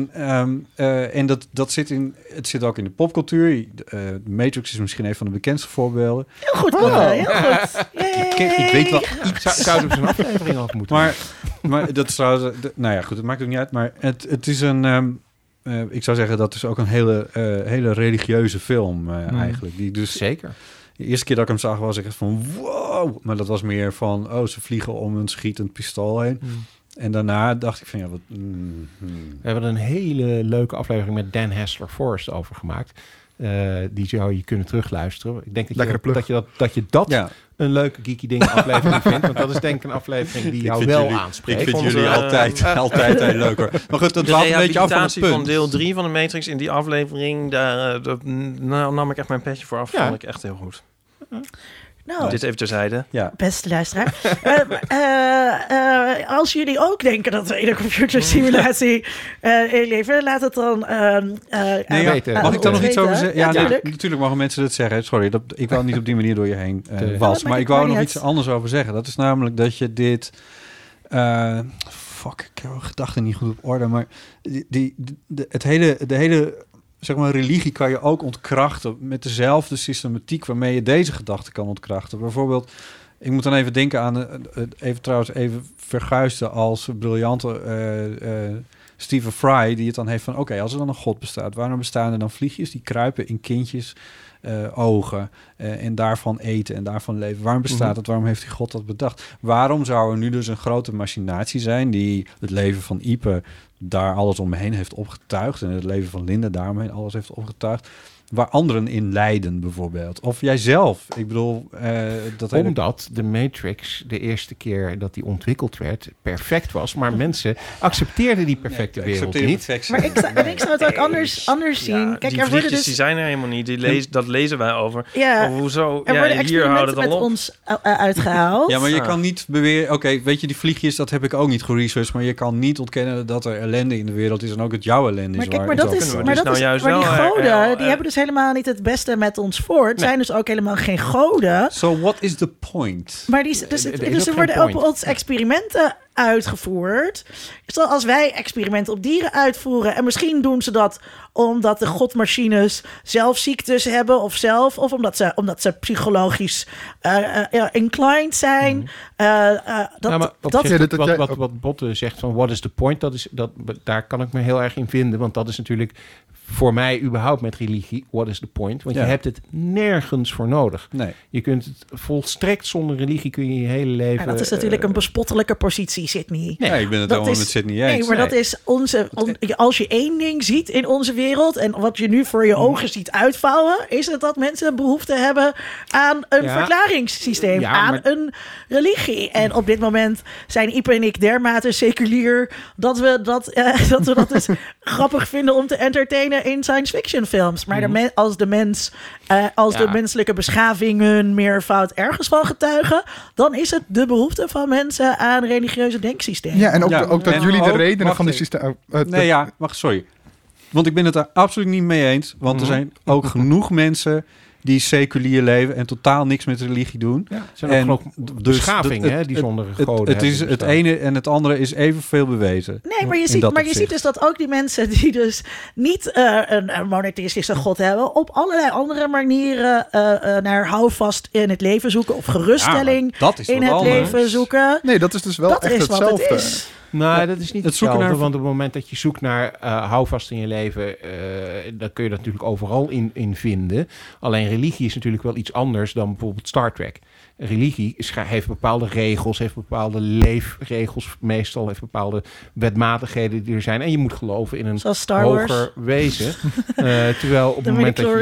Dat zit het zit ook in de popcultuur. Matrix is misschien een van de bekendste voorbeelden. Heel goed, Botte. Heel goed. Ik weet wel Zouden we zo'n aflevering over moeten maar dat is trouwens... Nou ja, goed, het maakt ook niet uit. Maar het is een... ik zou zeggen, dat is ook een hele religieuze film eigenlijk. Die dus Zeker. de eerste keer dat ik hem zag was ik echt van wow. Maar dat was meer van, ze vliegen om een schietend pistool heen. En daarna dacht ik van, ja, wat... We hebben een hele leuke aflevering met Dan Hassler Forrest over gemaakt. Die zou je kunnen terugluisteren. Ik denk dat je dat Ja. een leuke geeky dingen aflevering vindt. Want dat is denk ik een aflevering die jou wel aanspreekt. Ik vind Onze, jullie altijd heel leuk hoor. Maar goed, dat de dwaalt een beetje af van het rehabilitatie punt. van deel 3 van de Matrix in die aflevering, daar nam ik echt mijn petje voor af. Ja. Vond ik echt heel goed. Nou, Dit even terzijde. Ja. beste luisteraar. Als jullie ook denken dat we in een computersimulatie leven, laat het dan Nee, ja, weten. mag ik daar nog iets over zeggen? Ja, natuurlijk. natuurlijk mogen mensen dat zeggen. Sorry, ik wou niet op die manier door je heen was. maar Maar ik ik wou maakt nog niet iets uit. anders over zeggen. Dat is namelijk dat je dit... ik heb mijn gedachten niet goed op orde. Maar de hele zeg maar, religie kan je ook ontkrachten met dezelfde systematiek waarmee je deze gedachten kan ontkrachten. Bijvoorbeeld, ik moet dan even denken aan even verguisden als briljante Stephen Fry, die het dan heeft van, oké, als er dan een god bestaat, waarom bestaan er dan vliegjes die kruipen in kindjes ogen en daarvan eten en daarvan leven? Waarom bestaat het? Waarom heeft die god dat bedacht? Waarom zou er nu dus een grote machinatie zijn die het leven van Ipe daar alles omheen heeft opgetuigd en het leven van Linda daaromheen alles heeft opgetuigd, waar anderen in lijden bijvoorbeeld? Of jijzelf. Ik bedoel, Omdat de Matrix de eerste keer dat die ontwikkeld werd perfect was, maar mensen accepteerden die perfecte wereld niet. Maar ik zou het ook anders zien. Ja, Kijk, die er worden vliegjes dus... die zijn er helemaal niet. Dat lezen wij over. Ja, Of hoezo? er worden Hier houden experimenten dan met op. ons uitgehaald. Ja, maar je kan niet beweren... Oké, weet je, die vliegjes, dat heb ik ook niet geresearched, maar je kan niet ontkennen dat er ellende in de wereld is en ook het jouw ellende Maar is. kijk, maar dat is... kunnen we Maar, dus dat nou is, juist maar die wel, goden, die hebben dus helemaal niet het beste met ons voor. Het zijn dus ook helemaal geen goden. So what is the point? Maar dus ook er geen worden op point. ons experimenten uitgevoerd. Zoals wij experimenten op dieren uitvoeren. En misschien doen ze dat omdat de godmachines zelf ziektes hebben of omdat ze psychologisch inclined zijn. Wat Botte zegt van what is the point, daar kan ik me heel erg in vinden. Want dat is natuurlijk voor mij überhaupt met religie, what is the point? Want je hebt het nergens voor nodig. Nee. Je kunt het volstrekt zonder religie kun je je hele leven... dat is natuurlijk een bespottelijke positie, Sydney. Nee, ik ben het helemaal met Sydney eens. Nee, maar dat is als je één ding ziet in onze wereld en wat je nu voor je ogen ziet uitvouwen, is het dat mensen behoefte hebben aan een verklaringssysteem, aan een religie. En op dit moment zijn Ipe en ik dermate seculier dat we dat dus grappig vinden om te entertainen in science fiction films. Maar als de menselijke beschaving hun meervoud ergens van getuigen, dan is het de behoefte van mensen aan religieuze denksystemen. Ja, en ook dat jullie de redenen van de systeem... sorry. Want ik ben het daar absoluut niet mee eens. Want er zijn ook genoeg mensen die seculier leven en totaal niks met religie doen. Ja, het zijn ook beschavingen die zonder goden het is het ene en het andere is evenveel bewezen. Nee, maar je ziet dus dat ook die mensen die dus niet een monotheïstische god hebben, op allerlei andere manieren naar houvast in het leven zoeken of geruststelling in het leven zoeken. Nee, dat is dus wel dat echt is hetzelfde. Wat het is. Nou, dat is niet hetzelfde, want op het moment dat je zoekt naar houvast in je leven, dan kun je dat natuurlijk overal in vinden. Alleen religie is natuurlijk wel iets anders dan bijvoorbeeld Star Trek. Religie heeft bepaalde regels, heeft bepaalde leefregels, meestal heeft bepaalde wetmatigheden die er zijn. En je moet geloven in een hoger wezen. Terwijl op het moment dat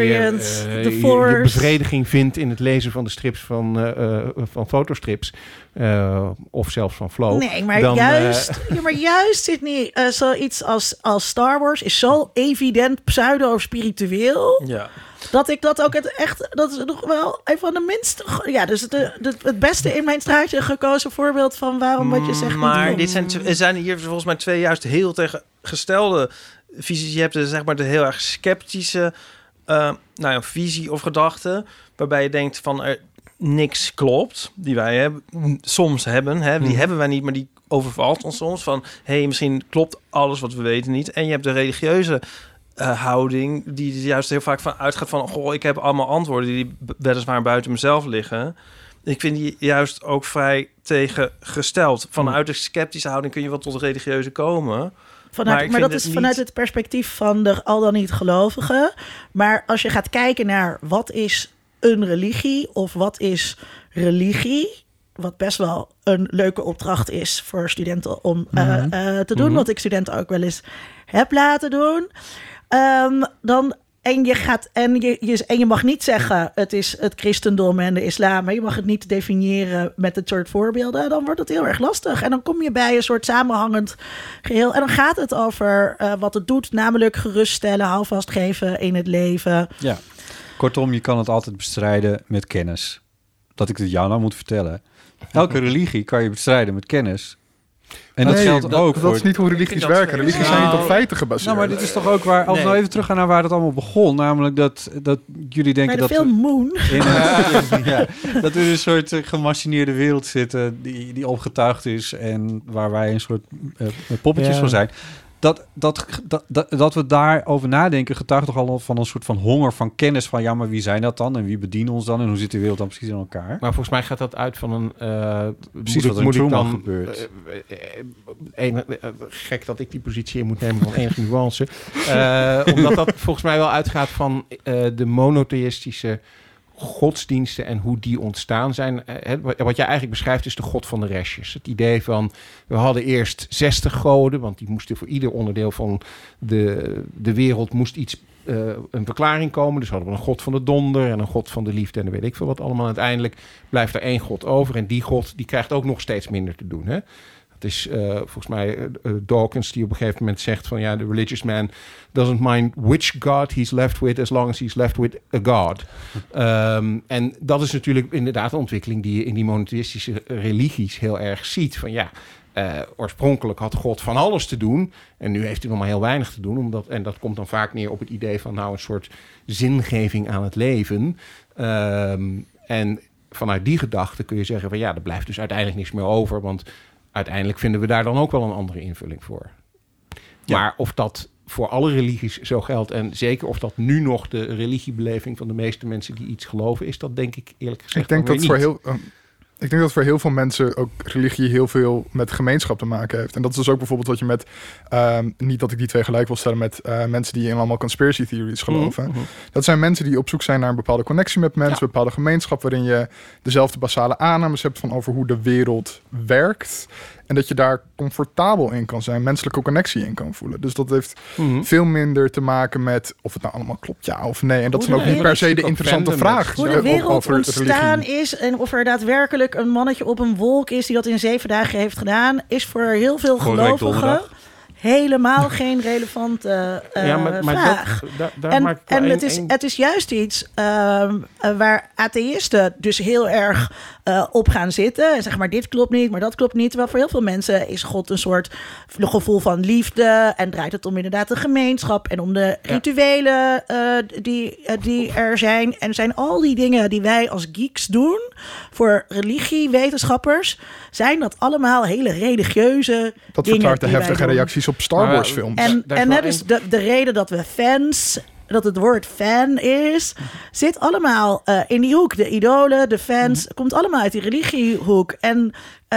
je bevrediging vindt in het lezen van de strips van fotostrips, of zelfs van Flow. Nee, maar juist zit niet zoiets als Star Wars is zo evident pseudo-spiritueel. Ja. Dat ik dat ook dat is nog wel een van de minste... Ja, dus het beste in mijn straatje gekozen voorbeeld van waarom wat je zegt. Maar er zijn hier volgens mij twee juist heel tegengestelde visies. Je hebt zeg maar de heel erg sceptische visie of gedachte, waarbij je denkt van niks klopt, die wij soms hebben. Hè, die hebben wij niet, maar die overvalt ons soms. Van, misschien klopt alles wat we weten niet. En je hebt de religieuze houding die er juist heel vaak van uitgaat van... goh, ik heb allemaal antwoorden die weliswaar buiten mezelf liggen. Ik vind die juist ook vrij tegengesteld. Vanuit de sceptische houding kun je wel tot de religieuze komen... Maar dat is vanuit het perspectief van de al dan niet gelovigen. Maar als je gaat kijken naar wat is een religie of wat is religie... wat best wel een leuke opdracht is voor studenten om te doen... wat ik studenten ook wel eens heb laten doen... En je mag niet zeggen, het is het christendom en de islam... maar je mag het niet definiëren met het soort voorbeelden. Dan wordt het heel erg lastig. En dan kom je bij een soort samenhangend geheel. En dan gaat het over wat het doet, namelijk geruststellen... houvast geven in het leven. Ja, kortom, je kan het altijd bestrijden met kennis. Dat ik het jou nou moet vertellen. Elke religie kan je bestrijden met kennis... En dat geldt ook voor... Dat is niet hoe religies werken. Religies zijn niet op feiten gebaseerd. Nou, maar dit is toch ook waar... Als we nou even teruggaan naar waar het allemaal begon... namelijk dat jullie denken dat... Bij de film Moon. Dat we in een soort gemachineerde wereld zitten... die opgetuigd is... en waar wij een soort poppetjes van zijn... Dat we daarover nadenken... getuigt toch al van een soort van honger van kennis... van ja, maar wie zijn dat dan? En wie bedienen ons dan? En hoe zit de wereld dan precies in elkaar? Maar volgens mij gaat dat uit van een... precies wat er in Truman gebeurt. Gek dat ik die positie in moet nemen van enige nuance. Omdat dat volgens mij wel uitgaat van de monotheïstische godsdiensten en hoe die ontstaan zijn. Wat jij eigenlijk beschrijft is de god van de restjes. Het idee van, we hadden eerst 60 goden, want die moesten voor ieder onderdeel van de wereld moest iets, een verklaring komen. Dus hadden we een god van de donder en een god van de liefde en dan weet ik veel wat allemaal. Uiteindelijk blijft er één god over en die god die krijgt ook nog steeds minder te doen, hè? Het is volgens mij Dawkins die op een gegeven moment zegt van ja, the religious man doesn't mind which god he's left with as long as he's left with a god. En dat is natuurlijk inderdaad een ontwikkeling die je in die monotheïstische religies heel erg ziet. Van ja, oorspronkelijk had God van alles te doen en nu heeft hij nog maar heel weinig te doen. En dat komt dan vaak neer op het idee van nou een soort zingeving aan het leven. En vanuit die gedachte kun je zeggen van ja, er blijft dus uiteindelijk niks meer over, want uiteindelijk vinden we daar dan ook wel een andere invulling voor. Ja. Maar of dat voor alle religies zo geldt en zeker of dat nu nog de religiebeleving van de meeste mensen die iets geloven is, dat denk ik eerlijk gezegd Ik denk dat voor heel veel mensen ook religie heel veel met gemeenschap te maken heeft. En dat is dus ook bijvoorbeeld wat je met... niet dat ik die twee gelijk wil stellen met mensen die in allemaal conspiracy theories geloven. Mm-hmm. Dat zijn mensen die op zoek zijn naar een bepaalde connectie met mensen, een bepaalde gemeenschap waarin je dezelfde basale aannames hebt van over hoe de wereld werkt. En dat je daar comfortabel in kan zijn, menselijke connectie in kan voelen. Dus dat heeft veel minder te maken met of het nou allemaal klopt, ja of nee. En dat is dan ook niet per se de interessante vraag. Hoe de wereld ontstaan is en of er daadwerkelijk een mannetje op een wolk is die dat in 7 dagen heeft gedaan, is voor heel veel gelovigen helemaal geen relevante vraag. Het is juist iets waar atheïsten dus heel erg op gaan zitten. En zeg maar, dit klopt niet, maar dat klopt niet. Terwijl voor heel veel mensen is God een soort gevoel van liefde. En draait het om inderdaad de gemeenschap en om de rituelen die er zijn. En zijn al die dingen die wij als geeks doen voor religiewetenschappers, zijn dat allemaal hele religieuze dingen. Dat verklaart de heftige reacties op Star Wars films. En dat is de reden dat we fans, dat het woord fan is, zit allemaal in die hoek. De idolen, de fans, komt allemaal uit die religiehoek. En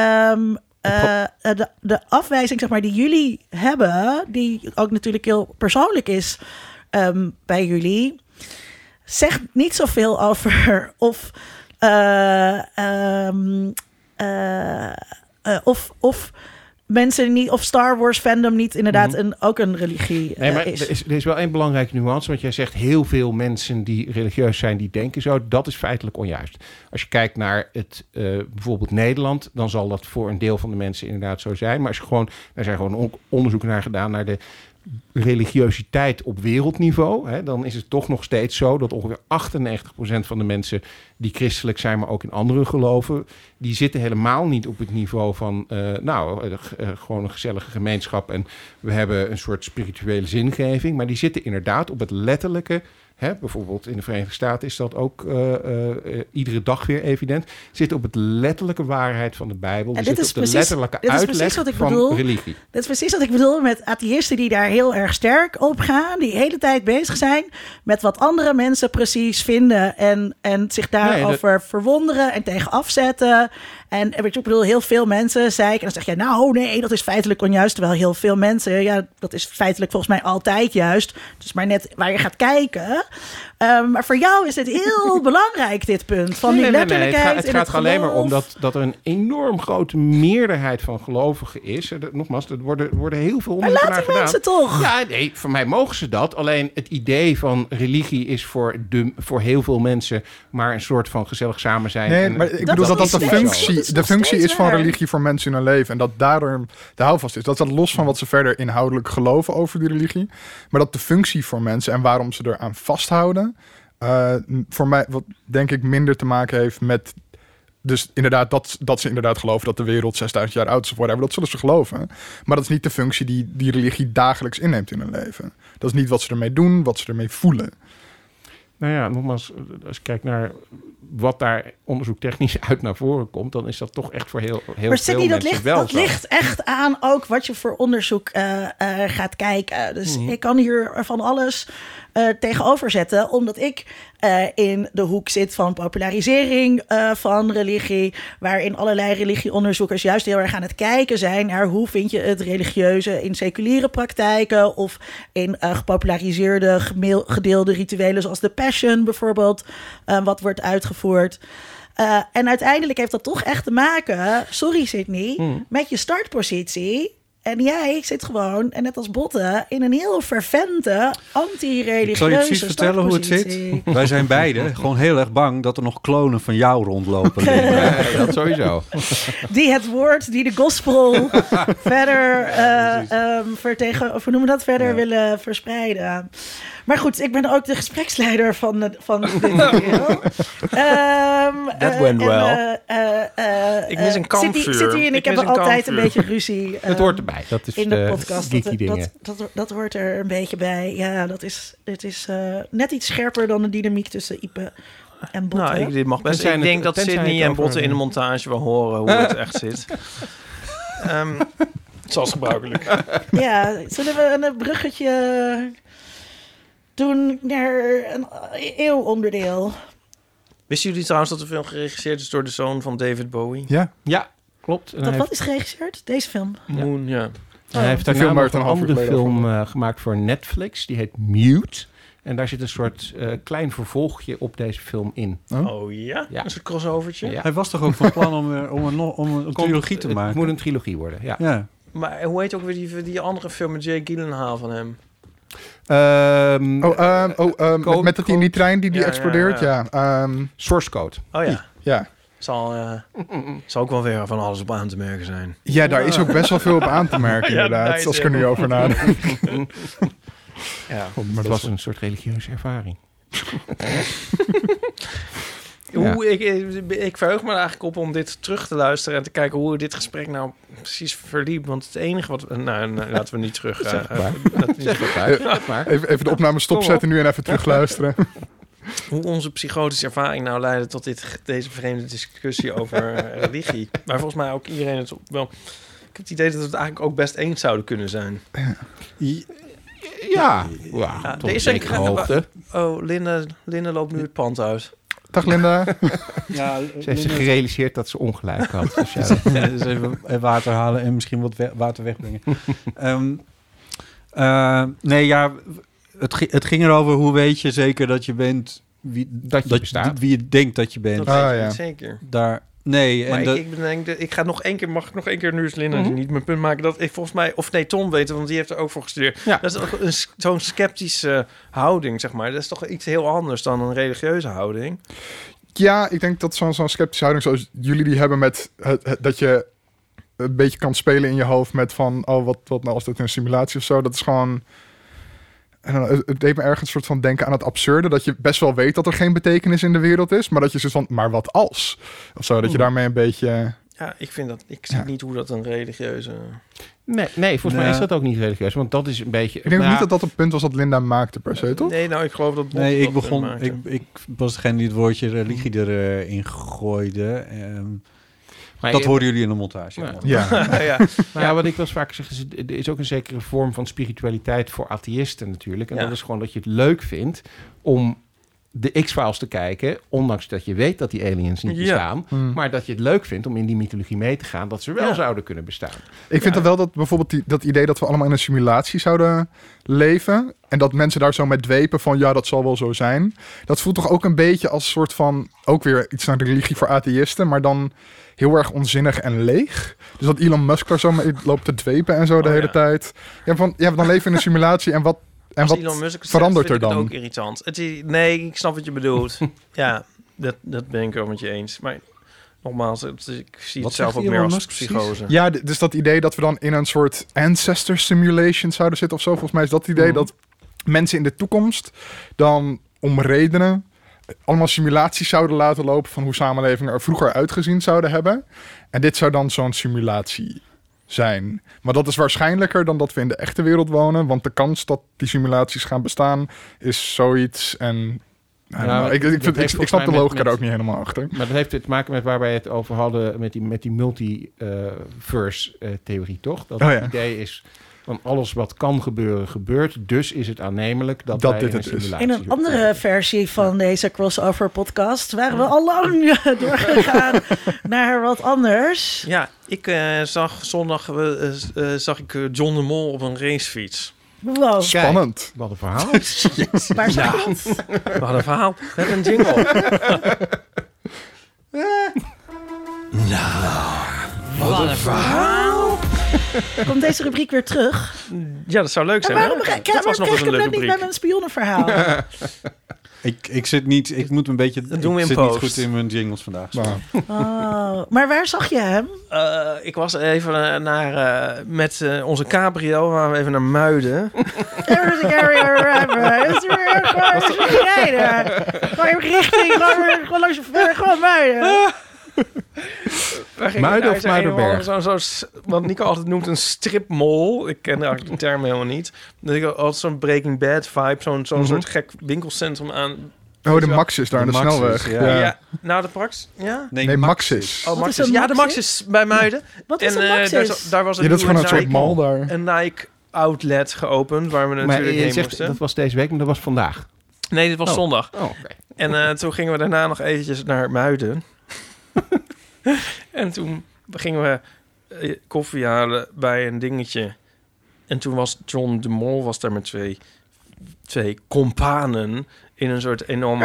de afwijzing, zeg maar, die jullie hebben, die ook natuurlijk heel persoonlijk is bij jullie, zegt niet zoveel over of mensen niet, of Star Wars fandom niet inderdaad ook een religie is. Er is wel één belangrijke nuance, want jij zegt heel veel mensen die religieus zijn, die denken zo. Dat is feitelijk onjuist. Als je kijkt naar het bijvoorbeeld Nederland, dan zal dat voor een deel van de mensen inderdaad zo zijn. Maar als je gewoon, er zijn gewoon onderzoeken naar gedaan naar de religiositeit op wereldniveau, hè, dan is het toch nog steeds zo dat ongeveer 98% van de mensen die christelijk zijn, maar ook in andere geloven, die zitten helemaal niet op het niveau van gewoon een gezellige gemeenschap en we hebben een soort spirituele zingeving, maar die zitten inderdaad op het letterlijke, bijvoorbeeld in de Verenigde Staten is dat ook iedere dag weer evident, zit op het letterlijke waarheid van de Bijbel. Die zit op de letterlijke uitleg van religie. Dat is precies wat ik bedoel met atheïsten die daar heel erg sterk op gaan. Die de hele tijd bezig zijn met wat andere mensen precies vinden. En zich daarover verwonderen en tegen afzetten. En weet je, ik bedoel, heel veel mensen zei ik. En dan zeg je, nou nee, dat is feitelijk onjuist. Terwijl heel veel mensen, ja, dat is feitelijk volgens mij altijd juist. Dus maar net waar je gaat kijken. Maar voor jou is dit heel belangrijk, dit punt. Van die letterlijkheid. Het gaat er alleen maar om dat er een enorm grote meerderheid van gelovigen is. Nogmaals, er worden heel veel onderzoeken naar gedaan. Mensen toch? Ja, nee, voor mij mogen ze dat. Alleen het idee van religie is voor heel veel mensen maar een soort van gezellig samen zijn. Nee, maar ik bedoel dat de functie is van religie voor mensen in hun leven. En dat daardoor de houvast is. Dat staat los van wat ze verder inhoudelijk geloven over die religie. Maar dat de functie voor mensen en waarom ze eraan vasthouden, voor mij wat denk ik minder te maken heeft met dus inderdaad dat ze inderdaad geloven dat de wereld 6000 jaar oud is of whatever. Dat zullen ze geloven. Maar dat is niet de functie die religie dagelijks inneemt in hun leven. Dat is niet wat ze ermee doen, wat ze ermee voelen. Nou ja, nogmaals, als je kijkt naar wat daar onderzoektechnisch uit naar voren komt, dan is dat toch echt voor heel maar veel Sydney, mensen wel dat zo. ligt echt aan ook wat je voor onderzoek gaat kijken. Dus ik kan hier van alles tegenover zetten, omdat ik in de hoek zit van popularisering van religie, waarin allerlei religieonderzoekers juist heel erg aan het kijken zijn naar hoe vind je het religieuze in seculiere praktijken of in gepopulariseerde gedeelde rituelen zoals de Passion bijvoorbeeld, wat wordt uitgevoerd. En uiteindelijk heeft dat toch echt te maken, sorry Sydney, met je startpositie. En jij zit gewoon, en net als Botte, in een heel fervente, anti-religieuze Ik zal je precies vertellen hoe het zit. Wij zijn beide gewoon heel erg bang dat er nog klonen van jou rondlopen. Dat sowieso. Die het woord, die de gospel verder willen verspreiden. Maar goed, ik ben ook de gespreksleider van dit deel. That went well. Ik mis een kampvuur. Sydney en ik hebben altijd een beetje ruzie. Het hoort erbij. Dat is in de podcast. geeky dingen. Dat hoort er een beetje bij. Ja, het is net iets scherper dan de dynamiek tussen Ipe en Botte. Nou, dit mag best. Ik denk dat Sydney en Botte in de montage wel horen hoe het echt zit. Zoals gebruikelijk. Ja, zullen we een bruggetje doen naar een eeuwonderdeel? Wisten jullie trouwens dat de film geregisseerd is door de zoon van David Bowie? Ja, klopt. Wat is geregisseerd? Deze film? Moon, ja. Hij heeft de film waar het een half uur andere geleden film gemaakt voor Netflix. Die heet Mute. En daar zit een soort klein vervolgje op deze film in. Oh ja? Een soort crossovertje? Ja. Hij was toch ook van plan om een trilogie te maken? Het moet een trilogie worden, ja. Maar hoe heet ook weer die andere film met Jake Gyllenhaal van hem? Met dat hij in die trein die explodeert? Ja. Source Code. Oh ja. Ja. Zal ook wel weer van alles op aan te merken zijn. Ja, daar is ook best wel veel op aan te merken, inderdaad. Als ik er nu over nadenk. Ja, maar het was een soort religieuze ervaring. Ik verheug me er eigenlijk op om dit terug te luisteren en te kijken hoe dit gesprek nou precies verliep. Want het enige wat... Nou, laten we niet terug... Even de opname stopzetten nu en even terug luisteren. Hoe onze psychotische ervaring nou leidde tot deze vreemde discussie over religie. Maar volgens mij ook iedereen het wel... Ik heb het idee dat we het eigenlijk ook best eens zouden kunnen zijn. Ja, tot een zekere hoogte. Oh, Linda loopt nu het pand uit. Dag Linda. Ja, ze heeft zich gerealiseerd dat ze ongelijk had. Dus dus even water halen en misschien wat water wegbrengen. Het ging erover hoe weet je zeker dat je bent wie je denkt dat je bent. Dat weet ik zeker. Nee, maar ik ga nog één keer, mag ik nog één keer nu eens Linda niet mijn punt maken dat ik volgens mij, of nee, Tom weten, want die heeft er ook voor gestudeerd. Ja. Dat is ook zo'n sceptische houding, zeg maar. Dat is toch iets heel anders dan een religieuze houding. Ja, ik denk dat zo'n sceptische houding zoals jullie die hebben met dat je een beetje kan spelen in je hoofd met van, wat nou als dit een simulatie of zo, dat is gewoon... Het deed me ergens een soort van denken aan het absurde. Dat je best wel weet dat er geen betekenis in de wereld is. Maar dat je zoiets van, maar wat als? Of zo, dat je daarmee een beetje... Ja, ik zie niet hoe dat een religieuze... Nee, volgens mij is dat ook niet religieus. Want dat is een beetje... Ik denk niet dat dat een punt was dat Linda maakte per se, toch? Nee, nou, ik geloof dat... Nee, ik was degene die het woordje religie erin gooide. Dat horen jullie in de montage. Ja, wat ik wel eens vaker zeg, is er is ook een zekere vorm van spiritualiteit voor atheïsten natuurlijk. En dat is gewoon dat je het leuk vindt om de X-Files te kijken, ondanks dat je weet dat die aliens niet bestaan, maar dat je het leuk vindt om in die mythologie mee te gaan, dat ze wel zouden kunnen bestaan. Ik vind dan wel dat bijvoorbeeld dat idee dat we allemaal in een simulatie zouden leven en dat mensen daar zo met dwepen van ja, dat zal wel zo zijn. Dat voelt toch ook een beetje als een soort van, ook weer iets naar de religie voor atheïsten, maar dan heel erg onzinnig en leeg. Dus dat Elon Musk daar zo mee loopt te dwepen en zo de hele tijd. Ja, dan leven we in een simulatie en wat Elon Musk verandert er dan? Het ook irritant. Nee, ik snap wat je bedoelt. Ja, dat ben ik wel met je eens. Maar nogmaals, ik zie het zelf ook meer als psychose. Ja, dus dat idee dat we dan in een soort ancestor simulation zouden zitten of zo. Volgens mij is dat het idee dat mensen in de toekomst dan om redenen allemaal simulaties zouden laten lopen van hoe samenlevingen er vroeger uitgezien zouden hebben. En dit zou dan zo'n simulatie zijn. Maar dat is waarschijnlijker dan dat we in de echte wereld wonen, want de kans dat die simulaties gaan bestaan is zoiets en ik snap de logica er ook niet helemaal achter. Maar dat heeft te maken met waar wij het over hadden met die multiverse-theorie, toch? Dat het idee is van alles wat kan gebeuren, gebeurt. Dus is het aannemelijk dat wij dit in een simulatie in een andere versie van deze crossover podcast waren we al lang doorgegaan naar wat anders. Ja, ik zag zondag John de Mol op een racefiets. Wow. Spannend. Wat een verhaal. Waar zag je het? Wat een verhaal. Met een jingle. Wat een verhaal. Komt deze rubriek weer terug? Ja, dat zou leuk zijn. Waarom krijg ik het niet bij mijn spionnenverhaal? Ik moet een beetje... Dat doen we in zit post. niet goed in mijn jingles vandaag. Maar waar zag je hem? Ik was even met onze cabrio, waren we even naar Muiden. Er is een cabrio rijden. Gewoon richting, gewoon langs gewoon Muiden. Muiden of Muidenberg? Wat Nico altijd noemt een stripmall. Ik ken eigenlijk de term helemaal niet. Dat ik altijd zo'n Breaking Bad vibe, zo'n soort gek winkelcentrum aan. Oh, de Maxis daar aan de snelweg. Ja. Nou, de Prax? Ja? Nee, Maxis. Oh, Maxis. Ja, de Maxis bij Muiden. Wat is een Maxis? Daar was dat is gewoon een soort mall daar. Een Nike outlet geopend, waar we natuurlijk heen moesten. Dat was deze week, maar dat was vandaag. Nee, dit was zondag. Oh, okay. En toen gingen we daarna nog eventjes naar Muiden. En toen gingen we koffie halen bij een dingetje. En toen was John de Mol was daar met twee companen in een soort enorme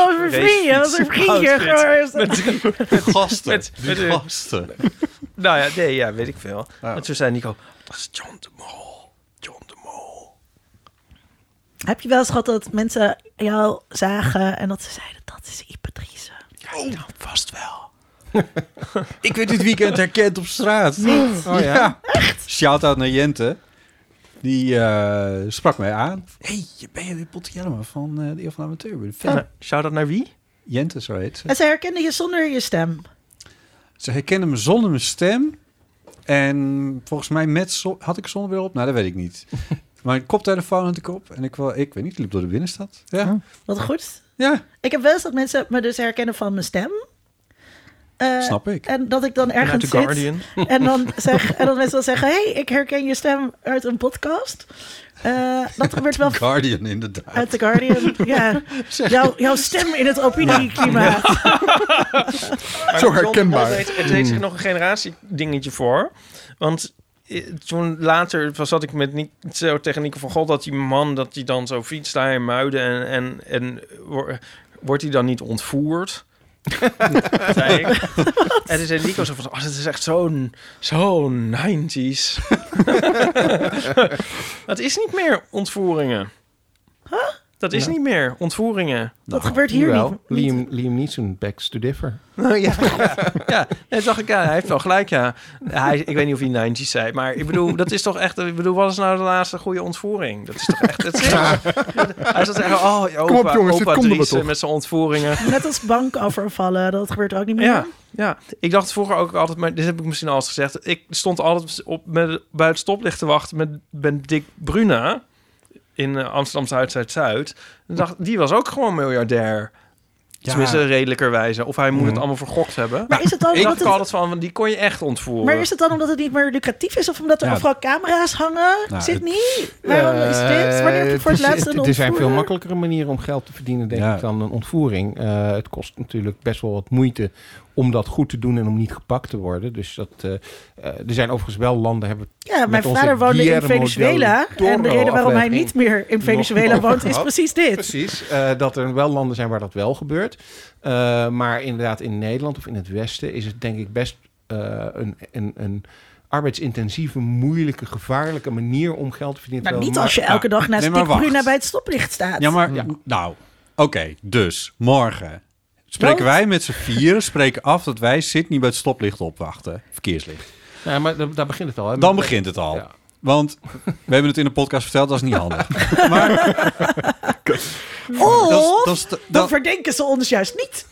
gasten. Nou ja, nee, ja, weet ik veel. En toen zei Nico, dat is John de Mol. John de Mol. Heb je wel eens gehad dat mensen jou zagen en dat ze zeiden, dat is Ipe Driessen? Ja, vast wel. Ik werd dit weekend herkend op straat. Oh ja? Echt? Shout-out naar Jente. Die sprak mij aan. Hey, ben je weer Potjelma van de Eeuw van de Amateur? Shout-out naar wie? Jente, zo heet ze. En ze herkende je zonder je stem. Ze herkende me zonder mijn stem. En volgens mij had ik zonnebril op? Nou, dat weet ik niet. Maar een koptelefoon had ik op. En ik weet niet, ik liep door de binnenstad. Ja. Wat goed. Ja. Ik heb wel eens dat mensen me dus herkennen van mijn stem. Snap ik. En dat ik dan ergens zit. En dan mensen dan zeggen, hey, ik herken je stem uit een podcast. Dat gebeurt wel. Guardian, inderdaad. Uit The Guardian, ja. Jouw stem in het opinieklimaat. Zo herkenbaar. Het deed zich nog een generatiedingetje voor. Want toen later zat ik met zo tegen Nico van God, dat die man, dat die dan zo fietst daar in Muiden en wordt hij dan niet ontvoerd? Zei ik. En toen zei Nico zo van, dat is echt zo'n 90s. Dat is niet meer ontvoeringen. Huh? Dat is niet meer. Ontvoeringen. Dat gebeurt hier niet. Liam Neeson, Backs to Differ. Dat dacht ik, hij heeft wel gelijk, ja. Ik weet niet of hij 90's zei, maar ik bedoel, dat is toch echt... Ik bedoel, wat is nou de laatste goede ontvoering? Dat is toch echt... Hij zat zeggen, kom op jongens, dit komt Dries met zijn ontvoeringen. Net als bankovervallen, dat gebeurt ook niet meer. Ja, ik dacht vroeger ook altijd, maar dit heb ik misschien al eens gezegd. Ik stond altijd bij het stoplicht te wachten met Dick Bruna in Amsterdam Zuid. Die was ook gewoon miljardair. Tenminste, redelijkerwijze. Of hij moet het allemaal vergokt hebben. Maar is het dan ik dacht altijd van, die kon je echt ontvoeren. Maar is het dan omdat het niet meer lucratief is? Of omdat er overal camera's hangen? Sydney? Waarom is dit? Wanneer heb je voor het laatst een ontvoering? Er zijn veel makkelijkere manieren om geld te verdienen, denk ik, dan een ontvoering. Het kost natuurlijk best wel wat moeite om dat goed te doen en om niet gepakt te worden. Dus er zijn overigens wel landen... hebben. Ja, mijn vader woonde in Venezuela. En de reden waarom hij niet meer in Venezuela woont is precies dit. Precies, dat er wel landen zijn waar dat wel gebeurt. Maar inderdaad in Nederland of in het Westen is het denk ik best een arbeidsintensieve, moeilijke, gevaarlijke manier om geld te verdienen. Maar niet als je elke dag naast Dick Bruna bij het stoplicht staat. Ja, maar oké, dus morgen spreken wij met z'n vieren, spreken af dat wij Sydney bij het stoplicht opwachten. Verkeerslicht. Ja, maar daar begint het al. Hè? Dan begint het al. Ja. Want we hebben het in de podcast verteld, dat is niet handig. Maar... dan verdenken ze ons juist niet.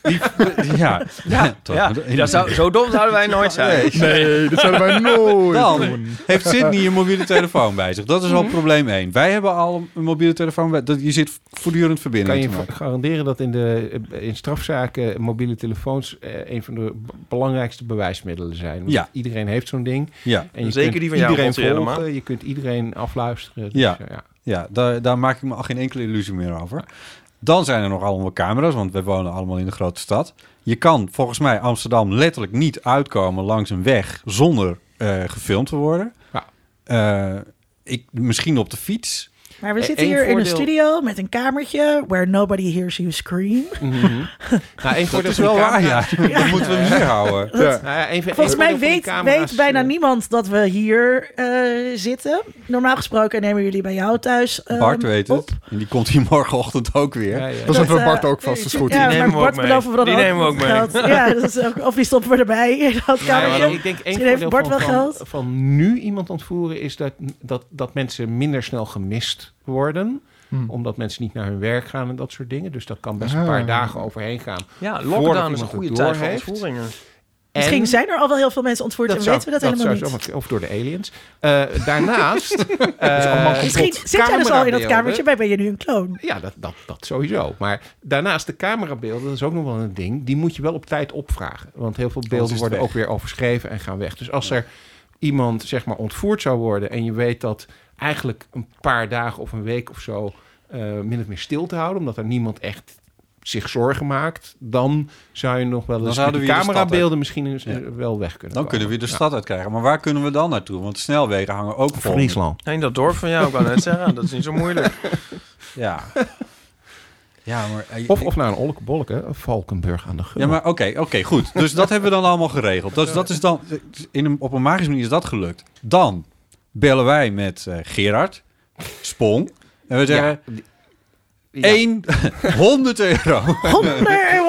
Zo dom zouden wij nooit zijn. Nee, dat zouden wij nooit doen. Heeft Sydney een mobiele telefoon bij zich? Dat is al probleem 1. Wij hebben al een mobiele telefoon bij. Je zit voortdurend verbinding. Kan je garanderen dat in strafzaken mobiele telefoons een van de belangrijkste bewijsmiddelen zijn? Want iedereen heeft zo'n ding. Ja. En zeker die van jou volgen, je kunt iedereen afluisteren. Dus, ja, daar maak ik me al geen enkele illusie meer over. Dan zijn er nog allemaal camera's, want we wonen allemaal in de grote stad. Je kan volgens mij Amsterdam letterlijk niet uitkomen langs een weg zonder gefilmd te worden. Ja. Misschien op de fiets. Maar we zitten hier in een studio met een kamertje where nobody hears you scream. Mm-hmm. Dat is wel waar, ja. Dan moeten we hem hier houden. Volgens mij weet bijna niemand dat we hier zitten. Normaal gesproken nemen jullie bij jou thuis Bart weet het. En die komt hier morgenochtend ook weer. Dan zetten we Bart ook vast, is goed. Ja, maar Bart beloven we dan die nemen we ook mee. Ja, dat is ook, of die stoppen we erbij in dat kamertje. Ik denk misschien heeft Bart wel geld. Van nu iemand ontvoeren is dat mensen minder snel gemist worden. Omdat mensen niet naar hun werk gaan en dat soort dingen. Dus dat kan best een paar dagen overheen gaan. Ja, lockdown is een goede tijd voor ontvoeringen. Misschien zijn er al wel heel veel mensen ontvoerd en weten we dat helemaal niet. Of door de aliens. Daarnaast... misschien zit jij dus al in dat kamertje, ben je nu een kloon? Ja, dat sowieso. Maar daarnaast de camerabeelden, dat is ook nog wel een ding. Die moet je wel op tijd opvragen. Want heel veel beelden worden ook weer overschreven en gaan weg. Dus als er iemand zeg maar ontvoerd zou worden en je weet dat eigenlijk een paar dagen of een week of zo min of meer stil te houden, omdat er niemand echt zich zorgen maakt, dan zou je nog wel eens met de camerabeelden misschien wel weg kunnen Dan kunnen we de stad uitkrijgen. Maar waar kunnen we dan naartoe? Want de snelwegen hangen ook vol. Friesland. Nee, dat dorp van jou, kan net zeggen. Dat is niet zo moeilijk. Ja, maar... Of naar een Olke-Bolke, Valkenburg aan de Gun. Ja, maar oké, goed. Dus dat hebben we dan allemaal geregeld. Dat is dan... op een magische manier is dat gelukt. Dan bellen wij met Gerard Spong. En we zeggen... 100 euro. 100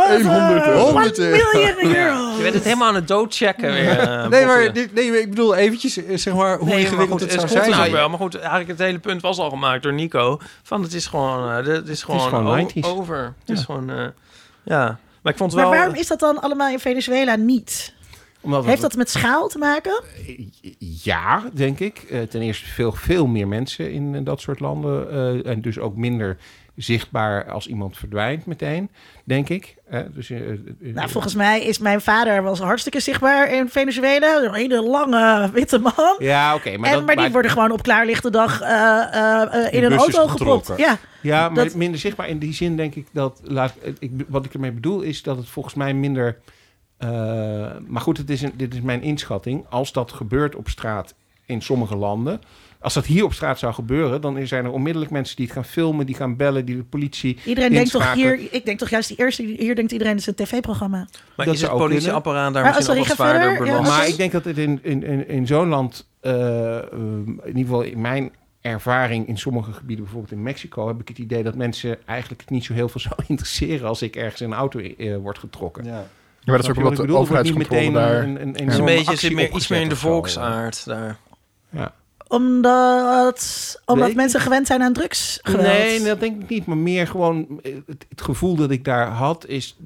miljoen euro. Je bent het helemaal aan het doodchecken weer. Nee, ik bedoel eventjes, zeg maar, hoe ingewikkeld het zou zijn. Nou wel, maar goed, eigenlijk het hele punt was al gemaakt door Nico. Van het is gewoon over. Het is gewoon, Maar ik vond wel... Maar waarom is dat dan allemaal in Venezuela niet? Heeft dat met schaal te maken? Ja, denk ik. Ten eerste veel meer mensen in dat soort landen. En dus ook minder zichtbaar als iemand verdwijnt meteen, denk ik. Volgens mij is mijn vader was hartstikke zichtbaar in Venezuela. Een hele lange witte man. Ja, oké. Maar die worden gewoon op klaarlichte dag in een auto gepropt. Ja, maar minder zichtbaar in die zin denk ik dat... wat ik ermee bedoel is dat het volgens mij minder... maar goed, dit is mijn inschatting. Als dat gebeurt op straat in sommige landen... Als dat hier op straat zou gebeuren, dan zijn er onmiddellijk mensen die het gaan filmen, die gaan bellen, die de politie Iedereen denkt toch hier... Ik denk toch juist die eerste... Hier denkt iedereen, het is een tv-programma. Maar is het politieapparaat daar misschien nog wat zwaarder belast? Maar ik denk dat het in zo'n land... in ieder geval in mijn ervaring in sommige gebieden, bijvoorbeeld in Mexico, heb ik het idee dat mensen eigenlijk het niet zo heel veel zou interesseren als ik ergens in een auto word getrokken. Ja. Ja, maar dat is ook omdat de overheidscontrole daar... Het is een beetje iets meer in de volksaard daar. Ja. Omdat mensen gewend zijn aan drugsgeweld. Nee, dat denk ik niet. Maar meer gewoon het gevoel dat ik daar had is...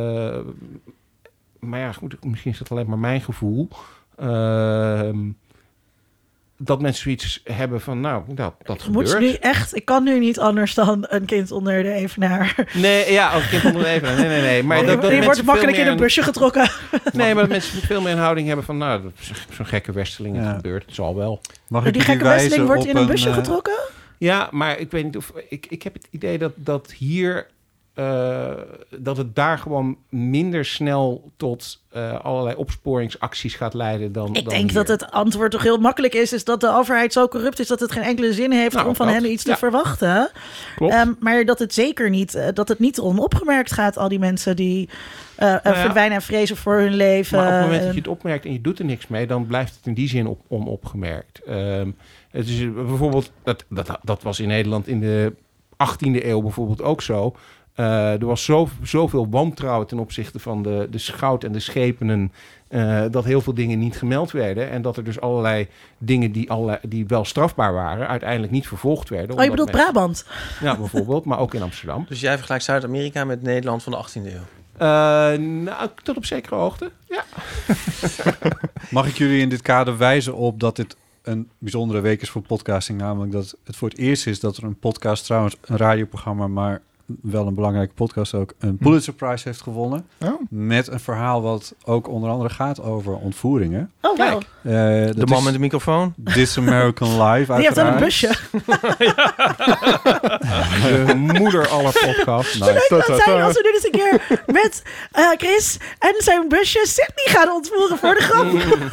maar ja, goed, misschien is dat alleen maar mijn gevoel. Dat mensen zoiets hebben van, nou, dat gebeurt. Nu echt, ik kan nu niet anders dan een kind onder de evenaar. Nee, ja, een kind onder de evenaar. Nee. Maar je wordt makkelijk in een busje getrokken. Nee, maar dat mensen veel meer een houding hebben van, nou, dat is zo'n gekke westeling, het gebeurt, het zal wel. Mag ik die gekke westeling wordt in een busje getrokken? Ja, maar ik weet niet of... Ik heb het idee dat hier... dat het daar gewoon minder snel tot allerlei opsporingsacties gaat leiden dan Ik denk hier. dat het antwoord toch heel makkelijk is dat de overheid zo corrupt is dat het geen enkele zin heeft om van hen iets te verwachten. Klopt. Maar dat het zeker niet, dat het niet onopgemerkt gaat, al die mensen die verdwijnen en vrezen voor hun leven. Maar op het moment dat je het opmerkt en je doet er niks mee, dan blijft het in die zin onopgemerkt. Het is bijvoorbeeld, dat was in Nederland in de 18e eeuw bijvoorbeeld ook zo. Er was zoveel wantrouwen ten opzichte van de schout en de schepenen... dat heel veel dingen niet gemeld werden. En dat er dus allerlei dingen die wel strafbaar waren... uiteindelijk niet vervolgd werden. Je bedoelt Brabant? Ja, bijvoorbeeld, maar ook in Amsterdam. Dus jij vergelijkt Zuid-Amerika met Nederland van de 18e eeuw? Nou, tot op zekere hoogte, ja. Mag ik jullie in dit kader wijzen op dat dit een bijzondere week is voor podcasting? Namelijk dat het voor het eerst is dat er een podcast, trouwens een radioprogramma... maar wel een belangrijke podcast ook, een Pulitzer Prize heeft gewonnen. Oh. Met een verhaal wat ook onder andere gaat over ontvoeringen. Oh, wel. De man met de microfoon? This American Life, Die heeft dan een busje. De moeder aller podcasts. Zou leuk dat zijn als we nu eens een keer met Chris en zijn busje Sydney gaan ontvoeren voor de grap.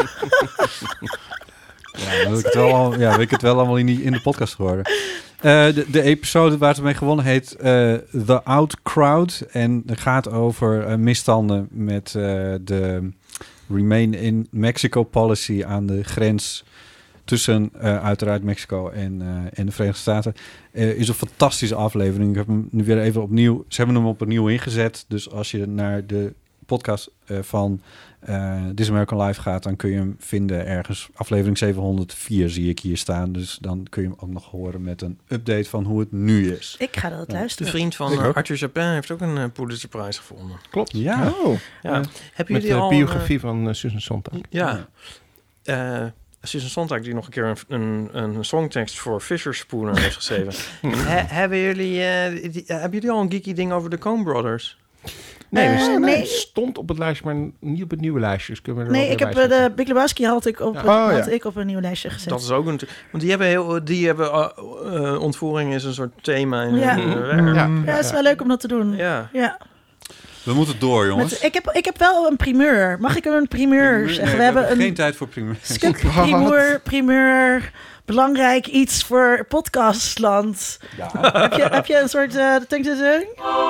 Ja, dan wil ik het wel allemaal in de podcast geworden. De episode waar het mee gewonnen heet The Out Crowd. En het gaat over misstanden met de Remain in Mexico policy aan de grens tussen uiteraard Mexico en de Verenigde Staten. Is een fantastische aflevering. Ik heb hem nu weer even opnieuw... Ze hebben hem opnieuw ingezet. Dus als je naar de podcast van This American Life gaat, dan kun je hem vinden ergens. Aflevering 704 zie ik hier staan. Dus dan kun je hem ook nog horen met een update van hoe het nu is. Ik ga dat luisteren. De vriend van Arthur Japin heeft ook een Pulitzer Prize gevonden. Klopt. Ja. Oh. Ja. Hebben Met jullie de al biografie van Susan Sontag. Ja. Susan Sontag die nog een keer een songtekst voor Fisher Spooner heeft geschreven. Hebben jullie al een geeky ding over de Coen Brothers? Nee, nee. het stond op het lijstje, maar niet op het nieuwe lijstje. Dus kunnen we er Nee, wel ik weer heb bij zetten. de Big Lebowski had ik op een nieuw lijstje gezet. Dat is ook een... Want die hebben ontvoering is een soort thema in Ja. hun werk. Ja, het is wel leuk om dat te doen. Ja. Ja. We moeten door, jongens. Ik heb wel een primeur. Mag ik een primeur zeggen? Nee, we hebben geen een tijd voor primeur. primeur. Belangrijk iets voor podcastland. Ja. Heb je een soort ting-ting-ting?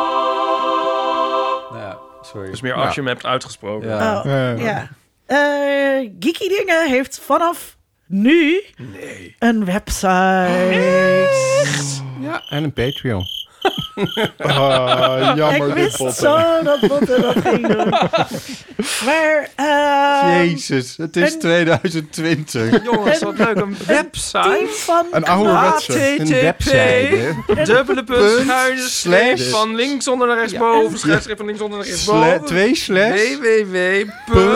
Ja, sorry. Dus meer als je hem hebt uitgesproken. Ja. Ja. Geeky Dingen heeft vanaf nu een website. Ja, en een Patreon. Jammer, Ik dit wist Botte. zo dat Botte dat ging doen. Maar... Jezus, het is 2020. Jongens, wat leuk. Een website. team van... Een ouderwetse. Een website. Dubbele punt, schuine slash. streep van links onder naar rechtsboven. Schuinstreep van links onder naar rechtsboven. 2 slash. www.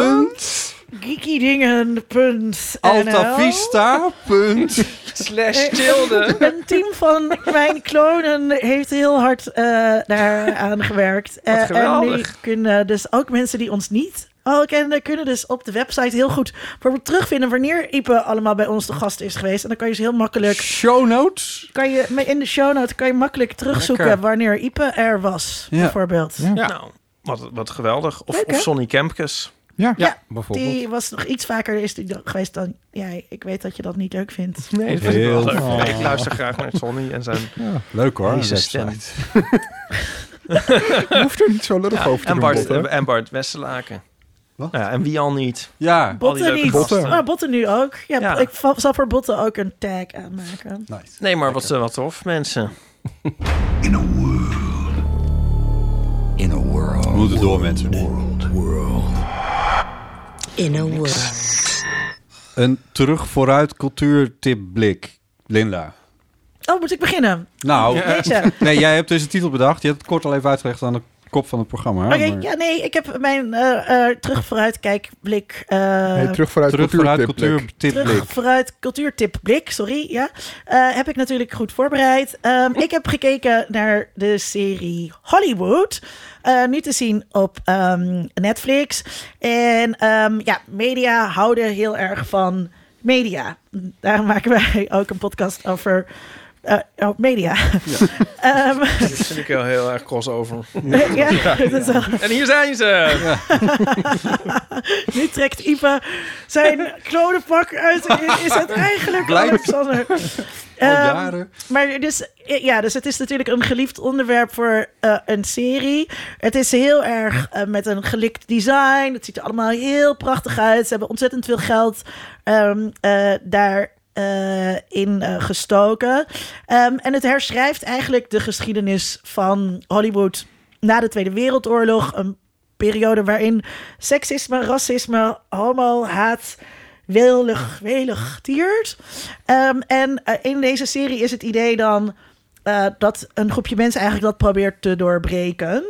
geekydingen.nl Altavista. /tilde. Een team van mijn klonen heeft heel hard daaraan gewerkt. En geweldig. nu kunnen dus ook mensen die ons niet al kennen, kunnen dus op de website heel goed bijvoorbeeld terugvinden wanneer Ipe allemaal bij ons te gast is geweest. En dan kan je ze heel makkelijk... Show notes. In de show notes kan je makkelijk terugzoeken Lekker. wanneer Ipe er was, Ja. bijvoorbeeld. Ja. Nou, wat geweldig. Leuk, hè? Of Sonny Kempkes. Ja. Ja, bijvoorbeeld. Die was nog iets vaker is die geweest dan jij. Ik weet dat je dat niet leuk vindt. Nee, dat vind ik wel leuk. leuk. Ik luister graag naar Sonny en zijn Leuk hoor. deze een stem. website. Je hoeft er niet zo lullig over te doen, Botte. En Bart Westerlaken. Ja, en wie al niet? Ja, Al die Botten leuke niet. gasten. Maar Botten nu ook. Ja, Ja. ik zal voor Botten ook een tag aanmaken. nice. Nee, maar wat tof, mensen. In a world. We moeten door, mensen. In a world. Een terug-vooruit cultuurtipblik. Linda. Oh, moet ik beginnen? Nou, Weet je? nee, jij hebt deze titel bedacht. Je hebt het kort al even uitgelegd aan de kop van het programma. Oké, Maar- ja, nee, ik heb mijn terug-vooruitkijkblik... Terug vooruit Terug-vooruit cultuurtipblik. cultuurtipblik. Cultuurtipblik, sorry. Ja. Heb ik natuurlijk goed voorbereid. Ik heb gekeken naar de serie Hollywood. Nu te zien op Netflix. En media houden heel erg van media. Daarom maken wij ook een podcast over media. Ja. Dat vind ik heel erg crossover. Dat is wel... En hier zijn ze! Nu trekt Ipe zijn klonenpak uit. Is het eigenlijk Blijf. Alexander? jaren. Maar dus het is natuurlijk een geliefd onderwerp voor een serie. Het is heel erg met een gelikt design. Het ziet er allemaal heel prachtig uit. Ze hebben ontzettend veel geld daarin gestoken. En het herschrijft eigenlijk de geschiedenis van Hollywood na de Tweede Wereldoorlog. Een periode waarin seksisme, racisme, homo-haat welig tiert. En in deze serie is het idee dan dat een groepje mensen eigenlijk dat probeert te doorbreken.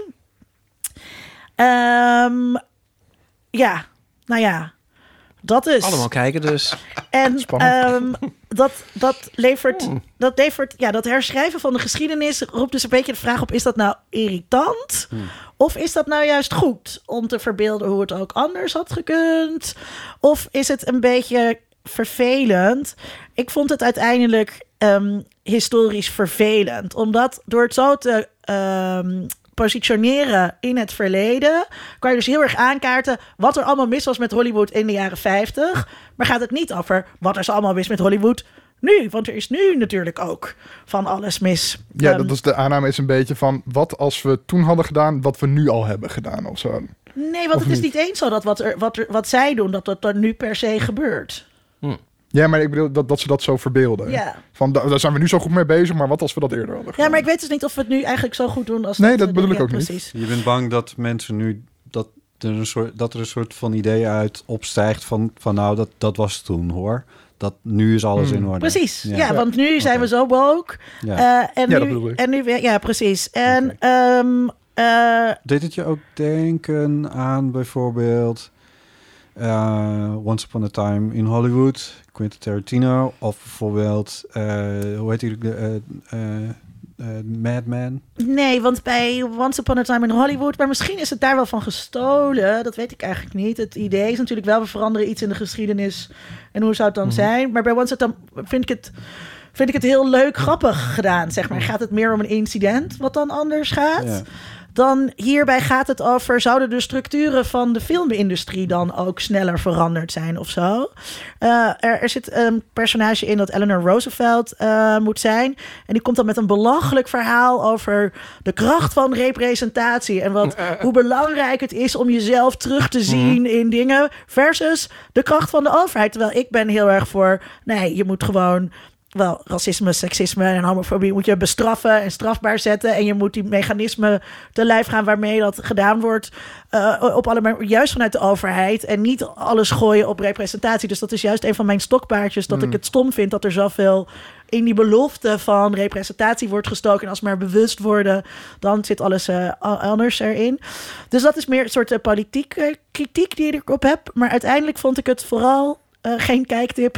Dat is... Allemaal kijken dus. En dat herschrijven van de geschiedenis roept dus een beetje de vraag op: is dat nou irritant? Of is dat nou juist goed om te verbeelden hoe het ook anders had gekund? Of is het een beetje vervelend? Ik vond het uiteindelijk historisch vervelend, omdat door het zo te positioneren in het verleden, kan je dus heel erg aankaarten wat er allemaal mis was met Hollywood in de jaren 50. Maar gaat het niet over wat er allemaal mis met Hollywood nu? Want er is nu natuurlijk ook van alles mis. Ja, dat is de aanname is een beetje van wat als we toen hadden gedaan, wat we nu al hebben gedaan of zo. Nee, want Of het is niet? niet eens zo dat wat zij doen, dat er nu per se gebeurt. Ja, maar ik bedoel dat ze dat zo verbeelden. Ja. Van daar zijn we nu zo goed mee bezig, maar wat als we dat eerder hadden gedaan? Ja, maar ik weet dus niet of we het nu eigenlijk zo goed doen als Nee, dat we bedoel doen. ik ook niet. Precies. Je bent bang dat mensen nu dat er een soort van idee uit opstijgt van nou, dat was toen hoor. Dat nu is alles in orde. Precies, ja, want nu zijn we zo woke. Ja. En Ja, nu, dat bedoel ik. en nu weer, ja, precies. En Deed het je ook denken aan bijvoorbeeld Once Upon a Time in Hollywood, Quentin Tarantino, of bijvoorbeeld hoe heet die? Mad Men? nee, want bij Once Upon a Time in Hollywood, maar misschien is het daar wel van gestolen. Dat weet ik eigenlijk niet. Het idee is natuurlijk wel, we veranderen iets in de geschiedenis. En hoe zou het dan zijn? Maar bij Once Upon a Time vind ik het heel leuk, grappig gedaan, zeg maar. Gaat het meer om een incident wat dan anders gaat? Ja. Dan hierbij gaat het over, zouden de structuren van de filmindustrie dan ook sneller veranderd zijn of zo? Er zit een personage in dat Eleanor Roosevelt moet zijn. En die komt dan met een belachelijk verhaal over de kracht van representatie. En hoe belangrijk het is om jezelf terug te zien in dingen. Versus de kracht van de overheid. Terwijl ik ben heel erg voor, nee, je moet gewoon wel racisme, seksisme en homofobie moet je bestraffen en strafbaar zetten. En je moet die mechanismen te lijf gaan waarmee dat gedaan wordt. Op allemaal, juist vanuit de overheid. En niet alles gooien op representatie. Dus dat is juist een van mijn stokpaardjes. Dat ik het stom vind dat er zoveel in die belofte van representatie wordt gestoken. En als we maar bewust worden, dan zit alles anders erin. Dus dat is meer een soort politieke kritiek die ik erop heb. Maar uiteindelijk vond ik het vooral geen kijktip.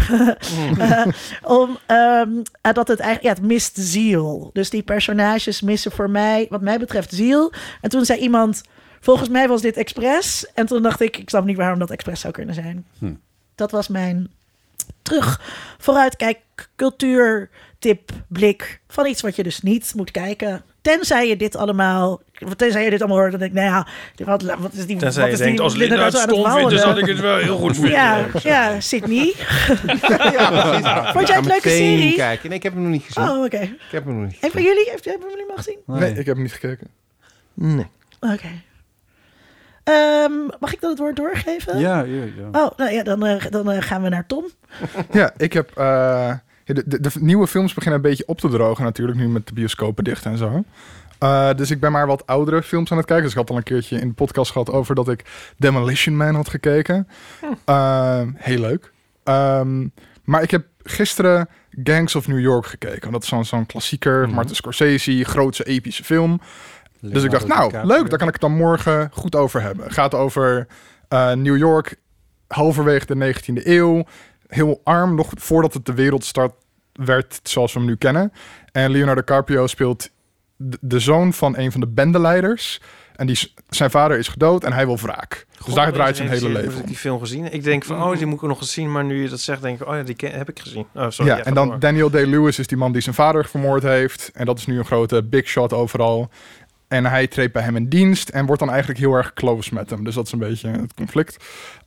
Dat het eigenlijk, het mist ziel. Dus die personages missen voor mij, wat mij betreft, ziel. En toen zei iemand, volgens mij was dit expres. En toen dacht ik snap niet waarom dat expres zou kunnen zijn. Dat was mijn vooruitkijk, cultuurtip, blik van iets wat je dus niet moet kijken. Tenzij je dit allemaal hoort, dan denk ik, nou ja, wat is die... Tenzij wat je is denkt, die als Linda het stom vindt, dan zal ik het wel heel goed vinden. Ja, Sydney. Ja, precies. Vond jij het leuke Meteen serie? kijken. Nee, ik heb hem nog niet gezien. Oh, oké. Ik heb hem nog niet Hebben jullie hem al gezien? Nee, ik heb hem niet gekeken. Nee. Oké. Mag ik dan het woord doorgeven? Ja. Oh, nou ja, dan gaan we naar Tom. Ja, ik heb... de nieuwe films beginnen een beetje op te drogen natuurlijk, nu met de bioscopen dicht en zo. Dus ik ben maar wat oudere films aan het kijken. Dus ik had al een keertje in de podcast gehad over dat ik Demolition Man had gekeken. Heel leuk. Maar ik heb gisteren Gangs of New York gekeken. Dat is zo'n klassieker, Martin Scorsese, grootse epische film. Dus ik dacht, leuk, daar kan ik het dan morgen goed over hebben. Het gaat over New York, halverwege de 19e eeuw. Heel arm, nog voordat het de wereldstad werd zoals we hem nu kennen. En Leonardo DiCaprio speelt de zoon van een van de bendeleiders. En zijn vader is gedood en hij wil wraak. Dus daar draait zijn hele leven om. Ik die film gezien. Ik denk van, die moet ik nog eens zien. Maar nu je dat zegt, denk ik, die heb ik gezien. Oh, sorry. Ja, en dan Daniel Day-Lewis is die man die zijn vader vermoord heeft. En dat is nu een grote big shot overal. En hij treedt bij hem in dienst en wordt dan eigenlijk heel erg close met hem. Dus dat is een beetje het conflict.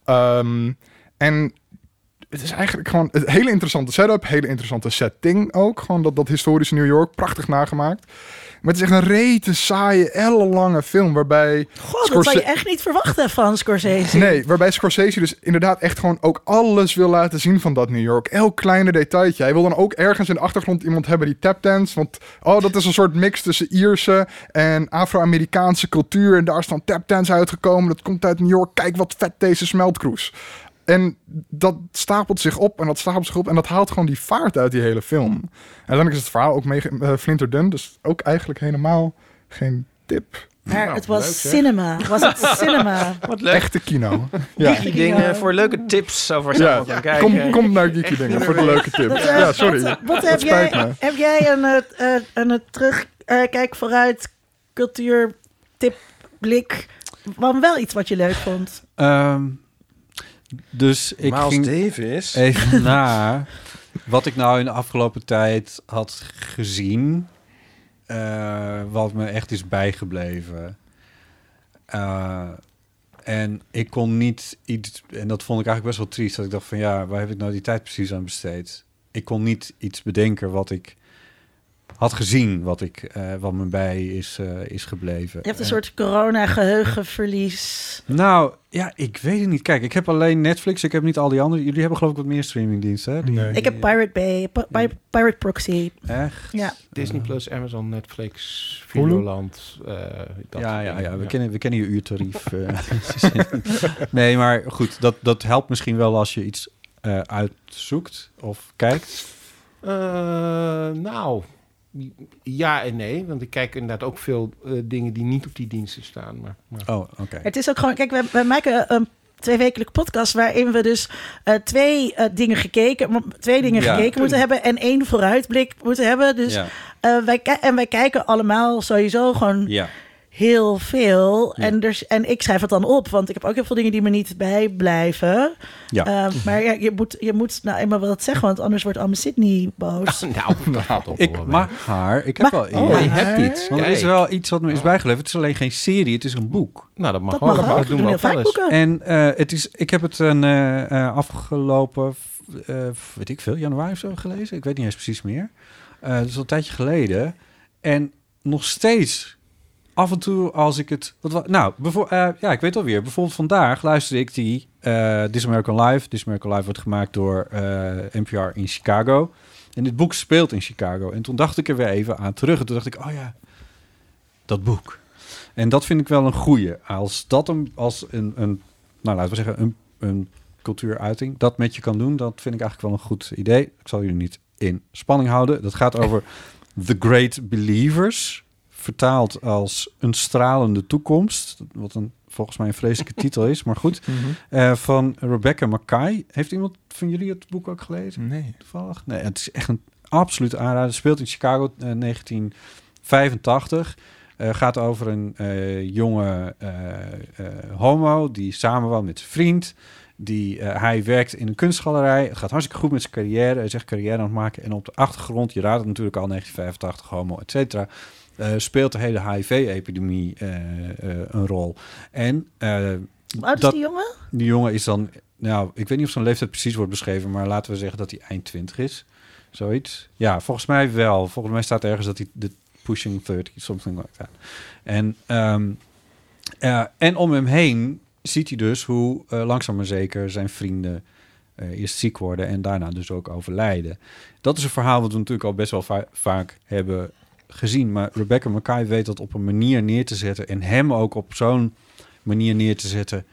En het is eigenlijk gewoon een hele interessante setup, hele interessante setting ook. Gewoon dat historische New York, prachtig nagemaakt. Maar het is echt een rete, saaie, ellenlange film waarbij... God, dat zou je echt niet verwachten van Scorsese. Nee, waarbij Scorsese dus inderdaad echt gewoon ook alles wil laten zien van dat New York. Elk kleine detailtje. Hij wil dan ook ergens in de achtergrond iemand hebben die tapdance. Want dat is een soort mix tussen Ierse en Afro-Amerikaanse cultuur. En daar is dan tapdance uitgekomen. Dat komt uit New York. Kijk wat vet deze smeltkroes. En dat stapelt zich op en dat stapelt zich op. En dat haalt gewoon die vaart uit die hele film. En uiteindelijk is het verhaal ook flinterdun. Dus ook eigenlijk helemaal geen tip. Maar het was cinema. Was het cinema? Wat leuk. Echte kino. Geeky dingen voor leuke tips over zo gaan kijken. Kom naar Geeky dingen voor de leuke tips. Ja, sorry. Wat heb jij een terugkijk vooruit cultuur tip blik van wel iets wat je leuk vond? Dus ik Miles ging Davis. even na wat ik nou in de afgelopen tijd had gezien. Wat me echt is bijgebleven. En ik kon niet iets... En dat vond ik eigenlijk best wel triest. Dat ik dacht van waar heb ik nou die tijd precies aan besteed? Ik kon niet iets bedenken wat ik had gezien, wat me bij is gebleven. Je hebt een soort corona-geheugenverlies. Nou, ja, ik weet het niet. Kijk, ik heb alleen Netflix. Ik heb niet al die andere. Jullie hebben geloof ik wat meer streamingdiensten, hè? Nee. Ik heb Pirate Bay, Pirate Proxy. Echt? Ja. Disney Plus, Amazon, Netflix, Videoland. We kennen je uurtarief. Nee, maar goed, dat helpt misschien wel als je iets uitzoekt of kijkt. Ja en nee, want ik kijk inderdaad ook veel dingen die niet op die diensten staan. Maar. Oh, oké. Het is ook gewoon, kijk, we maken een 2-wekelijke podcast waarin we dus twee dingen gekeken moeten hebben en 1 vooruitblik moeten hebben. Dus wij kijken allemaal sowieso gewoon heel veel. Ja. En ik schrijf het dan op, want ik heb ook heel veel dingen die me niet bijblijven. Ja. Maar je moet nou eenmaal wel wat zeggen, want anders wordt Anne Sydney boos. Ik mag haar. Ik heb wel je hebt iets. Want er is wel iets wat me is bijgeleverd. Het is alleen geen serie, het is een boek. Nou, dat mag ook. Dat doen we heel vaak boeken. En ik heb het afgelopen, weet ik veel, januari of zo gelezen. Ik weet niet eens precies meer. Dat is al een tijdje geleden. En nog steeds... Af en toe als ik het... ik weet alweer. Bijvoorbeeld vandaag luisterde ik die This American Life. This American Life wordt gemaakt door NPR in Chicago. En dit boek speelt in Chicago. En toen dacht ik er weer even aan terug. En toen dacht ik, dat boek. En dat vind ik wel een goeie. Als een laten we zeggen, een cultuuruiting dat met je kan doen, dat vind ik eigenlijk wel een goed idee. Ik zal jullie niet in spanning houden. Dat gaat over The Great Believers. Vertaald als Een stralende toekomst. Wat volgens mij een vreselijke titel is, maar goed. Van Rebecca Mackay. Heeft iemand van jullie het boek ook gelezen? Nee. Toevallig? Nee, het is echt een absoluut aanrader. Het speelt in Chicago 1985. Gaat over een jonge homo die samenwoont met zijn vriend. Hij werkt in een kunstgalerij. Het gaat hartstikke goed met zijn carrière. Hij is echt carrière aan het maken. En op de achtergrond, je raadt het natuurlijk al, 1985, homo, et cetera... speelt de hele HIV-epidemie een rol. En hoe oud is die jongen? Die jongen is dan... Nou, ik weet niet of zijn leeftijd precies wordt beschreven, maar laten we zeggen dat hij eind 20 is. Zoiets. Ja, volgens mij wel. Volgens mij staat ergens dat hij de pushing 30, something like that. En om hem heen ziet hij dus hoe langzaam maar zeker zijn vrienden eerst ziek worden en daarna dus ook overlijden. Dat is een verhaal wat we natuurlijk al best wel vaak hebben gezien. Maar Rebecca Makkai weet dat op een manier neer te zetten en hem ook op zo'n manier neer te zetten.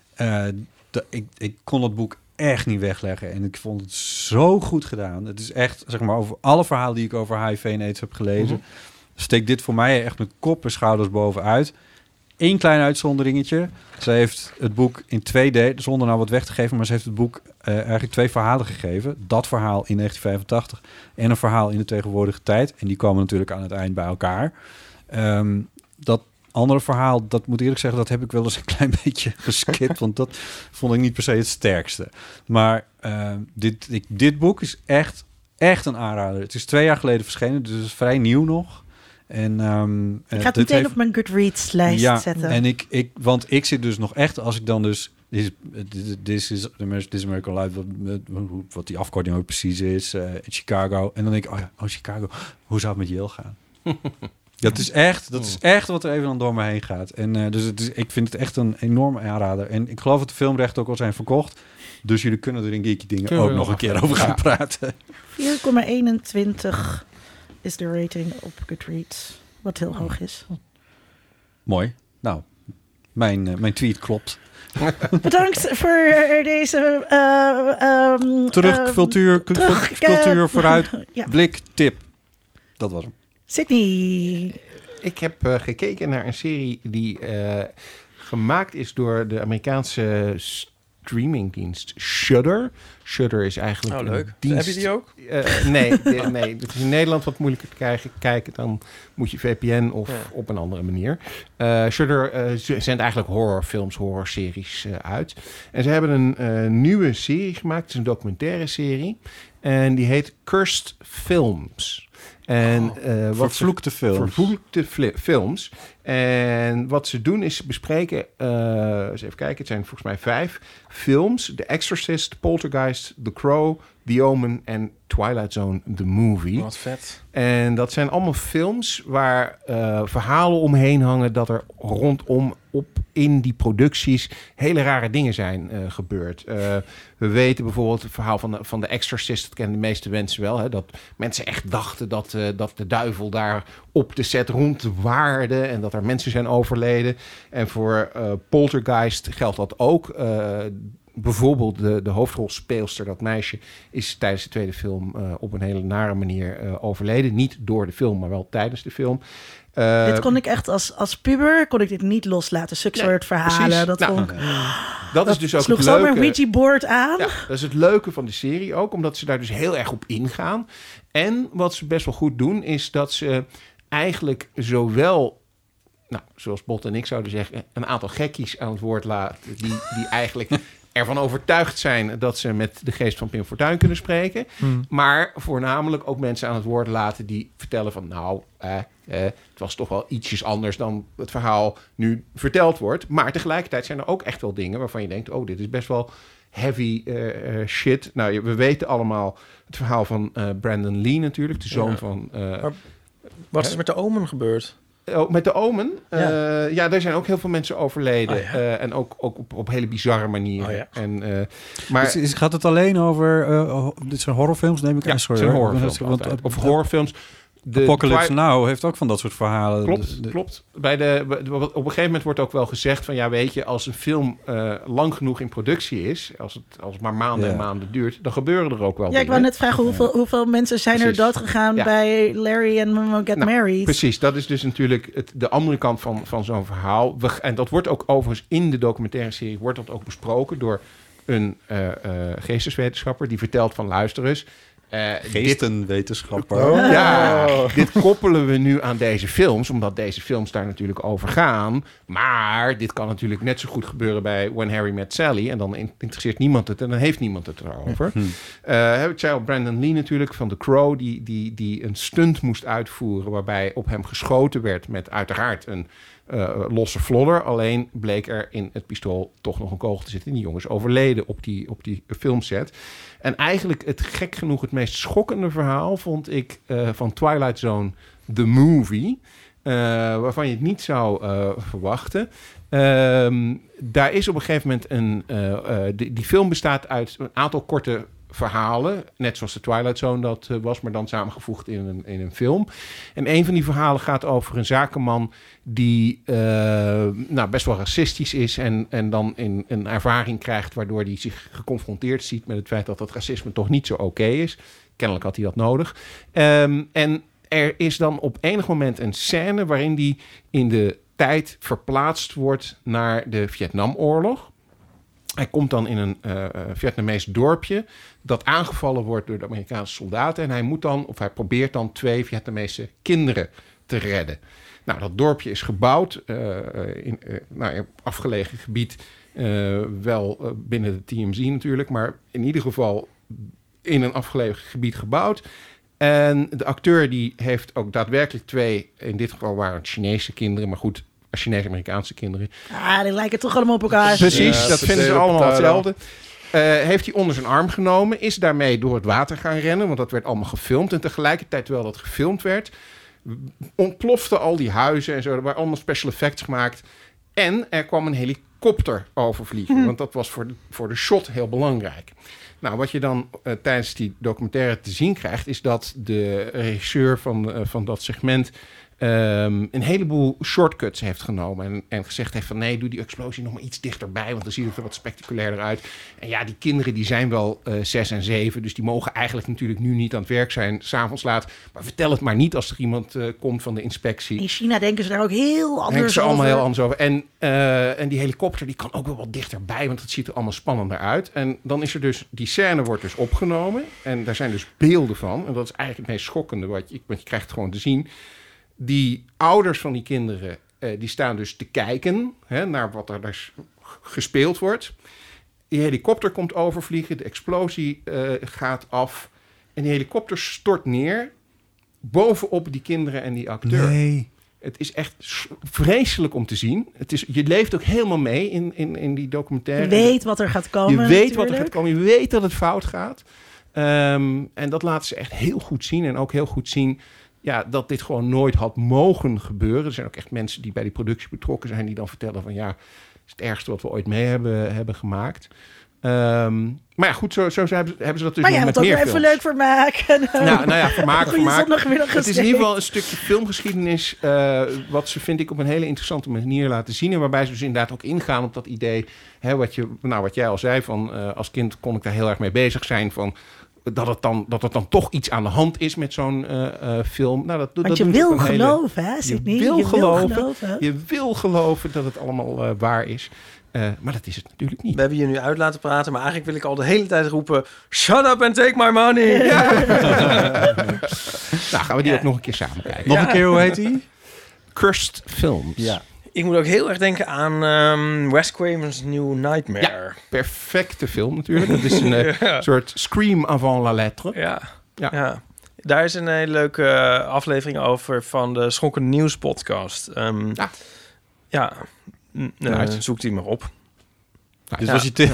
Ik kon dat boek echt niet wegleggen en ik vond het zo goed gedaan. Het is echt, zeg maar, over alle verhalen die ik over HIV en AIDS heb gelezen, steekt dit voor mij echt met kop en schouders bovenuit. Eén klein uitzonderingetje. Ze heeft het boek in 2 delen, zonder nou wat weg te geven, maar ze heeft het boek eigenlijk 2 verhalen gegeven. Dat verhaal in 1985 en een verhaal in de tegenwoordige tijd. En die komen natuurlijk aan het eind bij elkaar. Dat andere verhaal, dat moet eerlijk zeggen, dat heb ik wel eens een klein beetje geskipt, want dat vond ik niet per se het sterkste. Maar dit boek is echt een aanrader. Het is 2 jaar geleden verschenen, dus het is vrij nieuw nog. En, ik ga het meteen op mijn Goodreads-lijst zetten. En want ik zit dus nog echt, als ik dan dus This is American Life, wat die afkorting ook precies is, in Chicago. En dan denk ik, Chicago, hoe zou het met Yale gaan? Dat is echt wat er even dan door me heen gaat. En ik vind het echt een enorme aanrader. En ik geloof dat de filmrechten ook al zijn verkocht. Dus jullie kunnen er in Geeky Dingen ook nog een keer over gaan praten. 4,21 is de rating op Goodreads. Wat heel hoog is. Mooi. Nou, mijn tweet klopt. Bedankt voor deze cultuur vooruit. Blik, tip. Dat was hem. Sydney. Ik heb gekeken naar een serie die gemaakt is door de Amerikaanse streamingdienst Shudder. Shudder is eigenlijk leuk. Dienst. Heb je die ook? Nee. Dat is in Nederland wat moeilijker te kijken. Dan moet je VPN of op een andere manier. Shudder zendt eigenlijk horrorfilms, horrorseries uit. En ze hebben een nieuwe serie gemaakt. Het is een documentaire serie. En die heet Cursed Films. En vervloekte films. En wat ze doen is bespreken, eens even kijken, het zijn volgens mij 5 films. The Exorcist, Poltergeist, The Crow, The Omen en Twilight Zone, The Movie. Wat vet. En dat zijn allemaal films waar verhalen omheen hangen dat er rondom in die producties hele rare dingen zijn gebeurd. We weten bijvoorbeeld het verhaal van de Exorcist, dat kennen de meeste mensen wel, hè, dat mensen echt dachten dat de duivel daar op de set rondwaarde en dat er mensen zijn overleden. En voor Poltergeist geldt dat ook. Bijvoorbeeld de hoofdrolspeelster, dat meisje, is tijdens de tweede film op een hele nare manier overleden. Niet door de film, maar wel tijdens de film. Dit kon ik echt als puber kon ik dit niet loslaten. Zulke soort verhalen. Precies. Dat is dus ook sloeg het leuke. Sloeg zomaar een Ouija-board aan. Ja, dat is het leuke van de serie ook, omdat ze daar dus heel erg op ingaan. En wat ze best wel goed doen, is dat ze eigenlijk zowel, zoals Bot en ik zouden zeggen, een aantal gekkies aan het woord laten, die eigenlijk ervan overtuigd zijn dat ze met de geest van Pim Fortuyn kunnen spreken. Maar voornamelijk ook mensen aan het woord laten die vertellen van het was toch wel ietsjes anders dan het verhaal nu verteld wordt. Maar tegelijkertijd zijn er ook echt wel dingen waarvan je denkt, dit is best wel heavy shit. Nou, we weten allemaal het verhaal van Brandon Lee natuurlijk, de zoon van... wat is met de Omen gebeurd? Met de Omen? Daar zijn ook heel veel mensen overleden. En ook op hele bizarre manieren. Maar gaat het alleen over... dit zijn horrorfilms, neem ik aan? Sorry, zijn horrorfilms. Of horrorfilms. Apocalypse Now heeft ook van dat soort verhalen. Klopt. Op een gegeven moment wordt ook wel gezegd van... weet je, als een film lang genoeg in productie is... als het maar maanden en maanden duurt... dan gebeuren er ook wel dingen. Ik wou net vragen hoeveel mensen zijn er doodgegaan... bij Larry en Mama Get Married. Precies, dat is dus natuurlijk de andere kant van zo'n verhaal. En dat wordt ook overigens in de documentaire serie... wordt dat ook besproken door een geesteswetenschapper... die vertelt van luister eens... geestenwetenschapper. Dit koppelen we nu aan deze films, omdat deze films daar natuurlijk over gaan. Maar dit kan natuurlijk net zo goed gebeuren bij When Harry Met Sally. En dan interesseert niemand het en dan heeft niemand het erover. Ik zei al, Brandon Lee natuurlijk van The Crow, die een stunt moest uitvoeren waarbij op hem geschoten werd met uiteraard een losse vlodder. Alleen bleek er in het pistool toch nog een kogel te zitten. En die jongens overleden op die filmset. En eigenlijk gek genoeg het meest schokkende verhaal vond ik van Twilight Zone, The Movie. waarvan je het niet zou verwachten. Daar is op een gegeven moment die film bestaat uit een aantal korte verhalen. Net zoals de Twilight Zone dat was, maar dan samengevoegd in een film. En een van die verhalen gaat over een zakenman die best wel racistisch is en dan een ervaring krijgt waardoor hij zich geconfronteerd ziet met het feit dat dat racisme toch niet zo oké is. Kennelijk had hij dat nodig. En er is dan op enig moment een scène waarin hij in de tijd verplaatst wordt naar de Vietnamoorlog. Hij komt dan in een Vietnamees dorpje dat aangevallen wordt door de Amerikaanse soldaten. En hij probeert dan 2 Vietnamese kinderen te redden. Nou, dat dorpje is gebouwd in een afgelegen gebied. Wel binnen de TMZ natuurlijk, maar in ieder geval in een afgelegen gebied gebouwd. En de acteur die heeft ook daadwerkelijk 2, in dit geval waren het Chinese kinderen, maar goed, Chinese-Amerikaanse kinderen. Die lijken toch allemaal op elkaar. Precies, dat vinden ze allemaal hetzelfde. Heeft hij onder zijn arm genomen, is daarmee door het water gaan rennen, want dat werd allemaal gefilmd. En tegelijkertijd, terwijl dat gefilmd werd, ontploften al die huizen en zo. Er waren allemaal special effects gemaakt. En er kwam een helikopter overvliegen, want dat was voor de shot heel belangrijk. Nou, wat je dan tijdens die documentaire te zien krijgt, is dat de regisseur van dat segment een heleboel shortcuts heeft genomen. En gezegd heeft van nee, doe die explosie nog maar iets dichterbij, want dan ziet het er wat spectaculairder uit. En ja, die kinderen die zijn wel 6 en 7, dus die mogen eigenlijk natuurlijk nu niet aan het werk zijn, 's avonds laat. Maar vertel het maar niet als er iemand komt van de inspectie. In China denken ze daar ook heel anders over. Denken ze allemaal heel anders over. En die helikopter die kan ook wel wat dichterbij, want het ziet er allemaal spannender uit. En dan is er dus, die scène wordt dus opgenomen. En daar zijn dus beelden van. En dat is eigenlijk het meest schokkende, want je krijgt het gewoon te zien. Die ouders van die kinderen, die staan dus te kijken naar wat er dus gespeeld wordt. Die helikopter komt overvliegen, de explosie gaat af. En die helikopter stort neer bovenop die kinderen en die acteur. Nee. Het is echt vreselijk om te zien. Je leeft ook helemaal mee in die documentaire. Je weet wat er gaat komen. Je weet wat er gaat komen. Je weet dat het fout gaat. En dat laten ze echt heel goed zien. En ook heel goed zien dat dit gewoon nooit had mogen gebeuren. Er zijn ook echt mensen die bij die productie betrokken zijn, die dan vertellen van het is het ergste wat we ooit mee hebben gemaakt. Maar ja, goed, zo hebben ze dat dus maar nog met meer films. Maar jij even leuk vermaken. Vermaak. Het is in ieder geval een stukje filmgeschiedenis wat ze, vind ik, op een hele interessante manier laten zien. En waarbij ze dus inderdaad ook ingaan op dat idee, wat jij al zei, van als kind kon ik daar heel erg mee bezig zijn, van dat het dan toch iets aan de hand is met zo'n film. Nou, Want je wil geloven, hè, Sidney? Je wil geloven dat het allemaal waar is. Maar dat is het natuurlijk niet. We hebben je nu uit laten praten, maar eigenlijk wil ik al de hele tijd roepen, shut up and take my money. Ja. Nou, gaan we die ook nog een keer samen kijken. Nog een keer, hoe heet die? Cursed Films. Ja. Ik moet ook heel erg denken aan Wes Craven's New Nightmare. Ja, perfecte film natuurlijk. Dat is een soort scream avant la lettre. Ja. Daar is een hele leuke aflevering over van de Schokkende Nieuws podcast. Zoek die maar op. Dit was je tip.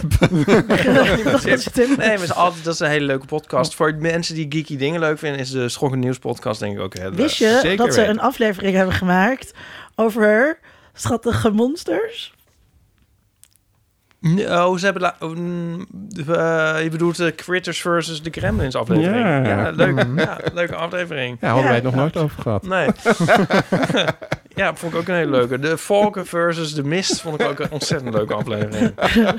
Nee, maar dat is een hele leuke podcast. Voor mensen die geeky dingen leuk vinden, is de Schokkende Nieuws podcast denk ik ook heel leuk. Wist je dat ze een aflevering hebben gemaakt over schattige monsters? Oh, ze hebben... je bedoelt de Critters versus de Gremlins aflevering. Ja, leuk. Ja, leuke aflevering. Ja, hadden wij het nog nooit over gehad. Nee. Ja, vond ik ook een hele leuke. De Valken versus de Mist vond ik ook een ontzettend leuke aflevering.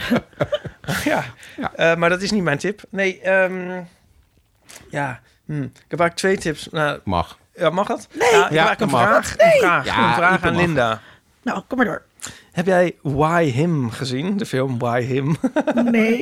Maar dat is niet mijn tip. Nee, ik heb eigenlijk 2 tips. Mag. Ja, mag dat? Nee. Ik heb eigenlijk een vraag aan Linda. Nou, kom maar door. Heb jij Why Him gezien? De film Why Him? Nee.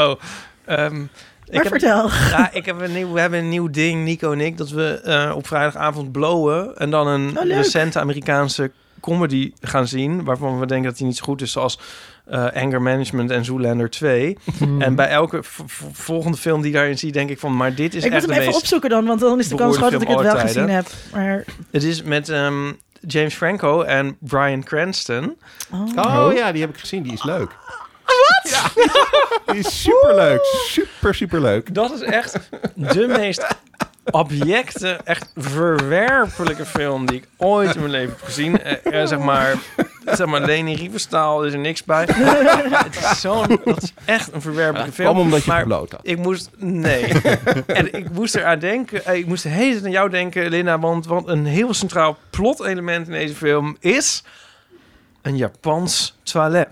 Vertel. Ja, we hebben een nieuw ding, Nico en ik, dat we op vrijdagavond blowen en dan een recente Amerikaanse comedy gaan zien, waarvan we denken dat die niet zo goed is, zoals Anger Management en Zoolander 2. En bij elke volgende film die daarin zie, denk ik van, maar dit is echt de meest... Ik moet hem even opzoeken dan, want dan is de kans groot dat ik het wel gezien heb. Maar... Het is met James Franco en Bryan Cranston. Oh ja, die heb ik gezien. Die is leuk. Wat? Ja, die is superleuk. Super leuk. Dat is echt de meest abjecte, echt verwerpelijke film die ik ooit in mijn leven heb gezien. Zeg maar Leni Riefenstahl is er niks bij. Dat is echt een verwerpelijke film. Kwam omdat je maar gebloot had. En ik moest eraan denken. Ik moest de hele tijd aan jou denken, Linda. Want een heel centraal plot-element in deze film is een Japans toilet.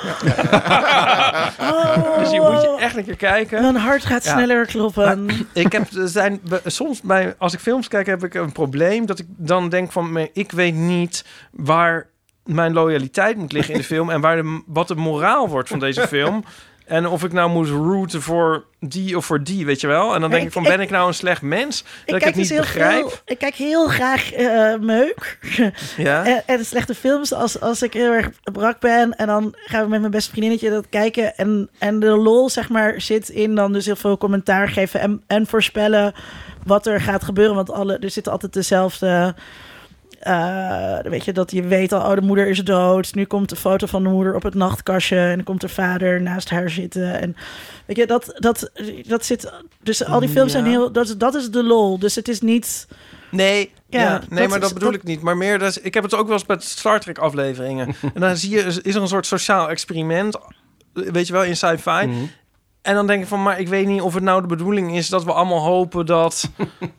Dus je moet je echt een keer kijken. Mijn hart gaat sneller kloppen. Maar soms als ik films kijk, heb ik een probleem dat ik dan denk van, ik weet niet waar mijn loyaliteit moet liggen in de film en wat de moraal wordt van deze film. En of ik nou moet rooten voor die of voor die, weet je wel? En dan denk ik van, ben ik nou een slecht mens? Dat ik het niet begrijp? Ik kijk heel graag meuk. Ja? En slechte films als ik heel erg brak ben. En dan gaan we met mijn beste vriendinnetje dat kijken. En de lol, zeg maar, zit in dan dus heel veel commentaar geven. En voorspellen wat er gaat gebeuren. Want er zitten altijd dezelfde... weet je, dat je weet al, de moeder is dood. Nu komt de foto van de moeder op het nachtkastje en dan komt de vader naast haar zitten. En weet je, dat zit... Dus al die films zijn heel... Dat is de lol. Dus het is niet... Nee, maar dat bedoel ik niet. Maar meer, ik heb het ook wel eens met Star Trek afleveringen. En dan zie je, is er een soort sociaal experiment, weet je wel, in sci-fi. Mm-hmm. En dan denk ik van, maar ik weet niet of het nou de bedoeling is dat we allemaal hopen dat...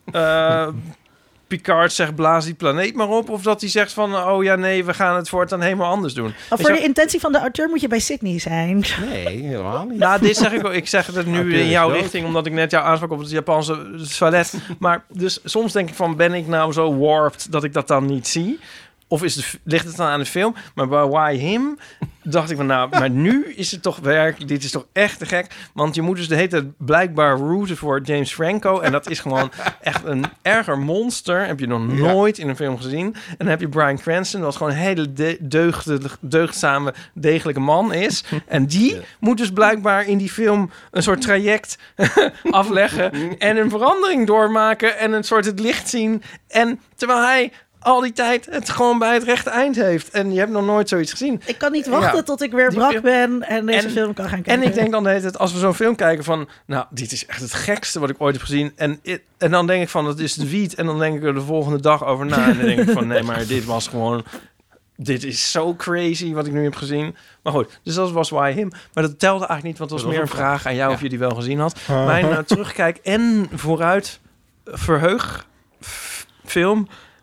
Picard zegt, blaas die planeet maar op. Of dat hij zegt van, oh ja, nee, we gaan het voortaan helemaal anders doen. Maar voor de intentie van de auteur moet je bij Sydney zijn. Nee, helemaal niet. Nou, dit zeg ik ook. Ik zeg het nu in jouw richting, omdat ik net jou aansprak op het Japanse toilet. Maar dus soms denk ik van, ben ik nou zo warped dat ik dat dan niet zie? Of ligt het dan aan de film? Maar bij Why Him dacht ik van, nou, maar nu is het toch werk. Dit is toch echt te gek. Want je moet dus de hele tijd blijkbaar rooten voor James Franco. En dat is gewoon echt een erger monster. Heb je nog nooit in een film gezien. En dan heb je Bryan Cranston, wat gewoon een hele deugdzame, degelijke man is. En die moet dus blijkbaar in die film een soort traject afleggen. En een verandering doormaken. En een soort het licht zien. En terwijl hij... al die tijd het gewoon bij het rechte eind heeft. En je hebt nog nooit zoiets gezien. Ik kan niet wachten tot ik weer brak ben en deze film kan gaan kijken. En ik denk dan de hele tijd, als we zo'n film kijken van... nou, dit is echt het gekste wat ik ooit heb gezien. En dan denk ik van, dat is de wiet. En dan denk ik er de volgende dag over na. En dan denk ik van, nee, maar dit was gewoon... dit is zo crazy wat ik nu heb gezien. Maar goed, dus dat was Why Him. Maar dat telde eigenlijk niet, want het was meer een vraag aan jou... of je die wel gezien had. Mijn terugkijk en vooruit verheug film...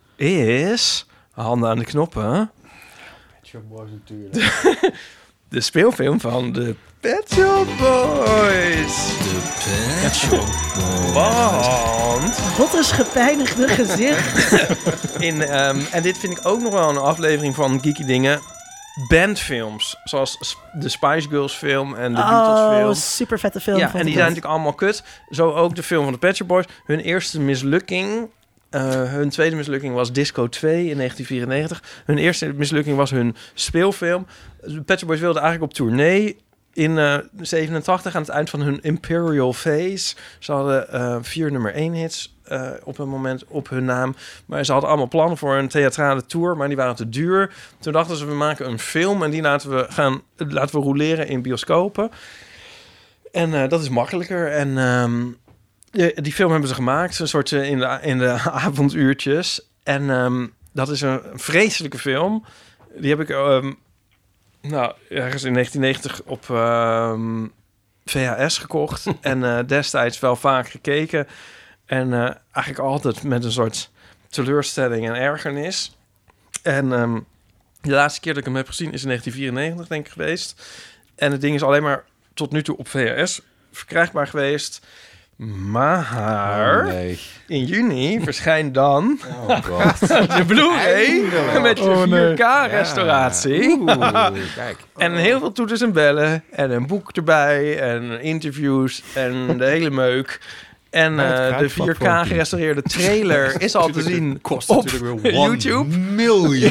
is... handen aan de knoppen. Pet Shop Boys natuurlijk. De speelfilm van de Pet Shop Boys. De Pet Shop Boys. Want... Botte's gepijnigde gezicht. En dit vind ik ook nog wel een aflevering van Geeky Dingen. Bandfilms. Zoals de Spice Girls film en de Beatles film. Super vette film. Ja, en die zijn natuurlijk allemaal kut. Zo ook de film van de Pet Shop Boys. Hun eerste mislukking... hun tweede mislukking was Disco 2 in 1994. Hun eerste mislukking was hun speelfilm. De Pet Shop Boys wilden eigenlijk op tournee in 87 aan het eind van hun Imperial Phase. Ze hadden 4 nummer 1 hits op een moment op hun naam. Maar ze hadden allemaal plannen voor een theatrale tour, maar die waren te duur. Toen dachten ze, we maken een film en die laten we roleren in bioscopen. En dat is makkelijker. En... die film hebben ze gemaakt, een soort in de avonduurtjes. En dat is een vreselijke film. Die heb ik ergens in 1990 op VHS gekocht. En destijds wel vaak gekeken. En eigenlijk altijd met een soort teleurstelling en ergernis. En de laatste keer dat ik hem heb gezien is in 1994, denk ik, geweest. En het ding is alleen maar tot nu toe op VHS verkrijgbaar geweest... Maar in juni verschijnt dan de Blu-ray met je 4K-restauratie. Kijk. En heel veel toeters en bellen. En een boek erbij. En interviews. En de hele meuk. En de 4K-gerestaureerde trailer is al te zien Kost op natuurlijk weer YouTube. $1 miljoen.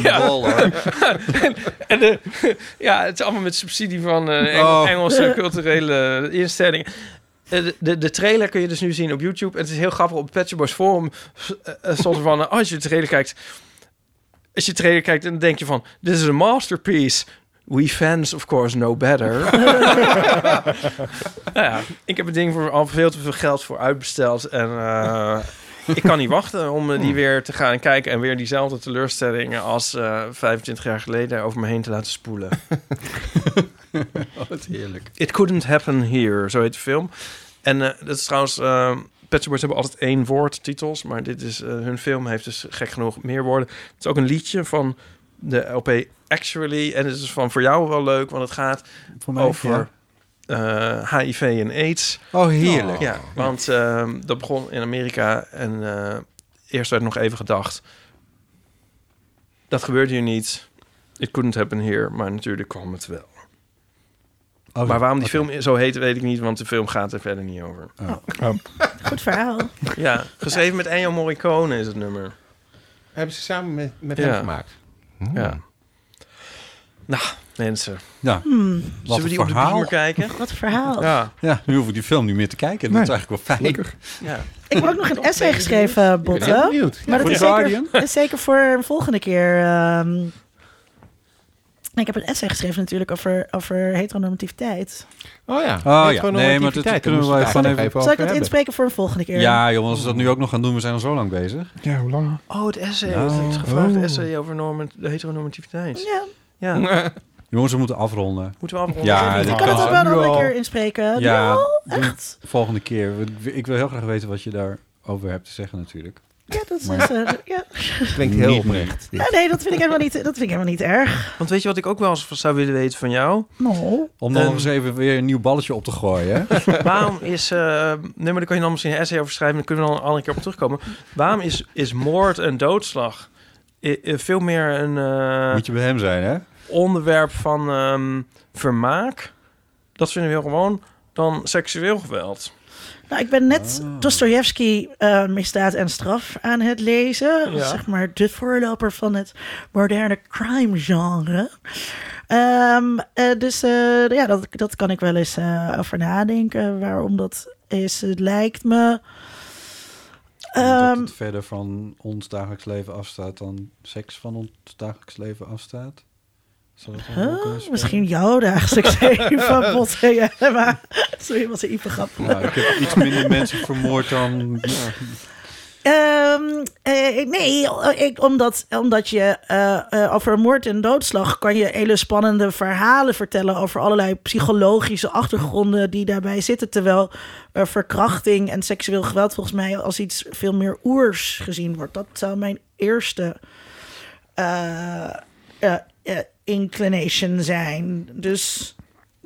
Het is allemaal met subsidie van Engelse culturele instellingen. De trailer kun je dus nu zien op YouTube. Het is heel grappig. Op het Pet Shop Boys forum stond er van... als je de trailer kijkt... dan denk je van... This is a masterpiece. We fans, of course, know better. Ik heb het ding voor al veel te veel geld voor uitbesteld. En ik kan niet wachten om die weer te gaan kijken... en weer diezelfde teleurstellingen als 25 jaar geleden over me heen te laten spoelen. Wat heerlijk. It Couldn't Happen Here, zo heet de film. En dat is trouwens... Pet Shop Boys hebben altijd 1 woord titels... maar dit is hun film heeft dus gek genoeg meer woorden. Het is ook een liedje van de LP Actually... en het is van voor jou wel leuk, want het gaat Voor mij, over... HIV en AIDS. Oh, heerlijk. Ja, want dat begon in Amerika en eerst werd nog even gedacht... dat gebeurt hier niet. It couldn't happen here, maar natuurlijk kwam het wel. Oh, Maar waarom die film zo heet, weet ik niet, want de film gaat er verder niet over. Goed verhaal. Ja, geschreven met Ennio Morricone is het nummer. Hebben ze samen met Ja. hem gemaakt? Ja. Nou, mensen. Ja, Zullen we die op de bier kijken? Wat een verhaal. Ja. nu hoef ik die film niet meer te kijken. Dat is eigenlijk wel fijn. Gelukkig. Ja. Ik heb ook nog een essay geschreven, Ik ben heel Botte. benieuwd. Maar dat Voor is The Guardian? is zeker voor een volgende keer. Ik heb een essay geschreven natuurlijk over heteronormativiteit. Oh ja. Nee, maar dat kunnen we wel even Zal ik dat inspreken voor een volgende keer? Ja, jongens, als we dat nu ook nog gaan doen, we zijn al zo lang bezig. Ja, hoe lang? Oh, het essay. Nou. Het gevraagde essay over de heteronormativiteit. Ja. Ja. Jongens, we moeten afronden. Moeten we afronden? Ja, Ik dit kan het ook wel nu nog een al. keer inspreken. Ja, Ja, echt. volgende keer. Ik wil heel graag weten wat je daarover hebt te zeggen natuurlijk. Ja, dat is... Maar- ja. Klinkt heel Niet oprecht. Ja, nee, dat vind ik helemaal niet erg. Want weet je wat ik ook wel eens zou willen weten van jou? No. Om dan nog eens even weer een nieuw balletje op te gooien. Hè? Waarom is... nee, maar daar kan je dan misschien een essay over schrijven. Dan kunnen we dan al een keer op terugkomen. Waarom is moord en doodslag veel meer een Moet je bij hem zijn, hè? onderwerp van vermaak? Dat vinden we heel gewoon dan seksueel geweld. Nou, ik ben net Dostojevski Misdaad en Straf aan het lezen. Ja. Zeg maar de voorloper van het moderne crime genre. Dus dat kan ik wel eens over nadenken. Waarom dat is. Het lijkt me... Dat het verder van ons dagelijks leven afstaat dan seks van ons dagelijks leven afstaat. Zou dat wel kunnen spelen? Misschien jouw dagelijks leven, Botte. Ja, maar sorry, was een hyper grap. Nou, ik heb iets minder mensen vermoord dan... Omdat je over moord en doodslag kan je hele spannende verhalen vertellen over allerlei psychologische achtergronden die daarbij zitten. Terwijl verkrachting en seksueel geweld volgens mij als iets veel meer oers gezien wordt. Dat zou mijn eerste inclination zijn. Dus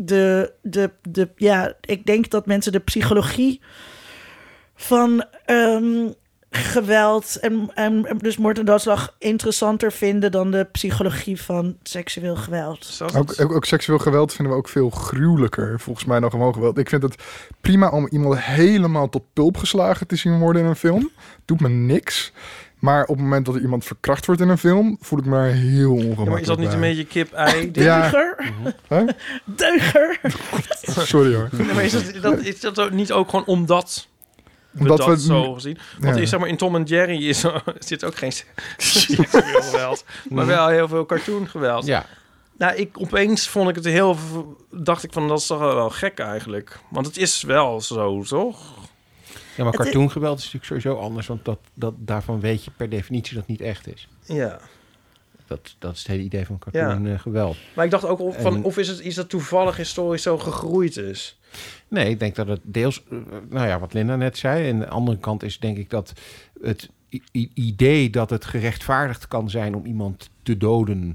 ik denk dat mensen de psychologie van geweld en dus moord en doodslag interessanter vinden dan de psychologie van seksueel geweld. Ook seksueel geweld vinden we ook veel gruwelijker, volgens mij, dan gewoon geweld. Ik vind het prima om iemand helemaal tot pulp geslagen te zien worden in een film. Doet me niks. Maar op het moment dat er iemand verkracht wordt in een film, voel ik me daar heel ongemakkelijk Ja, maar is dat niet bij. een beetje kip-ei? Deuger. Huh? Deuger. Sorry hoor. Nee, maar is dat ook niet ook gewoon omdat Omdat we we dat zo gezien? Want ja. is, zeg maar, in Tom en Jerry zit ook geen seksueel geweld, maar wel heel veel cartoon geweld. Ja. Nou, opeens vond ik het dacht ik van, dat is toch wel gek eigenlijk. Want het is wel zo, toch? Ja, maar cartoongeweld is natuurlijk sowieso anders, want daarvan weet je per definitie dat het niet echt is. Ja. Dat is het hele idee van cartoongeweld. Maar ik dacht ook of is het iets dat toevallig historisch zo gegroeid is? Nee, ik denk dat het deels, wat Linda net zei. En de andere kant is denk ik dat het idee dat het gerechtvaardigd kan zijn om iemand te doden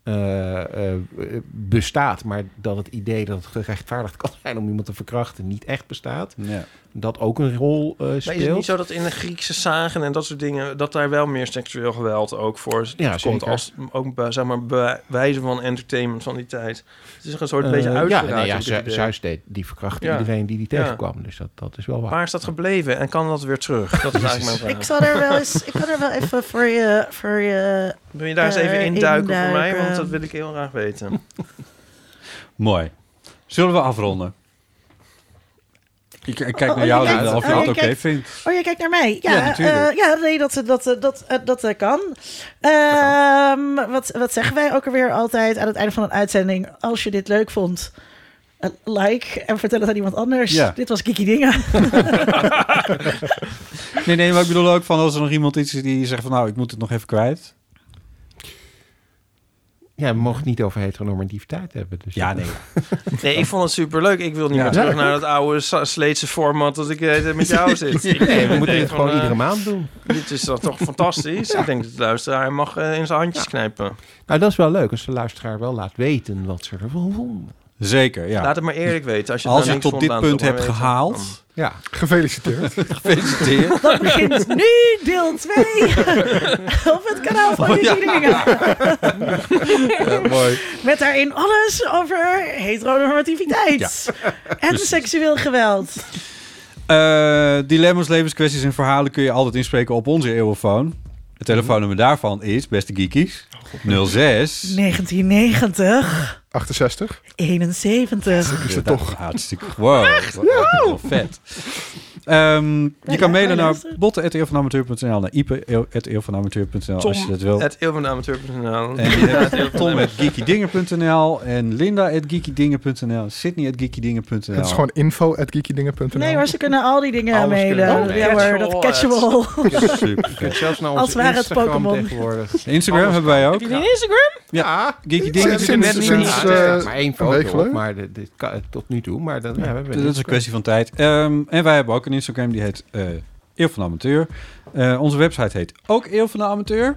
bestaat, maar dat het idee dat het gerechtvaardigd kan zijn om iemand te verkrachten niet echt bestaat. Ja. Dat ook een rol speelt. Maar is het niet zo dat in de Griekse sagen en dat soort dingen, dat daar wel meer seksueel geweld ook voor komt zeker. als ook zeg maar bewijzen van entertainment van die tijd? Het is een soort beetje uitgeraakt. Zeus deed die verkrachtte iedereen die tegenkwam. Dus dat is wel waar. Waar is dat gebleven en kan dat weer terug? Dat is eigenlijk mijn vraag. Ik kan er wel even voor je Wil je daar eens even induiken voor mij? induiken. Want dat wil ik heel graag weten. Mooi. Zullen we afronden? Ik kijk naar jou, je kijkt- Linda, of je oh, dat je oké kijkt- vindt. Oh, je kijkt naar mij. Ja, natuurlijk. Nee, dat kan. Wat zeggen wij ook alweer altijd aan het einde van een uitzending? Als je dit leuk vond, like en vertel het aan iemand anders. Ja. Dit was Geeky Dingen. Nee, maar ik bedoel ook van als er nog iemand iets is die zegt van nou, ik moet het nog even kwijt. Ja, we mogen het niet over heteronormativiteit hebben. Dus Ja, nee. Nee, ik vond het superleuk. Ik wil niet Ja. meer terug naar dat oude Sleetse format dat ik met jou zit. Nee, we moeten dit van, gewoon iedere maand doen. Dit is toch fantastisch. Ik denk dat de luisteraar mag in zijn handjes knijpen. Nou, dat is wel leuk als de luisteraar wel laat weten wat ze ervan vonden. Zeker, ja. Laat het maar eerlijk weten. Als je, Als nou je niks tot vond, dit laat het punt toch maar hebt weten. gehaald, Ja. Gefeliciteerd. gefeliciteerd. Dat begint nu deel 2 op het kanaal van Geeky Dingen. Ja, mooi. Met daarin alles over heteronormativiteit. En seksueel geweld. Dilemma's, levenskwesties en verhalen kun je altijd inspreken op onze eeuwenfoon. Het telefoonnummer daarvan is, beste geekies, 06... 1990. 68. 71. Is het toch? Hartstikke wow. Wel vet. Je kan mailen naar botten@eeuwvanamateur.nl, naar ipe@eeuwvanamateur.nl als je dat wil. Het eeuwvanamateur.nl. En je hebt Tom@geekydingen.nl en Linda@geekydingen.nl, Sydney@geekydingen.nl. Het is gewoon info@geekydingen.nl. Nee hoor, ze kunnen al die dingen Alles mailen. kunnen we. Ja hoor, dat catchable. Super Je kunt zelfs naar onze Als ware het Instagram Pokémon. tegenwoordig. Instagram hebben wij ook. Heb je die Instagram? Ja, Geeky Dingen. Sinds Maar één een week foto, geleden. maar dit kan, tot nu toe. Maar dat, ja, we hebben Dat is een kwestie van tijd. En wij hebben ook een Instagram, die heet Eeuw van de Amateur. Onze website heet ook Eeuw van de Amateur.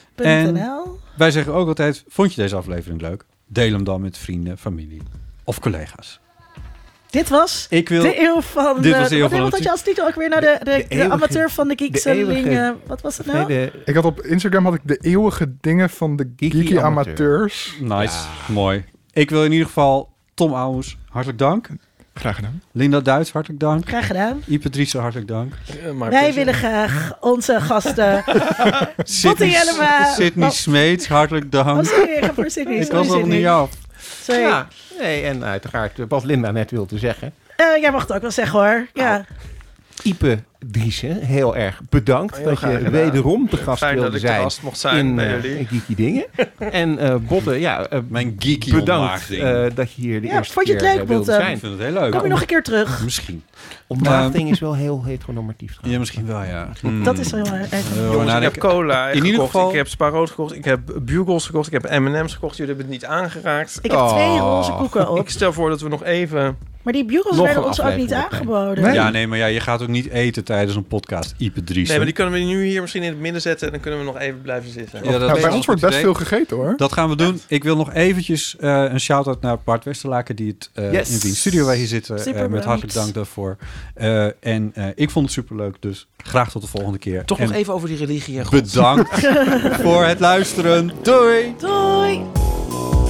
.nl. Wij zeggen ook altijd, vond je deze aflevering leuk? Deel hem dan met vrienden, familie of collega's. Dit was Ik wil... de eeuw van... Dit was de eeuw wat van had je als titel ook weer naar de eeuwige- amateur van de de Geekseling? eeuwige- Wat was het nou? Nee, Ik had op Instagram de eeuwige dingen van de geeky amateurs. Nice, mooi. Ik wil in ieder geval Tom Ouwens, hartelijk dank. Graag gedaan. Linda Duits, hartelijk dank. Graag gedaan. Ipe Driessen, hartelijk dank. Wij willen graag onze gasten... Botte Jellema. Sydney Smeets, hartelijk Oh, dank. sorry, ik ga voor Sydney. Ik Sorry, was nog Sydney. niet af. Sorry. Ja, nee, en uiteraard wat Linda net wilde zeggen. Jij mag het ook wel zeggen hoor. Ja. Ipe Driessen, heel erg bedankt Heel dat graag je gedaan. wederom te gast Fijn wilde dat ik de zijn gast mocht zijn in bij jullie. Geeky Dingen. En Botte, Mijn geeky bedankt omlaagding. dat je hier de Ja, eerste vond je het keer leuk, wilde Botte? Ik zijn. vind het heel leuk. Kom je nog een keer terug? Misschien. Omlaagding is wel heel heteronormatief. Ja, trouwens. misschien wel, ja. Dat is heel erg. Jongens, ik heb cola in ieder gekocht, geval- ik heb Spa-Rood gekocht, ik heb Bugles gekocht, ik heb M&M's gekocht. Jullie hebben het niet aangeraakt. Ik heb 2 roze koeken op. Ik stel voor dat we nog even... Maar die bugles Nog werden een ons ook niet aflevering aangeboden. Nee. Ja, nee, maar ja, je gaat ook niet eten tijdens een podcast. Ipe Driessen. Nee, maar die kunnen we nu hier misschien in het midden zetten en dan kunnen we nog even blijven zitten. Ja, dat Ja, is bij wel ons een wordt goed best idee. veel gegeten hoor. Dat gaan we doen. Ik wil nog eventjes een shout-out naar Bart Westerlaken... die het Yes. in wiens studio wij hier zitten. Super Met bedankt. hartelijk dank daarvoor. En ik vond het superleuk, dus graag tot de volgende keer. Toch En nog even over die religie en God. bedankt voor het luisteren. Doei! Doei!